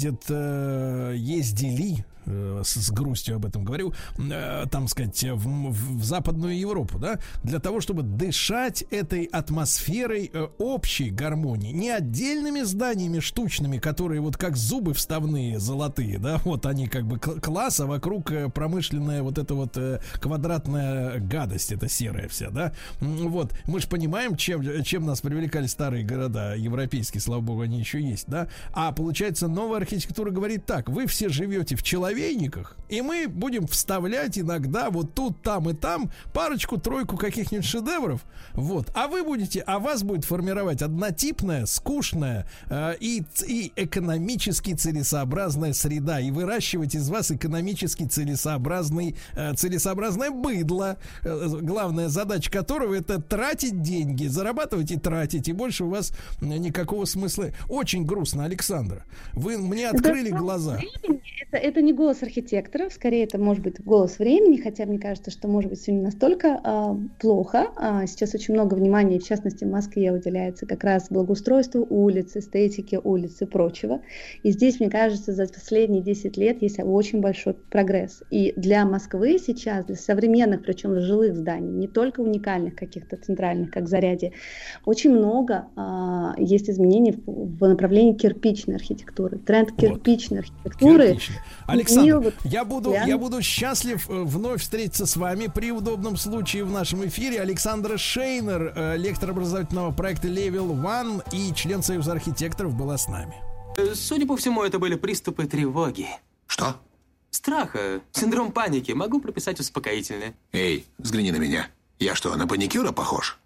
Speaker 2: ездили, с грустью об этом говорю, там сказать, в Западную Европу, да, для того, чтобы дышать этой атмосферой общей гармонии, не отдельными зданиями штучными, которые вот как зубы вставные золотые, да, вот они как бы класс, а вокруг промышленная вот эта вот квадратная гадость, это серая вся, да, вот, мы же понимаем, чем нас привлекали старые города европейские, слава богу, они еще есть, да, а получается, новая архитектура говорит так: вы все живете в человеке, муравейниках, и мы будем вставлять иногда вот тут, там и там парочку-тройку каких-нибудь шедевров. Вот. А вас будет формировать однотипная, скучная и экономически целесообразная среда. И выращивать из вас экономически целесообразное быдло. Главная задача которого — это тратить деньги, зарабатывать и тратить. И больше у вас никакого смысла. Очень грустно, Александра. Вы мне открыли глаза.
Speaker 18: Это не голос архитекторов, скорее это может быть голос времени, хотя мне кажется, что может быть все не настолько плохо. Сейчас очень много внимания, в частности в Москве, уделяется как раз благоустройству улиц, эстетике улиц и прочего. И здесь, мне кажется, за последние 10 лет есть очень большой прогресс. И для Москвы сейчас, для современных, причем жилых зданий, не только уникальных каких-то центральных, как Зарядье, очень много есть изменений в направлении кирпичной архитектуры. Тренд кирпичной архитектуры.
Speaker 2: Александр, я буду счастлив вновь встретиться с вами при удобном случае в нашем эфире. Александра Шейнер, лектор образовательного проекта Level One и член Союза архитекторов, была с нами.
Speaker 19: Судя по всему, это были приступы тревоги.
Speaker 20: Что?
Speaker 19: Страха, синдром паники. Могу прописать успокоительное.
Speaker 20: Эй, взгляни на меня. Я что, на паникюра похож?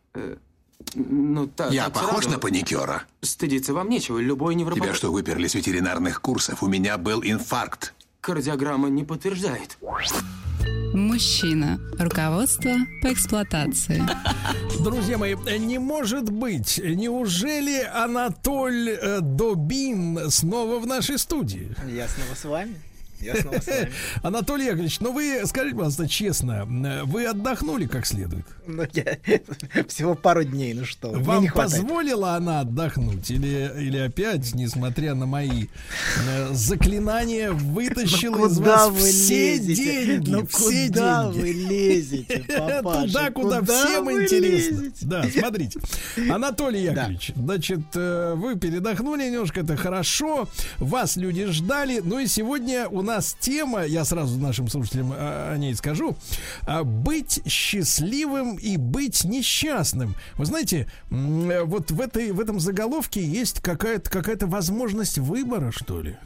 Speaker 19: Я
Speaker 20: похож на паникюра?
Speaker 19: Стыдиться вам нечего, любой невропатолог...
Speaker 20: Тебя что, выперли с ветеринарных курсов? У меня был инфаркт.
Speaker 19: Кардиограмма не подтверждает.
Speaker 21: Мужчина. Руководство по эксплуатации.
Speaker 2: Друзья мои, не может быть. Неужели Анатоль Добин снова в нашей студии?
Speaker 22: Я снова с вами.
Speaker 2: Анатолий Яковлевич, вы скажите, пожалуйста, честно, вы отдохнули как следует?
Speaker 22: Всего пару дней, что?
Speaker 2: Вам позволила она отдохнуть? Или опять, несмотря на мои заклинания, вытащила из вас все деньги?
Speaker 22: Куда вы лезете, папаша?
Speaker 2: Туда, куда всем интересно. Да, смотрите. Анатолий Яковлевич, значит, вы передохнули немножко, это хорошо. Вас люди ждали. Ну и сегодня у нас тема, я сразу нашим слушателям о ней скажу: быть счастливым и быть несчастным. Вы знаете, вот в этом заголовке есть какая-то возможность выбора, что ли?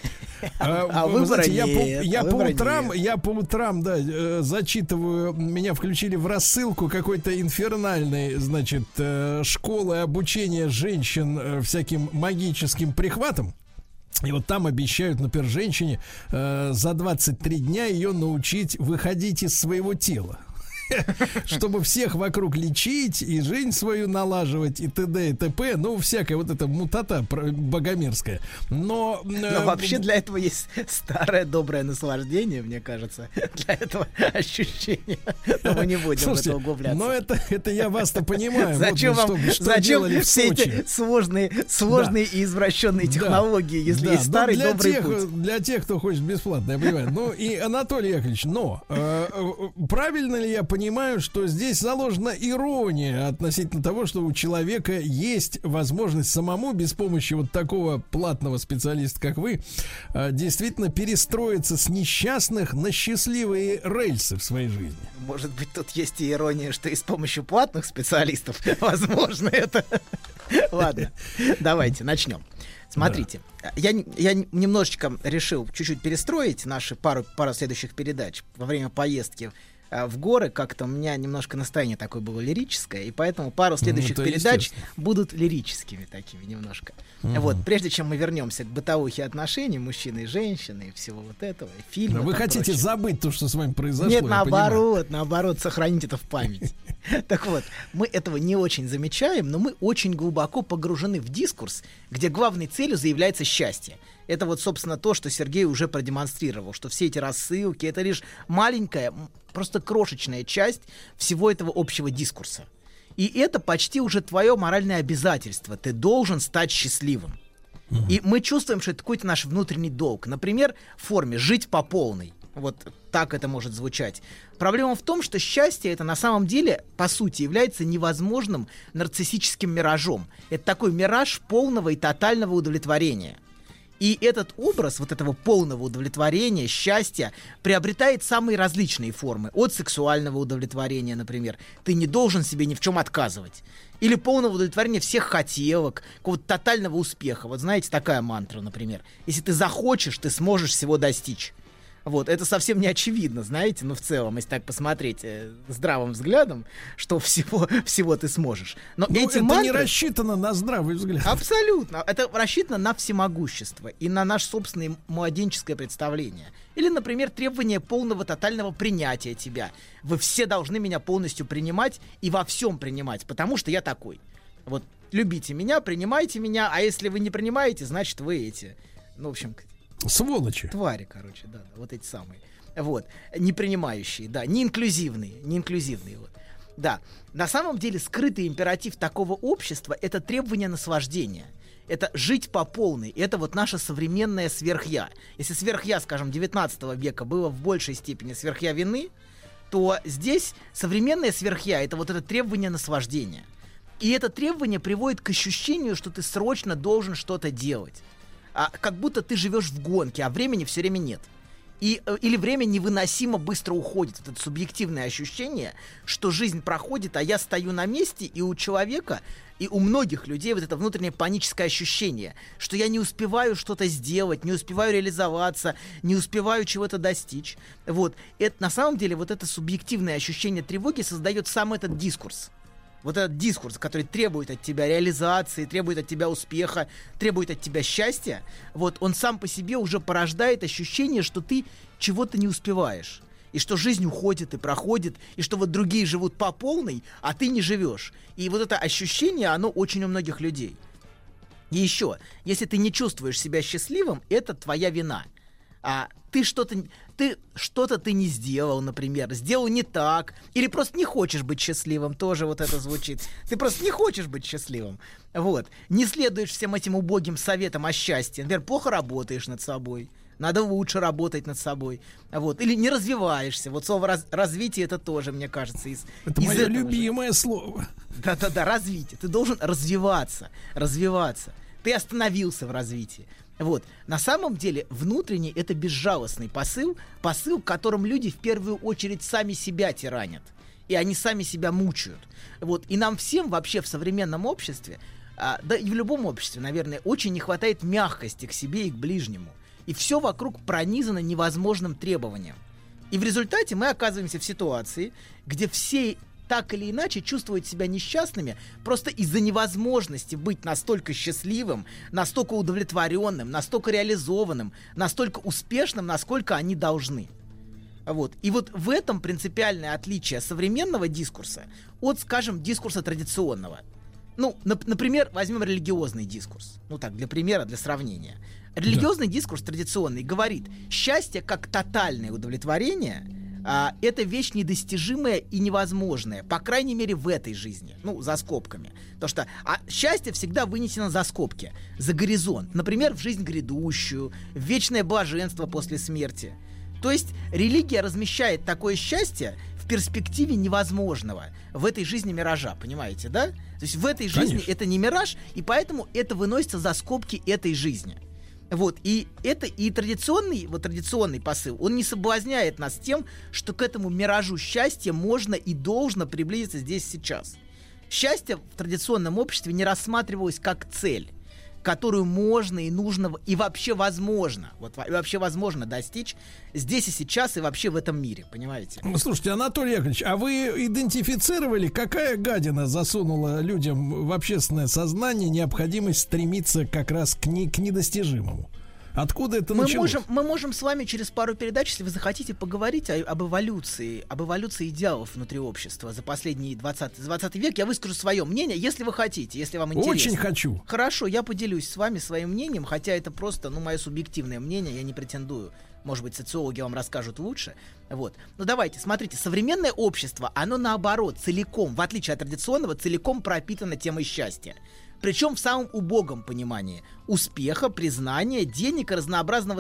Speaker 22: Вы знаете,
Speaker 2: я по утрам, зачитываю, меня включили в рассылку какой-то инфернальной, значит, школы обучения женщин всяким магическим прихватам. И вот там обещают, например, женщине за 23 дня ее научить выходить из своего тела. Чтобы всех вокруг лечить и жизнь свою налаживать и т.д. и т.п. Ну, всякая вот эта мутата богомерзкая. Но
Speaker 22: вообще для этого есть старое доброе наслаждение, мне кажется. Для этого ощущения. Но мы не будем в это углубляться.
Speaker 2: Но это я вас-то понимаю.
Speaker 22: Зачем все эти сложные и извращенные технологии, если есть старый добрый путь?
Speaker 2: Для тех, кто хочет бесплатно, я понимаю. Ну и, Анатолий Яковлевич, но правильно ли я понимаю, что здесь заложена ирония относительно того, что у человека есть возможность самому без помощи вот такого платного специалиста, как вы, действительно перестроиться с несчастных на счастливые рельсы в своей жизни?
Speaker 22: Может быть, тут есть и ирония, что и с помощью платных специалистов возможно это. Ладно, давайте начнем. Смотрите, я немножечко решил чуть-чуть перестроить наши пару следующих передач во время поездки в горы. Как-то у меня немножко настроение такое было лирическое, и поэтому пару следующих передач будут лирическими такими немножко. Вот, прежде чем мы вернемся к бытовухе отношений мужчины и женщины и всего вот этого, и фильма.
Speaker 2: Вы хотите прочего забыть то, что с вами произошло?
Speaker 22: Нет, наоборот, сохранить это в памяти. Так вот, мы этого не очень замечаем, но мы очень глубоко погружены в дискурс, где главной целью заявляется счастье. Это вот, собственно, то, что Сергей уже продемонстрировал, что все эти рассылки — это лишь маленькая, просто крошечная часть всего этого общего дискурса. И это почти уже твое моральное обязательство. Ты должен стать счастливым. И мы чувствуем, что это какой-то наш внутренний долг. Например, в форме «жить по полной». Вот так это может звучать. Проблема в том, что счастье это на самом деле, по сути, является невозможным нарциссическим миражом. Это такой мираж полного и тотального удовлетворения. И этот образ вот этого полного удовлетворения, счастья, приобретает самые различные формы. От сексуального удовлетворения, например. Ты не должен себе ни в чем отказывать. Или полного удовлетворения всех хотелок, какого-то тотального успеха. Вот знаете, такая мантра, например. Если ты захочешь, ты сможешь всего достичь. Вот, это совсем не очевидно, знаете, в целом, если так посмотреть здравым взглядом, что всего ты сможешь. Но эти
Speaker 2: это
Speaker 22: мантры...
Speaker 2: не рассчитано на здравый взгляд.
Speaker 22: Абсолютно. Это рассчитано на всемогущество и на наше собственное младенческое представление. Или, например, требование полного тотального принятия тебя. Вы все должны меня полностью принимать и во всем принимать, потому что я такой. Вот, любите меня, принимайте меня, а если вы не принимаете, значит, вы эти... в общем...
Speaker 2: Сволочи.
Speaker 22: Твари, короче, да, вот эти самые. Вот, не принимающие, да, не инклюзивные, вот. Да, на самом деле скрытый императив такого общества — это требование наслаждения. Это жить по полной. Это вот наше современное сверхя. Если сверхя, скажем, 19 века было в большей степени сверхя вины, то здесь современное сверхя — это вот это требование наслаждения. И это требование приводит к ощущению, что ты срочно должен что-то делать. Как будто ты живешь в гонке, а времени все время нет. Или время невыносимо быстро уходит. Это субъективное ощущение, что жизнь проходит, а я стою на месте, и у человека, и у многих людей вот это внутреннее паническое ощущение, что я не успеваю что-то сделать, не успеваю реализоваться, не успеваю чего-то достичь. Вот. Это, на самом деле, вот это субъективное ощущение тревоги создает сам этот дискурс. Вот этот дискурс, который требует от тебя реализации, требует от тебя успеха, требует от тебя счастья, вот он сам по себе уже порождает ощущение, что ты чего-то не успеваешь. И что жизнь уходит и проходит, и что вот другие живут по полной, а ты не живешь. И вот это ощущение, оно очень у многих людей. И еще, если ты не чувствуешь себя счастливым, это твоя вина. Ты что-то не сделал, например, сделал не так, или просто не хочешь быть счастливым, тоже вот это звучит. Ты просто не хочешь быть счастливым, вот. Не следуешь всем этим убогим советам о счастье, например, плохо работаешь над собой, надо лучше работать над собой, вот. Или не развиваешься, вот слово развитие это тоже, мне кажется,
Speaker 2: это мое любимое слово.
Speaker 22: Да-да-да, развитие, ты должен развиваться, ты остановился в развитии. Вот. На самом деле, внутренний это безжалостный посыл, которым люди в первую очередь сами себя тиранят. И они сами себя мучают. Вот. И нам всем вообще в современном обществе, да и в любом обществе, наверное, очень не хватает мягкости к себе и к ближнему. И все вокруг пронизано невозможным требованием. И в результате мы оказываемся в ситуации, где все так или иначе чувствуют себя несчастными просто из-за невозможности быть настолько счастливым, настолько удовлетворенным, настолько реализованным, настолько успешным, насколько они должны. Вот. И вот в этом принципиальное отличие современного дискурса от, скажем, дискурса традиционного. Например, возьмем религиозный дискурс. Так, для примера, для сравнения. Религиозный дискурс традиционный говорит, счастье как тотальное удовлетворение это вещь недостижимая и невозможная, по крайней мере в этой жизни, за скобками. Потому что счастье всегда вынесено за скобки, за горизонт. Например, в жизнь грядущую, в вечное блаженство после смерти. То есть религия размещает такое счастье в перспективе невозможного, в этой жизни миража, понимаете, да? То есть в этой жизни это не мираж, и поэтому это выносится за скобки этой жизни. Вот, и это и традиционный посыл, он не соблазняет нас тем, что к этому миражу счастья можно и должно приблизиться здесь сейчас. Счастье в традиционном обществе не рассматривалось как цель, которую можно и нужно, и вообще возможно достичь здесь и сейчас, и вообще в этом мире, понимаете?
Speaker 2: Слушайте, Анатолий Яковлевич, а вы идентифицировали, какая гадина засунула людям в общественное сознание необходимость стремиться как раз к недостижимому? Откуда это началось?
Speaker 22: Мы можем с вами через пару передач, если вы захотите, поговорить об эволюции идеалов внутри общества за последний 20 век. Я выскажу свое мнение, если вы хотите, если вам интересно.
Speaker 2: Очень хочу.
Speaker 22: Хорошо, я поделюсь с вами своим мнением, хотя это просто, мое субъективное мнение, я не претендую. Может быть, социологи вам расскажут лучше. Вот. Давайте, смотрите, современное общество, оно наоборот, целиком, в отличие от традиционного, целиком пропитано темой счастья. Причем в самом убогом понимании успеха, признания, денег и разнообразного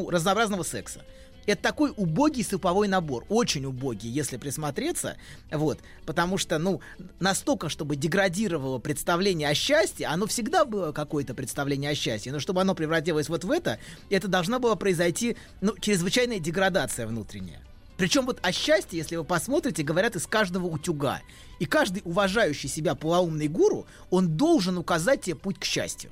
Speaker 22: секса. Это такой убогий суповой набор, очень убогий, если присмотреться, вот, потому что, настолько, чтобы деградировало представление о счастье, оно всегда было какое-то представление о счастье, но чтобы оно превратилось вот в это должна была произойти, чрезвычайная деградация внутренняя. Причем вот о счастье, если вы посмотрите, говорят из каждого утюга. И каждый уважающий себя полоумный гуру, он должен указать тебе путь к счастью.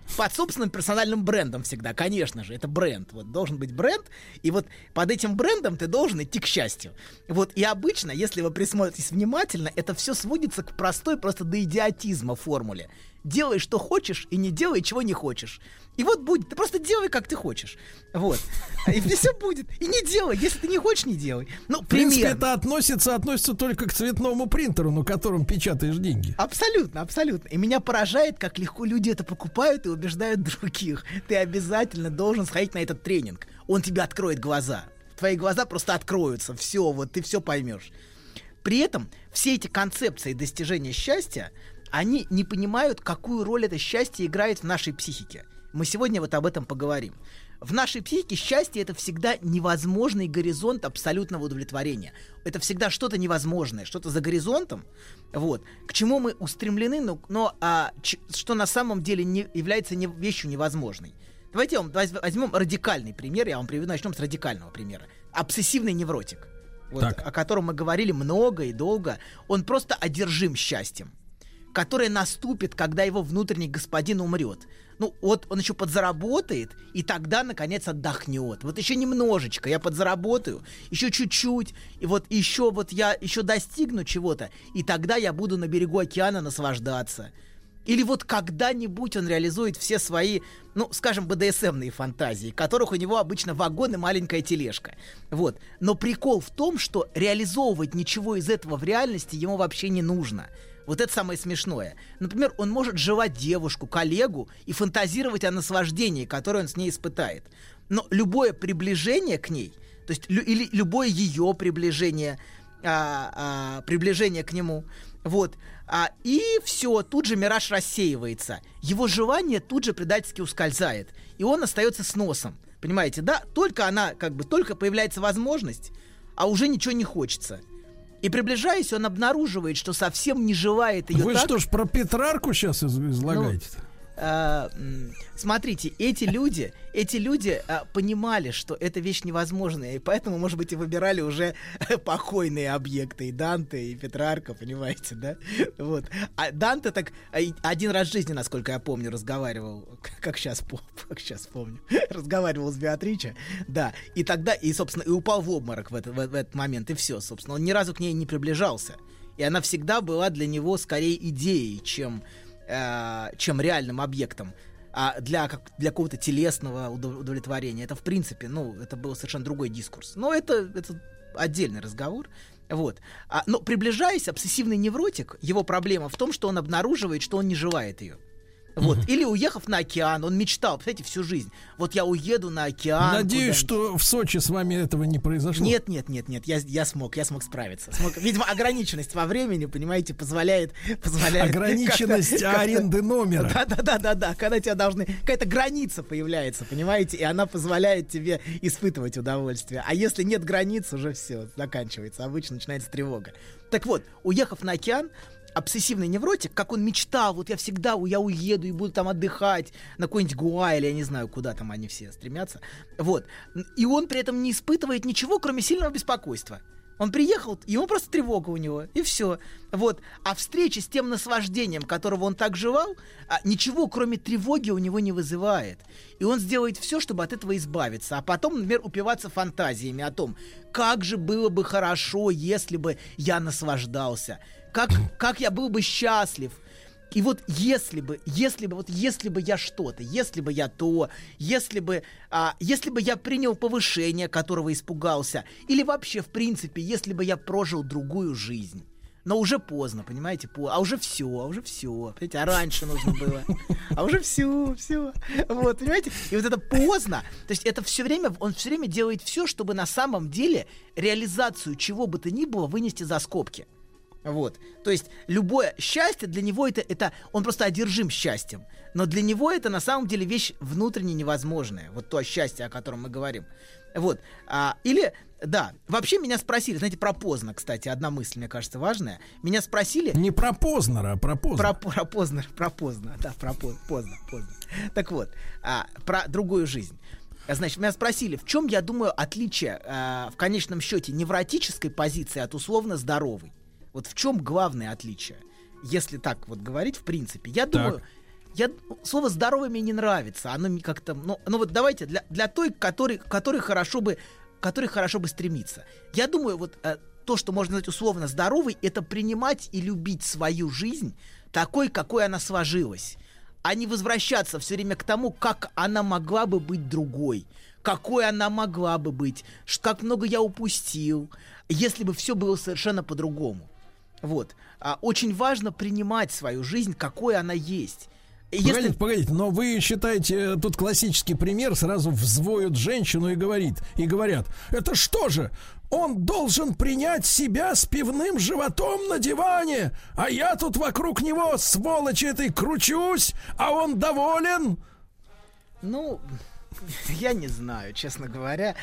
Speaker 22: Под собственным персональным брендом всегда, конечно же, это бренд. Вот должен быть бренд, и вот под этим брендом ты должен идти к счастью. Вот, и обычно, если вы присмотритесь внимательно, это все сводится к простой, просто до идиотизма формуле. Делай, что хочешь, и не делай, чего не хочешь. И вот будет, ты просто делай, как ты хочешь. Вот. И все будет. И не делай, если ты не хочешь, не делай. Ну,
Speaker 2: в принципе, это относится только к цветному принтеру, на котором печатаешь деньги.
Speaker 22: Абсолютно, абсолютно. И меня поражает, как легко люди это покупают и убеждают других. Ты обязательно должен сходить на этот тренинг. Он тебе откроет глаза. Твои глаза просто откроются. Все, вот ты все поймешь. При этом все эти концепции достижения счастья, они не понимают, какую роль это счастье играет в нашей психике. Мы сегодня вот об этом поговорим. В нашей психике счастье — это всегда невозможный горизонт абсолютного удовлетворения. Это всегда что-то невозможное, что-то за горизонтом, вот, к чему мы устремлены, но что на самом деле не является вещью невозможной. Давайте возьмем радикальный пример, я вам приведу, начнем с радикального примера. Обсессивный невротик, вот, о котором мы говорили много и долго, он просто одержим счастьем, которое наступит, когда его внутренний господин умрет. Ну, вот он еще подзаработает, и тогда, наконец, отдохнет. Вот еще немножечко я подзаработаю, еще чуть-чуть, и вот я еще достигну чего-то, и тогда я буду на берегу океана наслаждаться. Или вот когда-нибудь он реализует все свои, ну, скажем, БДСМные фантазии, которых у него обычно вагон и маленькая тележка. Вот. Но прикол в том, что реализовывать ничего из этого в реальности ему вообще не нужно. Вот это самое смешное. Например, он может жевать девушку, коллегу и фантазировать о наслаждении, которое он с ней испытает. Но любое приближение к ней, то есть или любое ее приближение к нему, вот, и все, тут же мираж рассеивается. Его желание тут же предательски ускользает, и он остается с носом. Понимаете, да? Только появляется возможность, а уже ничего не хочется. И приближаясь, он обнаруживает, что совсем не желает ее.
Speaker 2: Вы что ж про Петрарку сейчас излагаете-то?
Speaker 22: Смотрите, эти люди понимали, что эта вещь невозможная, и поэтому, может быть, и выбирали уже покойные объекты, и Данте, и Петрарка, понимаете, да? Вот. А Данте так один раз в жизни, насколько я помню, разговаривал, как сейчас помню, разговаривал с Беатриче, да, и тогда, и, собственно, и упал в обморок в этот момент, и все, собственно, он ни разу к ней не приближался, и она всегда была для него скорее идеей, чем реальным объектом, для какого-то телесного удовлетворения. Это, в принципе, это был совершенно другой дискурс. Но это отдельный разговор. Вот. Но приближаясь, обсессивный невротик, его проблема в том, что он обнаруживает, что он не желает ее. Вот. Или уехав на океан, он мечтал, представляете, всю жизнь. Вот я уеду на океан.
Speaker 2: Надеюсь, что в Сочи с вами этого не произошло.
Speaker 22: Нет, я смог справиться. Видимо, ограниченность во времени, понимаете, позволяет.
Speaker 2: Ограниченность аренды номера.
Speaker 22: Да. Когда тебя какая-то граница появляется, понимаете, и она позволяет тебе испытывать удовольствие. А если нет границ, уже все, заканчивается. Обычно начинается тревога. Так вот, уехав на океан, обсессивный невротик, как он мечтал, вот я уеду и буду там отдыхать на какой-нибудь Гуа, или я не знаю, куда там они все стремятся, вот, и он при этом не испытывает ничего, кроме сильного беспокойства. Он приехал, ему просто тревога у него, и все. Вот. А встреча с тем наслаждением, которого он так желал, ничего, кроме тревоги, у него не вызывает. И он сделает все, чтобы от этого избавиться. А потом, например, упиваться фантазиями о том, как же было бы хорошо, если бы я наслаждался, как я был бы счастлив. И вот если бы я что-то, если бы я то, если бы я принял повышение, которого испугался, или вообще, в принципе, если бы я прожил другую жизнь. Но уже поздно, понимаете, уже все, понимаете, а раньше нужно было, а уже все, вот, понимаете, и вот это поздно, то есть это он все время делает все, чтобы на самом деле реализацию чего бы то ни было вынести за скобки. Вот. То есть любое счастье для него это он просто одержим счастьем. Но для него это на самом деле вещь внутренне невозможная. Вот то счастье, о котором мы говорим. Вот. Вообще меня спросили, знаете, про Познер, кстати, одна мысль, мне кажется, важная. Меня спросили...
Speaker 2: Не про Познера, а про Познера.
Speaker 22: Про Познер. Так вот, про другую жизнь. Значит, меня спросили, в чем, я думаю, отличие в конечном счете невротической позиции от условно здоровой. Вот в чем главное отличие? Если так вот говорить, в принципе, я думаю, слово «здоровый» мне не нравится. Оно как-то... Ну вот давайте для той, которой хорошо бы стремиться. Я думаю, вот то, что можно назвать условно здоровой, это принимать и любить свою жизнь такой, какой она сложилась, а не возвращаться все время к тому, как она могла бы быть другой, какой она могла бы быть, как много я упустил, если бы все было совершенно по-другому. Вот. Очень важно принимать свою жизнь, какой она есть.
Speaker 2: Погодите, но вы считаете, тут классический пример, сразу взвоют женщину и говорят, это что же, он должен принять себя с пивным животом на диване, а я тут вокруг него, сволочи этой, кручусь, а он доволен?
Speaker 22: Ну... Я не знаю, честно говоря.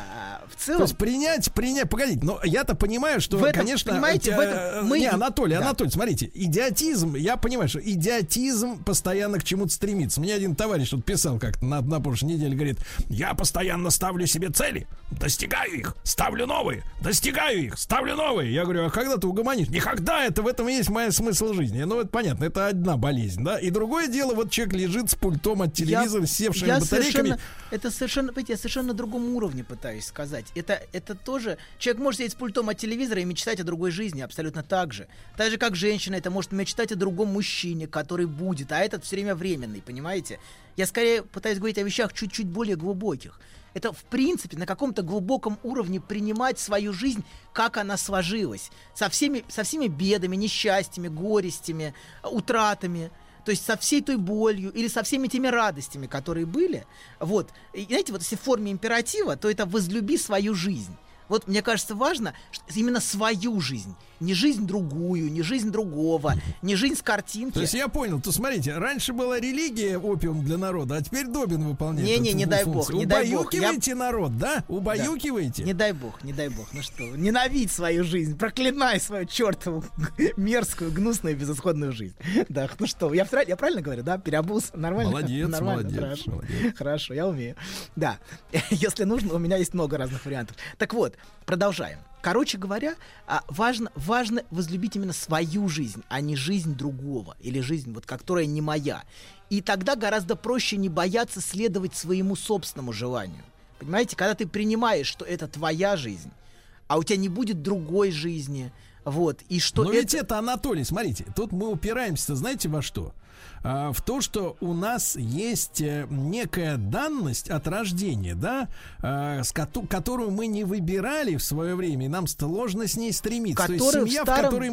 Speaker 22: В целом...
Speaker 2: То есть принять, погодите, но я-то понимаю, что, конечно...
Speaker 22: Понимаете,
Speaker 2: Анатолий, смотрите, идиотизм, я понимаю, что идиотизм постоянно к чему-то стремится. Мне один товарищ тут писал как-то на прошлой неделе, говорит, я постоянно ставлю себе цели, достигаю их, ставлю новые, достигаю их, ставлю новые. Я говорю, а когда ты угомонишь? Никогда, в этом и есть моя смысл жизни. Ну, это понятно, это одна болезнь, да? И другое дело, вот человек лежит с пультом от телевизора, с севшими батарейками.
Speaker 22: Это совершенно, я совершенно на другом уровне пытаюсь сказать. Это тоже... Человек может сидеть с пультом от телевизора и мечтать о другой жизни абсолютно так же. Так же, как женщина это может мечтать о другом мужчине, который будет, а этот все время временный, понимаете? Я скорее пытаюсь говорить о вещах чуть-чуть более глубоких. Это, в принципе, на каком-то глубоком уровне принимать свою жизнь, как она сложилась. Со всеми бедами, несчастьями, горестями, утратами. То есть со всей той болью или со всеми теми радостями, которые были. Вот. И, знаете, вот если в форме императива, то это «возлюби свою жизнь». Вот мне кажется важно именно свою жизнь. Не жизнь другую, не жизнь другого, не жизнь с картинки.
Speaker 2: То есть я понял, то смотрите, раньше была религия, опиум для народа, а теперь Добин выполняет.
Speaker 22: Не дай бог, не дай бог.
Speaker 2: Убаюкиваете народ, да? Убаюкиваете?
Speaker 22: Да. Не дай бог. Ну что, ненавидь свою жизнь, проклинай свою чертову мерзкую, гнусную, безысходную жизнь. Да, ну что, я правильно говорю, да? Переобулся, нормально?
Speaker 2: Молодец.
Speaker 22: Хорошо, я умею. Да, если нужно, у меня есть много разных вариантов. Так вот, продолжаем. Короче говоря, важно возлюбить именно свою жизнь, а не жизнь другого, или жизнь, вот, которая не моя. И тогда гораздо проще не бояться следовать своему собственному желанию. Понимаете, когда ты принимаешь, что это твоя жизнь, а у тебя не будет другой жизни, вот, и что...
Speaker 2: Но ведь это, Анатолий, смотрите, тут мы упираемся, знаете, во что? В то, что у нас есть некая данность от рождения, да, которую мы не выбирали в свое время, и нам сложно с ней стремиться. То есть семья,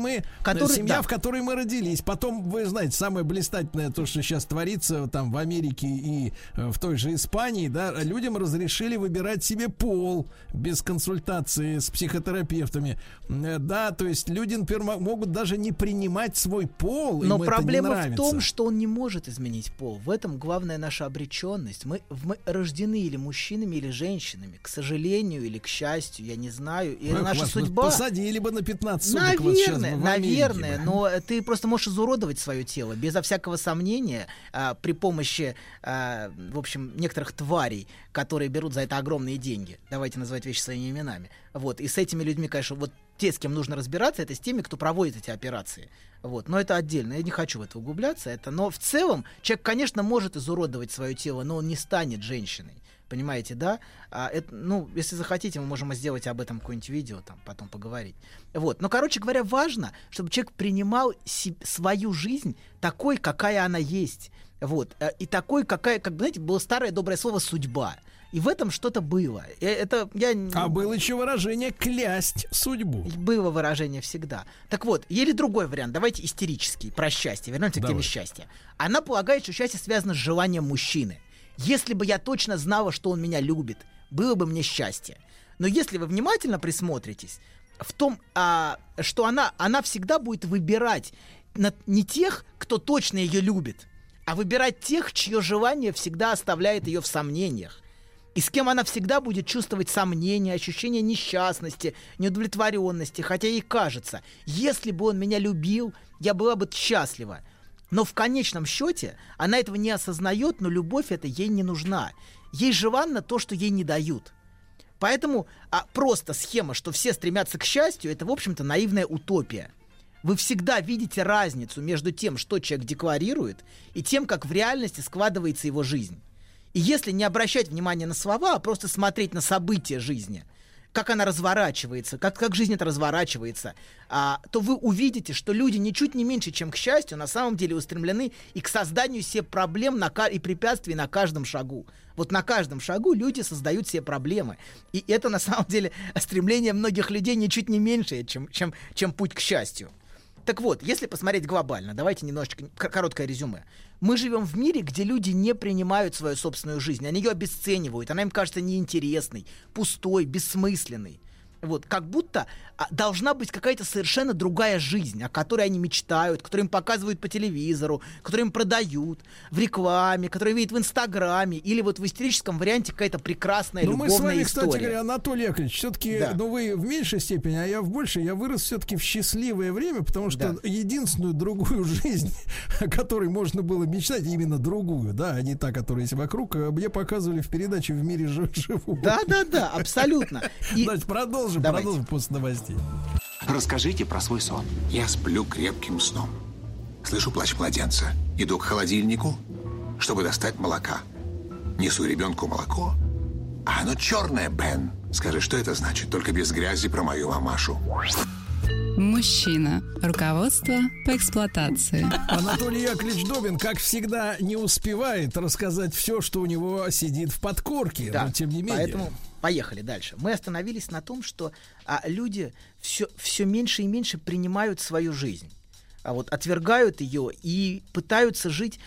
Speaker 2: в которой мы родились. Потом, вы знаете, самое блистательное, то, что сейчас творится там в Америке и в той же Испании, да, людям разрешили выбирать себе пол без консультации с психотерапевтами. Да, то есть люди, например, могут даже не принимать свой пол,
Speaker 22: но проблема в том, что он не может изменить пол. В этом главная наша обреченность. Мы рождены или мужчинами, или женщинами. К сожалению или к счастью, я не знаю. И это наша судьба.
Speaker 2: Посадили бы на 15 суток.
Speaker 22: Наверное, но ты просто можешь изуродовать свое тело безо всякого сомнения при помощи, в общем, некоторых тварей, которые берут за это огромные деньги. Давайте называть вещи своими именами. Вот. И с этими людьми, конечно, вот те, с кем нужно разбираться, это с теми, кто проводит эти операции. Вот. Но это отдельно. Я не хочу в это углубляться. Но в целом человек, конечно, может изуродовать свое тело, но он не станет женщиной. Понимаете, да? Если захотите, мы можем сделать об этом какое-нибудь видео, там, потом поговорить. Вот. Но, короче говоря, важно, чтобы человек принимал свою жизнь такой, какая она есть. Вот. И такой, знаете, было старое доброе слово «судьба». И в этом что-то было.
Speaker 2: А было еще выражение «клясть судьбу».
Speaker 22: Было выражение всегда. Так вот, или другой вариант. Давайте истерический, про счастье. Вернемся к теме счастья. Она полагает, что счастье связано с желанием мужчины. Если бы я точно знала, что он меня любит, было бы мне счастье. Но если вы внимательно присмотритесь, в том, что она всегда будет выбирать не тех, кто точно ее любит, а выбирать тех, чье желание всегда оставляет ее в сомнениях. И с кем она всегда будет чувствовать сомнения, ощущение несчастности, неудовлетворенности, хотя ей кажется, если бы он меня любил, я была бы счастлива. Но в конечном счете она этого не осознает, но любовь эта ей не нужна. Ей желанно то, что ей не дают. Поэтому просто схема, что все стремятся к счастью, это, в общем-то, наивная утопия. Вы всегда видите разницу между тем, что человек декларирует, и тем, как в реальности складывается его жизнь. И если не обращать внимания на слова, а просто смотреть на события жизни, как она разворачивается, как жизнь это разворачивается, то вы увидите, что люди ничуть не меньше, чем к счастью, на самом деле устремлены и к созданию себе проблем и препятствий на каждом шагу. Вот на каждом шагу люди создают себе проблемы. И это на самом деле стремление многих людей ничуть не меньше, чем путь к счастью. Так вот, если посмотреть глобально, давайте немножечко короткое резюме. Мы живем в мире, где люди не принимают свою собственную жизнь, они ее обесценивают, она им кажется неинтересной, пустой, бессмысленной. Вот, как будто должна быть какая-то совершенно другая жизнь, о которой они мечтают, которую им показывают по телевизору, которую им продают в рекламе, которую видят в Инстаграме, или вот в истерическом варианте какая-то прекрасная любовная история.
Speaker 2: Мы с вами, кстати говоря, Анатолий Яковлевич, все-таки, вы в меньшей степени, а я в большей, я вырос все-таки в счастливое время, потому что единственную другую жизнь, о которой можно было мечтать, именно другую, да, а не та, которая есть вокруг, мне показывали в передаче «В мире живу».
Speaker 22: Да, абсолютно.
Speaker 2: Давайте продолжим после новостей.
Speaker 20: Расскажите про свой сон. Я сплю крепким сном. Слышу плач младенца. Иду к холодильнику, чтобы достать молока. Несу ребенку молоко. А оно черное, Бен. Скажи, что это значит? Только без грязи про мою мамашу.
Speaker 21: Мужчина. Руководство по эксплуатации.
Speaker 2: Анатолий Яковлевич Добин, как всегда, не успевает рассказать все, что у него сидит в подкорке.
Speaker 22: Да,
Speaker 2: но тем не менее.
Speaker 22: Поэтому поехали дальше. Мы остановились на том, что люди все меньше и меньше принимают свою жизнь. Отвергают ее и пытаются жить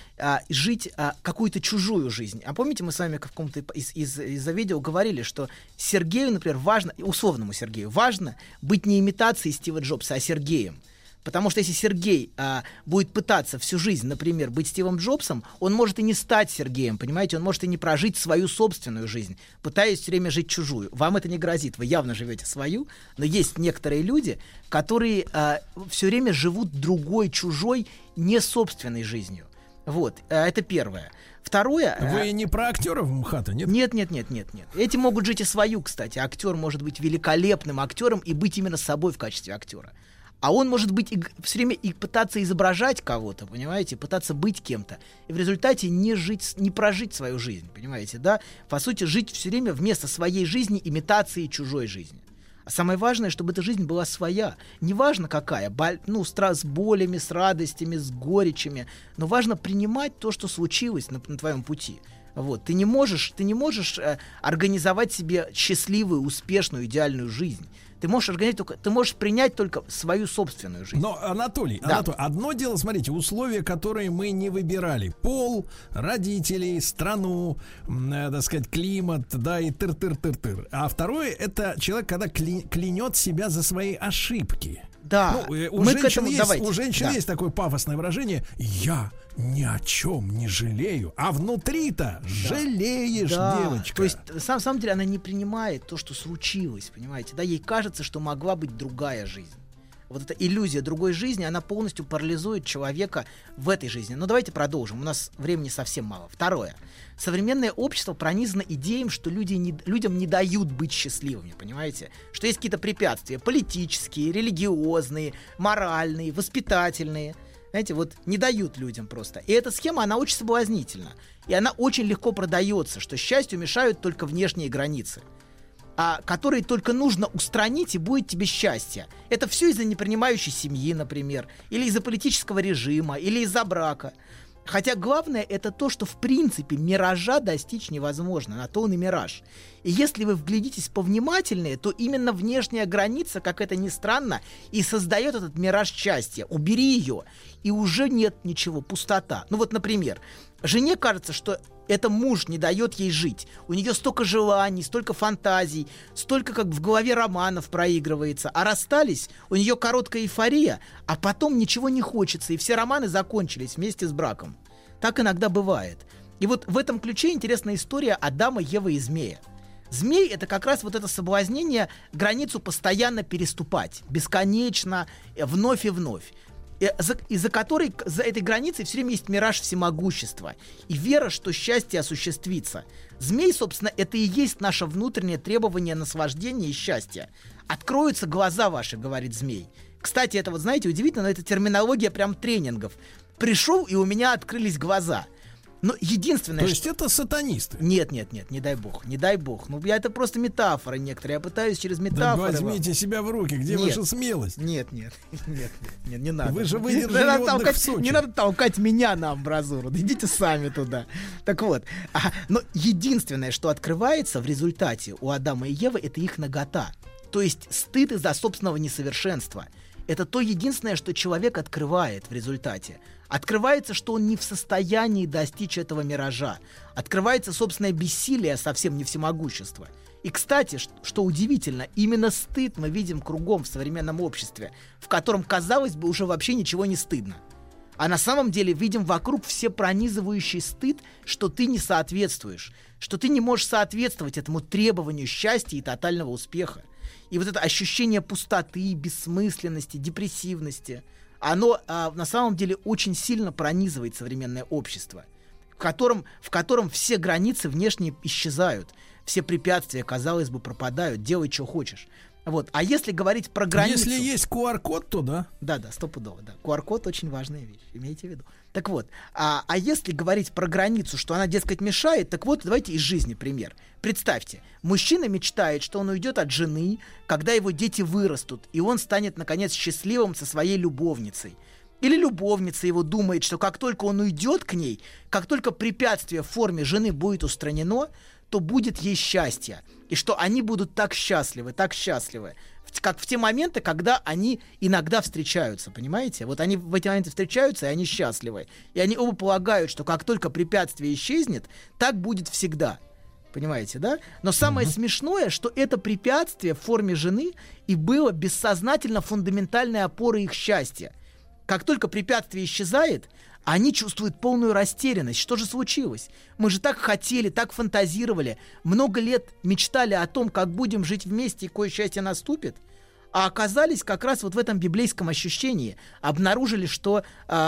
Speaker 22: какую-то чужую жизнь. А помните, мы с вами в каком-то из-за видео говорили, что Сергею, например, важно, условному Сергею, важно быть не имитацией Стива Джобса, а Сергеем. Потому что если Сергей будет пытаться всю жизнь, например, быть Стивом Джобсом, он может и не стать Сергеем, понимаете? Он может и не прожить свою собственную жизнь, пытаясь все время жить чужую. Вам это не грозит, вы явно живете свою, но есть некоторые люди, которые все время живут другой, чужой, не собственной жизнью. Вот, это первое. Второе...
Speaker 2: Вы не про актеров МХАТа, нет?
Speaker 22: Нет. Эти могут жить и свою, кстати. Актер может быть великолепным актером и быть именно собой в качестве актера. А он может быть все время и пытаться изображать кого-то, понимаете, пытаться быть кем-то, и в результате не прожить свою жизнь, понимаете, да? По сути, жить все время вместо своей жизни имитацией чужой жизни. А самое важное, чтобы эта жизнь была своя. Неважно какая, с болями, с радостями, с горечами, но важно принимать то, что случилось на твоем пути. Вот. Ты не можешь организовать себе счастливую, успешную, идеальную жизнь. Ты можешь принять только свою собственную жизнь.
Speaker 2: Но, Анатолий, одно дело, смотрите, условия, которые мы не выбирали. Пол, родителей, страну, так сказать, климат, да, и тыр-тыр-тыр-тыр. А второе, это человек, когда клянет себя за свои ошибки.
Speaker 22: Да,
Speaker 2: у женщин есть такое пафосное выражение: я ни о чем не жалею, а внутри-то жалеешь, девочка.
Speaker 22: То есть, на самом деле, она не принимает то, что случилось, понимаете, да, ей кажется, что могла быть другая жизнь. Вот эта иллюзия другой жизни, она полностью парализует человека в этой жизни. Но давайте продолжим, у нас времени совсем мало. Второе. Современное общество пронизано идеей, что людям не дают быть счастливыми, понимаете? Что есть какие-то препятствия политические, религиозные, моральные, воспитательные. Знаете, вот не дают людям просто. И эта схема, она очень соблазнительна. И она очень легко продается, что счастью мешают только внешние границы, которые только нужно устранить, и будет тебе счастье. Это все из-за непринимающей семьи, например, или из-за политического режима, или из-за брака. Хотя главное это то, что в принципе миража достичь невозможно, на то он и мираж. И если вы вглядитесь повнимательнее, то именно внешняя граница, как это ни странно, и создает этот мираж счастья. Убери ее, и уже нет ничего, пустота. Ну вот, например, жене кажется, что это муж не дает ей жить. У нее столько желаний, столько фантазий, столько как в голове романов проигрывается. А расстались, у нее короткая эйфория, а потом ничего не хочется, и все романы закончились вместе с браком. Так иногда бывает. И вот в этом ключе интересная история Адама, Евы и змея. Змей — это как раз вот это соблазнение границу постоянно переступать, бесконечно, вновь и вновь. За этой границей все время есть мираж всемогущества и вера, что счастье осуществится. Змей, собственно, это и есть наше внутреннее требование наслаждения и счастья. «Откроются глаза ваши, — говорит змей, — Кстати, это вот, знаете, удивительно, но это терминология прям тренингов. Пришел, и у меня открылись глаза. Но единственное...
Speaker 2: То есть это сатанисты?
Speaker 22: Нет, не дай бог, не дай бог. Ну, это просто метафора некоторые. Я пытаюсь через метафоры...
Speaker 2: Да возьмите себя в руки, где ваша смелость?
Speaker 22: Нет, не надо.
Speaker 2: Вы же выдержали отдых в Сочи.
Speaker 22: Не надо толкать меня на амбразуру, идите сами туда. Так вот, но единственное, что открывается в результате у Адама и Евы, это их нагота. То есть стыд из-за собственного несовершенства. Это то единственное, что человек открывает в результате. Открывается, что он не в состоянии достичь этого миража. Открывается собственное бессилие, совсем не всемогущество. И, кстати, что удивительно, именно стыд мы видим кругом в современном обществе, в котором, казалось бы, уже вообще ничего не стыдно. А на самом деле видим вокруг всепронизывающий стыд, что ты не соответствуешь, что ты не можешь соответствовать этому требованию счастья и тотального успеха. И вот это ощущение пустоты, бессмысленности, депрессивности, оно на самом деле очень сильно пронизывает современное общество, в котором все границы внешне исчезают, все препятствия, казалось бы, пропадают, делай, что хочешь. Вот. А если говорить про границу...
Speaker 2: Если есть QR-код, то да.
Speaker 22: Да, стопудово, да. QR-код очень важная вещь, имейте в виду. Так вот, а если говорить про границу, что она, дескать, мешает, так вот, давайте из жизни пример. Представьте, мужчина мечтает, что он уйдет от жены, когда его дети вырастут, и он станет, наконец, счастливым со своей любовницей. Или любовница его думает, что как только он уйдет к ней, как только препятствие в форме жены будет устранено, то будет ей счастье. И что они будут так счастливы, как в те моменты, когда они иногда встречаются, понимаете? Вот они в эти моменты встречаются, и они счастливы. И они оба полагают, что как только препятствие исчезнет, так будет всегда. Понимаете, да? Но самое смешное, что это препятствие в форме жены и было бессознательно фундаментальной опорой их счастья. Как только препятствие исчезает, они чувствуют полную растерянность. Что же случилось? Мы же так хотели, так фантазировали, много лет мечтали о том, как будем жить вместе и какое счастье наступит, а оказались как раз вот в этом библейском ощущении. Обнаружили, что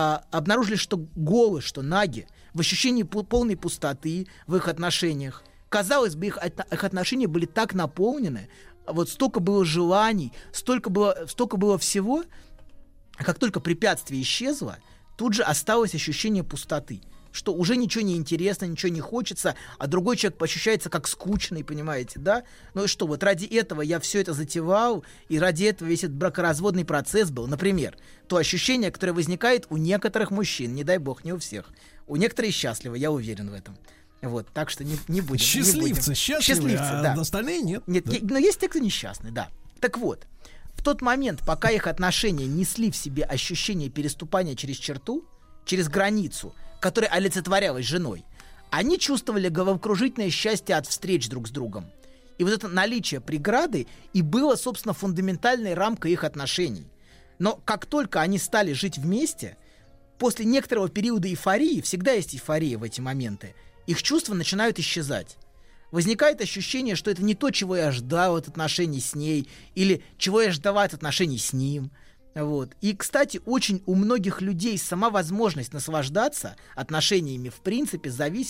Speaker 22: голы, что наги, в ощущении полной пустоты в их отношениях. Казалось бы, их отношения были так наполнены, вот столько было желаний, столько было всего, а как только препятствие исчезло, тут же осталось ощущение пустоты, что уже ничего не интересно, ничего не хочется, а другой человек ощущается как скучный, понимаете, да? Ну и что, вот ради этого я все это затевал, и ради этого весь этот бракоразводный процесс был. Например, то ощущение, которое возникает у некоторых мужчин, не дай бог, не у всех. У некоторых счастливы, я уверен в этом. Вот, так что не будем.
Speaker 2: Счастливцы, счастливы,
Speaker 22: да.
Speaker 2: Остальные нет.
Speaker 22: Нет,
Speaker 2: да.
Speaker 22: Но есть те, кто несчастный, да. Так вот, в тот момент, пока их отношения несли в себе ощущение переступания через черту, через границу, которая олицетворялась женой, они чувствовали головокружительное счастье от встреч друг с другом. И вот это наличие преграды и было, собственно, фундаментальной рамкой их отношений. Но как только они стали жить вместе, после некоторого периода эйфории, всегда есть эйфория в эти моменты, их чувства начинают исчезать. Возникает ощущение, что это не то, чего я ждал от отношений с ней, или чего я ждал от отношений с ним. Вот. И, кстати, очень у многих людей сама возможность наслаждаться отношениями в принципе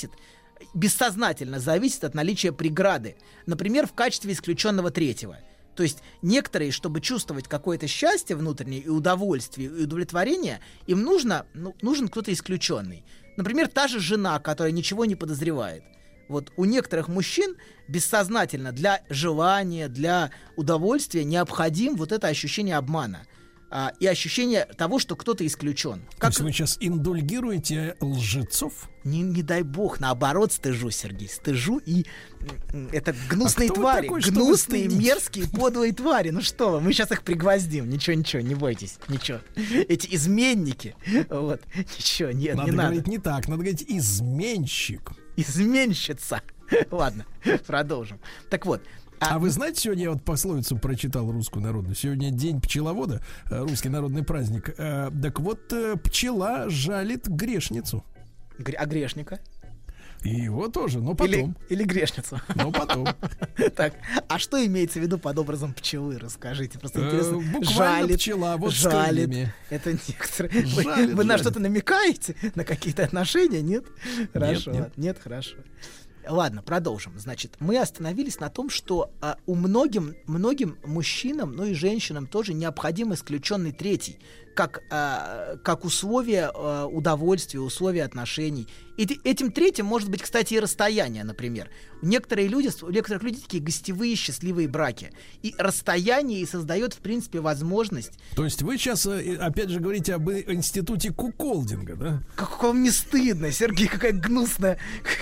Speaker 22: бессознательно зависит от наличия преграды. Например, в качестве исключенного третьего. То есть некоторые, чтобы чувствовать какое-то счастье внутреннее и удовольствие, и удовлетворение, им нужен кто-то исключенный. Например, та же жена, которая ничего не подозревает. Вот у некоторых мужчин бессознательно для желания, для удовольствия необходим вот это ощущение обмана и ощущение того, что кто-то исключен.
Speaker 2: То есть вы сейчас индульгируете лжецов?
Speaker 22: Не дай бог, наоборот, стыжу, Сергей. Стыжу, и это гнусные твари.
Speaker 2: Такой,
Speaker 22: гнусные, мерзкие, подлые твари. Ну что вы, мы сейчас их пригвоздим. Ничего, не бойтесь, ничего. Эти изменники. Вот, ничего, нет,
Speaker 2: надо
Speaker 22: не надо.
Speaker 2: говорить не так, надо говорить изменщик.
Speaker 22: Изменщица. Ладно, продолжим. Так вот.
Speaker 2: А вы знаете, сегодня я вот пословицу прочитал русскую народную. Сегодня день пчеловода, русский народный праздник. Так вот, пчела жалит грешницу.
Speaker 22: А грешника?
Speaker 2: И его тоже, но потом.
Speaker 22: Или грешницу.
Speaker 2: Но потом.
Speaker 22: Так, а что имеется в виду под образом пчелы? Расскажите, просто интересно.
Speaker 2: Буквально пчела, вот с крыльями.
Speaker 22: Это некоторые. Вы на что-то намекаете? На какие-то отношения? Нет? Хорошо. Нет, хорошо. Ладно, продолжим. Значит, мы остановились на том, что многим мужчинам, ну и женщинам тоже необходим исключенный третий, как условие удовольствия, условия отношений. И этим третьим может быть, кстати, и расстояние, например. У некоторых людей такие гостевые счастливые браки. И расстояние и создает, в принципе, возможность.
Speaker 2: То есть вы сейчас, опять же, говорите об институте куколдинга, да?
Speaker 22: Как вам не стыдно, Сергей, какая гнусная...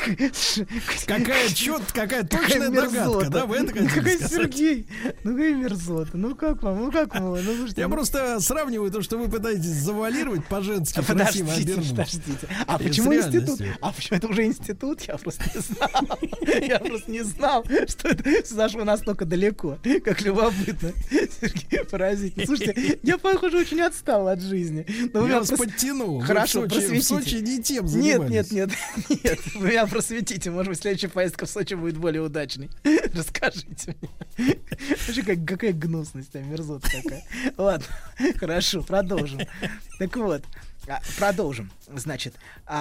Speaker 2: Какая точная догадка, да? Вы это хотите
Speaker 22: сказать?
Speaker 2: Сергей,
Speaker 22: ну какая мерзота. Ну как вам?
Speaker 2: Я просто сравниваю то, что вы пытаетесь завуалировать по-женски, красиво обернуть.
Speaker 22: Подождите. А почему институт? А почему это уже институт? Я просто не знал. Я просто не знал, что это зашло настолько далеко. Как любопытно. Сергей, поразительно. Слушайте, я, похоже, очень отстал от жизни.
Speaker 2: Я вас подтянул.
Speaker 22: Хорошо, просветите.
Speaker 2: В Сочи не тем занимались.
Speaker 22: Нет. Вы меня просветите. Может быть, следующая поездка в Сочи будет более удачной. Расскажите мне. Вообще, какая гнусность, мерзота такая. Ладно, хорошо, продолжим. Так вот, продолжим. Значит,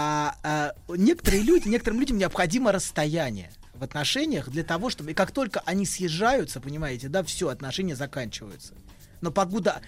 Speaker 22: некоторым людям необходимо расстояние в отношениях для того, чтобы... И как только они съезжаются, понимаете, да, все, отношения заканчиваются. Но покуда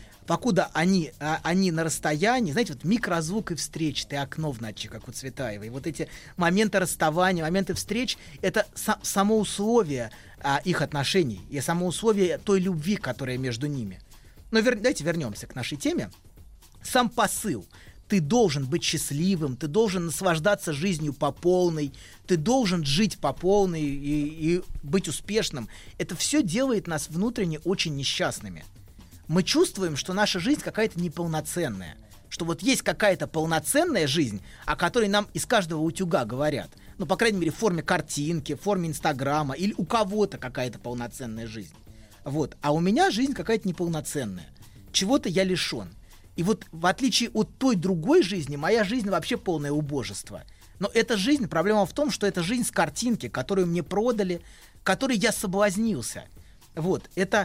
Speaker 22: они на расстоянии, знаете, вот микрозвук и встреч, ты окно в ночи, как у Цветаевой, вот эти моменты расставания, моменты встреч, это само условие их отношений и само условие той любви, которая между ними. Но давайте вернемся к нашей теме. Сам посыл. Ты должен быть счастливым, ты должен наслаждаться жизнью по полной, ты должен жить по полной и быть успешным. Это все делает нас внутренне очень несчастными. Мы чувствуем, что наша жизнь какая-то неполноценная. Что вот есть какая-то полноценная жизнь, о которой нам из каждого утюга говорят. Ну, по крайней мере, в форме картинки, в форме Инстаграма, или у кого-то какая-то полноценная жизнь. Вот. А у меня жизнь какая-то неполноценная. Чего-то я лишен. И вот в отличие от той другой жизни, моя жизнь вообще полное убожество. Но эта жизнь, проблема в том, что это жизнь с картинки, которую мне продали, которой я соблазнился. Вот. Это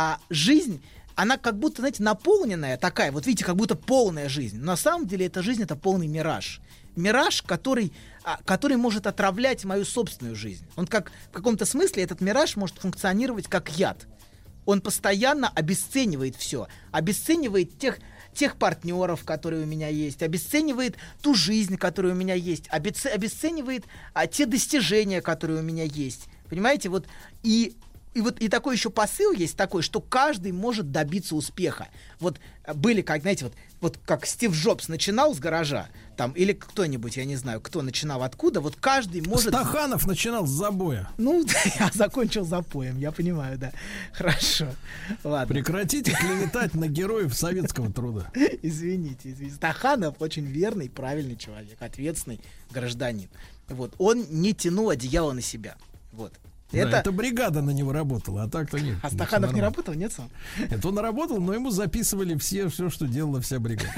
Speaker 22: жизнь, она как будто, знаете, наполненная такая, вот видите, как будто полная жизнь. Но на самом деле эта жизнь — это полный мираж. Мираж, который может отравлять мою собственную жизнь. Он как, в каком-то смысле этот мираж может функционировать как яд. Он постоянно обесценивает все. Обесценивает тех партнеров, которые у меня есть, обесценивает ту жизнь, которая у меня есть, обесценивает те достижения, которые у меня есть. Понимаете, вот и такой еще посыл есть такой, что каждый может добиться успеха. Вот были, как, знаете, вот как Стив Джобс начинал с гаража, там, или кто-нибудь, я не знаю, кто начинал откуда, вот каждый может...
Speaker 2: Стаханов начинал с забоя.
Speaker 22: Ну, я закончил запоем, я понимаю, да. Хорошо, ладно.
Speaker 2: Прекратите клеветать на героев советского труда.
Speaker 22: Извините. Стаханов очень верный, правильный человек, ответственный гражданин. Вот, он не тянул одеяло на себя, вот.
Speaker 2: Это бригада на него работала, а так-то нет.
Speaker 22: А Стаханов не работал, нет сам?
Speaker 2: Это он работал, но ему записывали все, что делала вся бригада.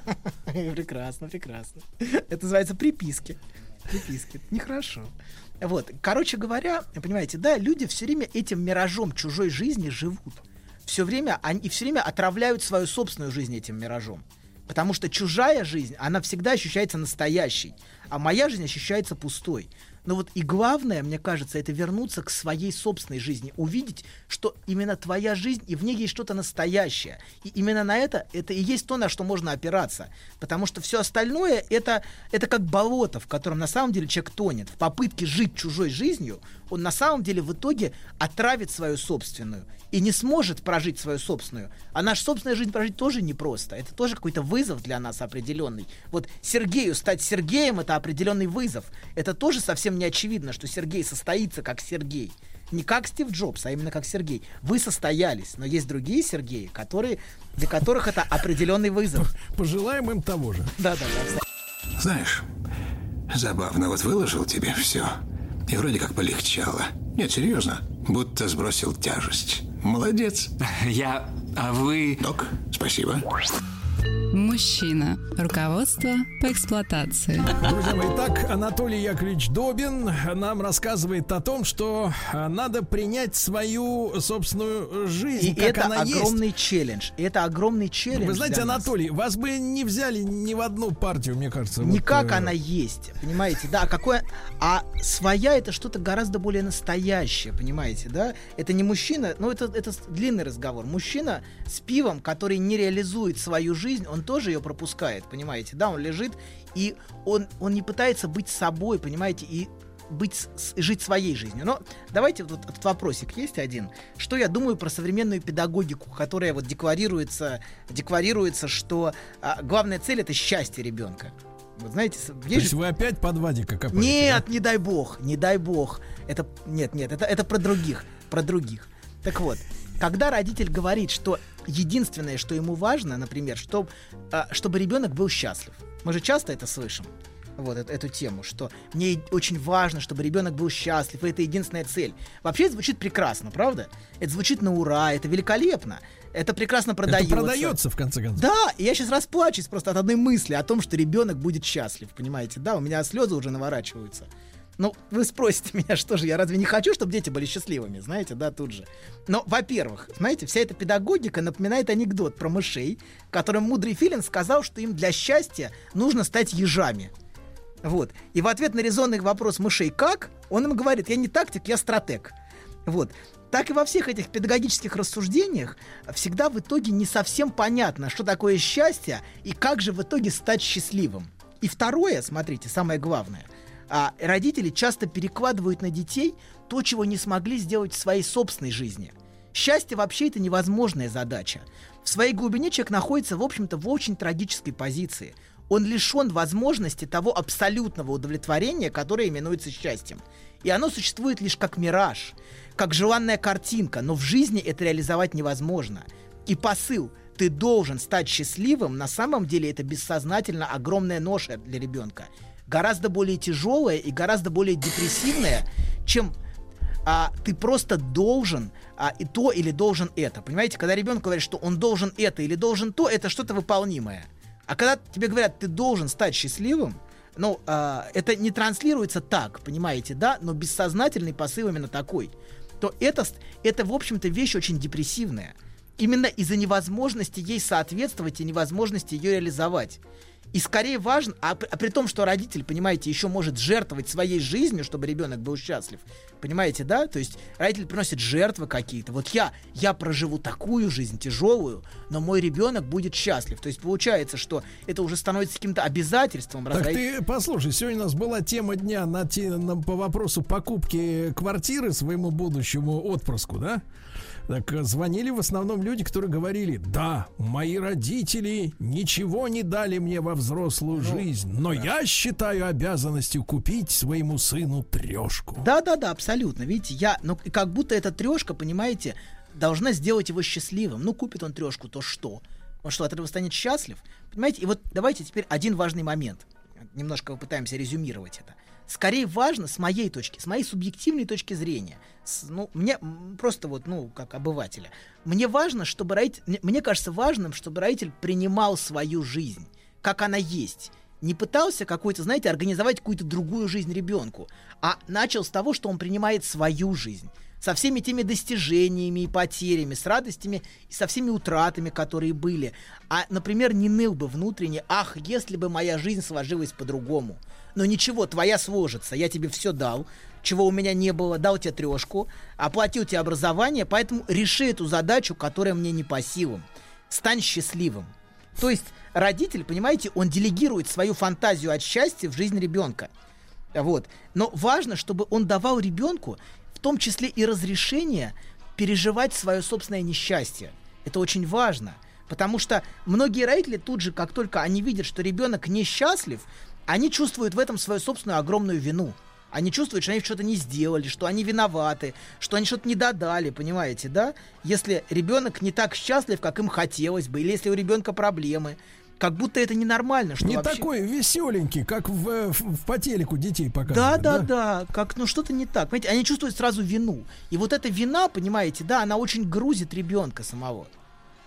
Speaker 22: Прекрасно. Это называется приписки. Нехорошо. Вот, короче говоря, понимаете, да, люди все время этим миражом чужой жизни живут. Все время отравляют свою собственную жизнь этим миражом. Потому что чужая жизнь, она всегда ощущается настоящей, а моя жизнь ощущается пустой. Но вот и главное, мне кажется, это вернуться к своей собственной жизни, увидеть, что именно твоя жизнь, и в ней есть что-то настоящее. И именно на это и есть то, на что можно опираться. Потому что все остальное это как болото, в котором на самом деле человек тонет. В попытке жить чужой жизнью, он на самом деле в итоге отравит свою собственную и не сможет прожить свою собственную. А наша собственная жизнь прожить тоже непросто. Это тоже какой-то вызов для нас определенный. Вот Сергею стать Сергеем — это определенный вызов. Это тоже совсем не очевидно, что Сергей состоится как Сергей. Не как Стив Джобс, а именно как Сергей. Вы состоялись, но есть другие Сергеи, для которых это определенный вызов.
Speaker 2: Пожелаем им того же.
Speaker 22: Да.
Speaker 20: Знаешь, забавно, вот выложил тебе все, и вроде как полегчало. Нет, серьезно, будто сбросил тяжесть. Молодец.
Speaker 19: А вы...
Speaker 20: Док, спасибо.
Speaker 21: Мужчина. Руководство по эксплуатации.
Speaker 2: Друзья мои, итак, Анатолий Яковлевич Добин нам рассказывает о том, что надо принять свою собственную жизнь,
Speaker 22: и
Speaker 2: как
Speaker 22: это
Speaker 2: она есть.
Speaker 22: огромный челлендж. Это огромный челлендж.
Speaker 2: Вы знаете,
Speaker 22: для нас.
Speaker 2: Анатолий, вас бы не взяли ни в одну партию, мне кажется.
Speaker 22: Не как она есть, понимаете, да, а своя это что-то гораздо более настоящее, понимаете, да, это не мужчина, ну это длинный разговор, мужчина с пивом, который не реализует свою жизнь, он тоже ее пропускает, понимаете, да, он лежит, и он не пытается быть собой, понимаете, и жить своей жизнью. Но давайте вот этот вопросик есть один. Что я думаю про современную педагогику, которая вот декларируется, что главная цель — это счастье ребенка. Вот знаете,
Speaker 2: то есть вы опять под Вадика копаете?
Speaker 22: Нет,
Speaker 2: да?
Speaker 22: не дай бог. Это про других. Так вот, когда родитель говорит, что единственное, что ему важно, например, чтобы ребенок был счастлив. Мы же часто это слышим. Вот эту тему, что мне очень важно, чтобы ребенок был счастлив, и это единственная цель. Вообще это звучит прекрасно, правда? Это звучит на ура, это великолепно. Это прекрасно продается.
Speaker 2: Это продается, в конце концов.
Speaker 22: Да, и я сейчас расплачусь просто от одной мысли о том, что ребенок будет счастлив, понимаете? Да, у меня слезы уже наворачиваются. Ну, вы спросите меня, что же, я разве не хочу, чтобы дети были счастливыми, знаете, да, тут же. Но, во-первых, знаете, вся эта педагогика напоминает анекдот про мышей, которым мудрый филин сказал, что им для счастья нужно стать ежами. Вот. И в ответ на резонный вопрос мышей «как?», он им говорит: я не тактик, я стратег. Вот. Так и во всех этих педагогических рассуждениях всегда в итоге не совсем понятно, что такое счастье и как же в итоге стать счастливым. И второе, смотрите, самое главное, родители часто перекладывают на детей то, чего не смогли сделать в своей собственной жизни. Счастье вообще это невозможная задача. В своей глубине человек находится, в общем-то, в очень трагической позиции. Он лишен возможности того абсолютного удовлетворения, которое именуется счастьем. И оно существует лишь как мираж, как желанная картинка, но в жизни это реализовать невозможно. И посыл «ты должен стать счастливым» на самом деле это бессознательно огромная ноша для ребенка. Гораздо более тяжелая и гораздо более депрессивная, чем ты просто должен и то или должен это. Понимаете, когда ребенку говорят, что он должен это или должен то, это что-то выполнимое. А когда тебе говорят, ты должен стать счастливым, это не транслируется так, понимаете, да, но бессознательный посыл именно такой, то это в общем-то, вещь очень депрессивная. Именно из-за невозможности ей соответствовать и невозможности ее реализовать. И скорее важно, при том, что родитель, понимаете, еще может жертвовать своей жизнью, чтобы ребенок был счастлив. Понимаете, да? То есть родитель приносит жертвы какие-то. Вот я проживу такую жизнь тяжелую, но мой ребенок будет счастлив. То есть получается, что это уже становится каким-то обязательством.
Speaker 2: Так ты послушай, сегодня у нас была тема дня по вопросу покупки квартиры своему будущему отпрыску, да? Так звонили в основном люди, которые говорили: да, мои родители ничего не дали мне во взрослую жизнь, но я считаю обязанностью купить своему сыну трешку.
Speaker 22: Да, абсолютно. Видите, как будто эта трешка, понимаете, должна сделать его счастливым. Ну, купит он трешку, то что? Он что, от этого станет счастлив? Понимаете, и вот давайте теперь один важный момент. Немножко попытаемся резюмировать это. Скорее важно, с моей субъективной точки зрения, мне просто как обывателя, мне кажется важным, чтобы родитель принимал свою жизнь, как она есть. Не пытался организовать какую-то другую жизнь ребенку, а начал с того, что он принимает свою жизнь. Со всеми теми достижениями и потерями, с радостями и со всеми утратами, которые были. Например, не ныл бы внутренне: ах, если бы моя жизнь сложилась по-другому. Но ничего, твоя сложится, я тебе все дал, чего у меня не было, дал тебе трешку, оплатил тебе образование, поэтому реши эту задачу, которая мне не по силам. Стань счастливым. То есть родитель, понимаете, он делегирует свою фантазию от счастья в жизнь ребенка. Вот. Но важно, чтобы он давал ребенку в том числе и разрешение переживать свое собственное несчастье. Это очень важно, потому что многие родители тут же, как только они видят, что ребенок несчастлив, они чувствуют в этом свою собственную огромную вину. Они чувствуют, что они что-то не сделали, что они виноваты, что они что-то не додали, понимаете, да? Если ребенок не так счастлив, как им хотелось бы, или если у ребенка проблемы, как будто это ненормально. Что
Speaker 2: не
Speaker 22: вообще...
Speaker 2: такой веселенький, как по телеку детей показывают.
Speaker 22: Да, как, что-то не так. Понимаете, они чувствуют сразу вину. И вот эта вина, понимаете, да, она очень грузит ребенка самого.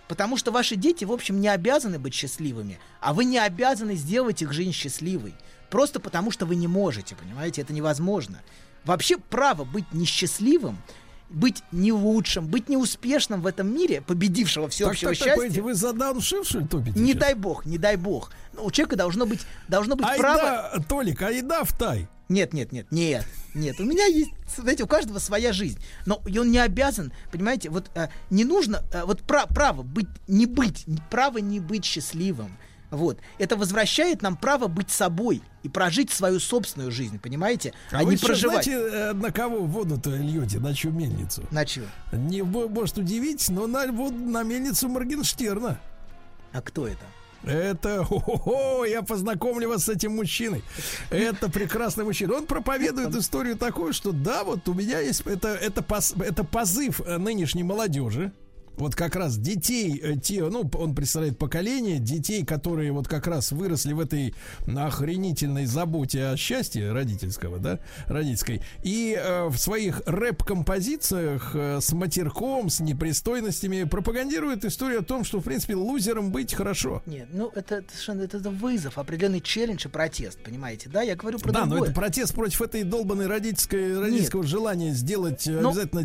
Speaker 22: Потому что ваши дети, в общем, не обязаны быть счастливыми, а вы не обязаны сделать их жизнь счастливой. Просто потому, что вы не можете, понимаете, это невозможно. Вообще право быть несчастливым, быть не лучшим, быть неуспешным в этом мире, победившего всеобщего счастья.
Speaker 2: Вы за дауншифт, что ли, топите?
Speaker 22: Не дай бог, не дай бог. Но у человека должно быть право...
Speaker 2: Толик, айда в тай.
Speaker 22: Нет. У меня есть, знаете, у каждого своя жизнь. Но он не обязан, понимаете, вот не нужно, вот право не быть счастливым. Вот. Это возвращает нам право быть собой и прожить свою собственную жизнь, понимаете?
Speaker 2: А не проживать. Знаете, на кого воду-то льете? На чью мельницу?
Speaker 22: На чью?
Speaker 2: Не может удивить, но на мельницу Моргенштерна.
Speaker 22: А кто это?
Speaker 2: Это, я познакомлю вас с этим мужчиной. Это прекрасный мужчина. Он проповедует историю такую, что да, вот у меня есть, это позыв нынешней молодежи. Вот как раз детей, он представляет поколение детей, которые вот как раз выросли в этой охренительной заботе о счастье родительского, да, родительской, и в своих рэп-композициях с матерком, с непристойностями пропагандирует историю о том, что, в принципе, лузером быть хорошо.
Speaker 22: Нет, это совершенно это вызов, определенный челлендж и протест, понимаете, да? Я говорю про другое.
Speaker 2: Да, но это протест против этой долбанной родительского желания сделать обязательно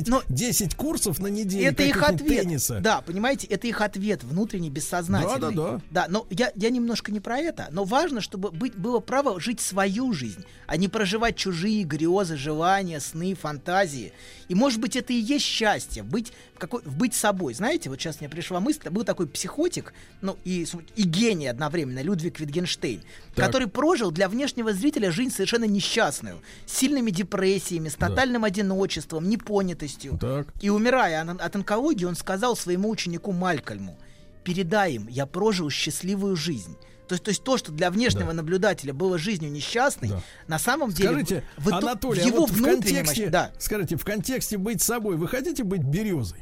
Speaker 2: 10 курсов на неделю.
Speaker 22: Это их ответ.
Speaker 2: Тенниса.
Speaker 22: Да, понимаете, это их ответ внутренний, бессознательный. Да, но я немножко не про это, но важно, чтобы было право жить свою жизнь, а не проживать чужие грезы, желания, сны, фантазии. И, может быть, это и есть счастье, быть собой. Знаете, вот сейчас мне пришла мысль, был такой психотик, и гений одновременно, Людвиг Витгенштейн, который прожил для внешнего зрителя жизнь совершенно несчастную, с сильными депрессиями, с тотальным одиночеством, непонятостью. И, умирая от онкологии, он сказал своему ученику Малькольму: передай им, я прожил счастливую жизнь. То есть то, что для внешнего наблюдателя было жизнью несчастной, на самом деле...
Speaker 2: Скажите, Анатолий, в его скажите, в контексте быть собой, вы хотите быть березой?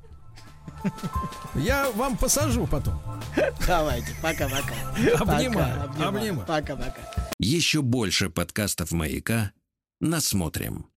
Speaker 2: Я вам посажу потом.
Speaker 22: Давайте, пока-пока.
Speaker 2: Обнимаю.
Speaker 22: Пока-пока.
Speaker 1: Еще больше подкастов «Маяка» насмотрим.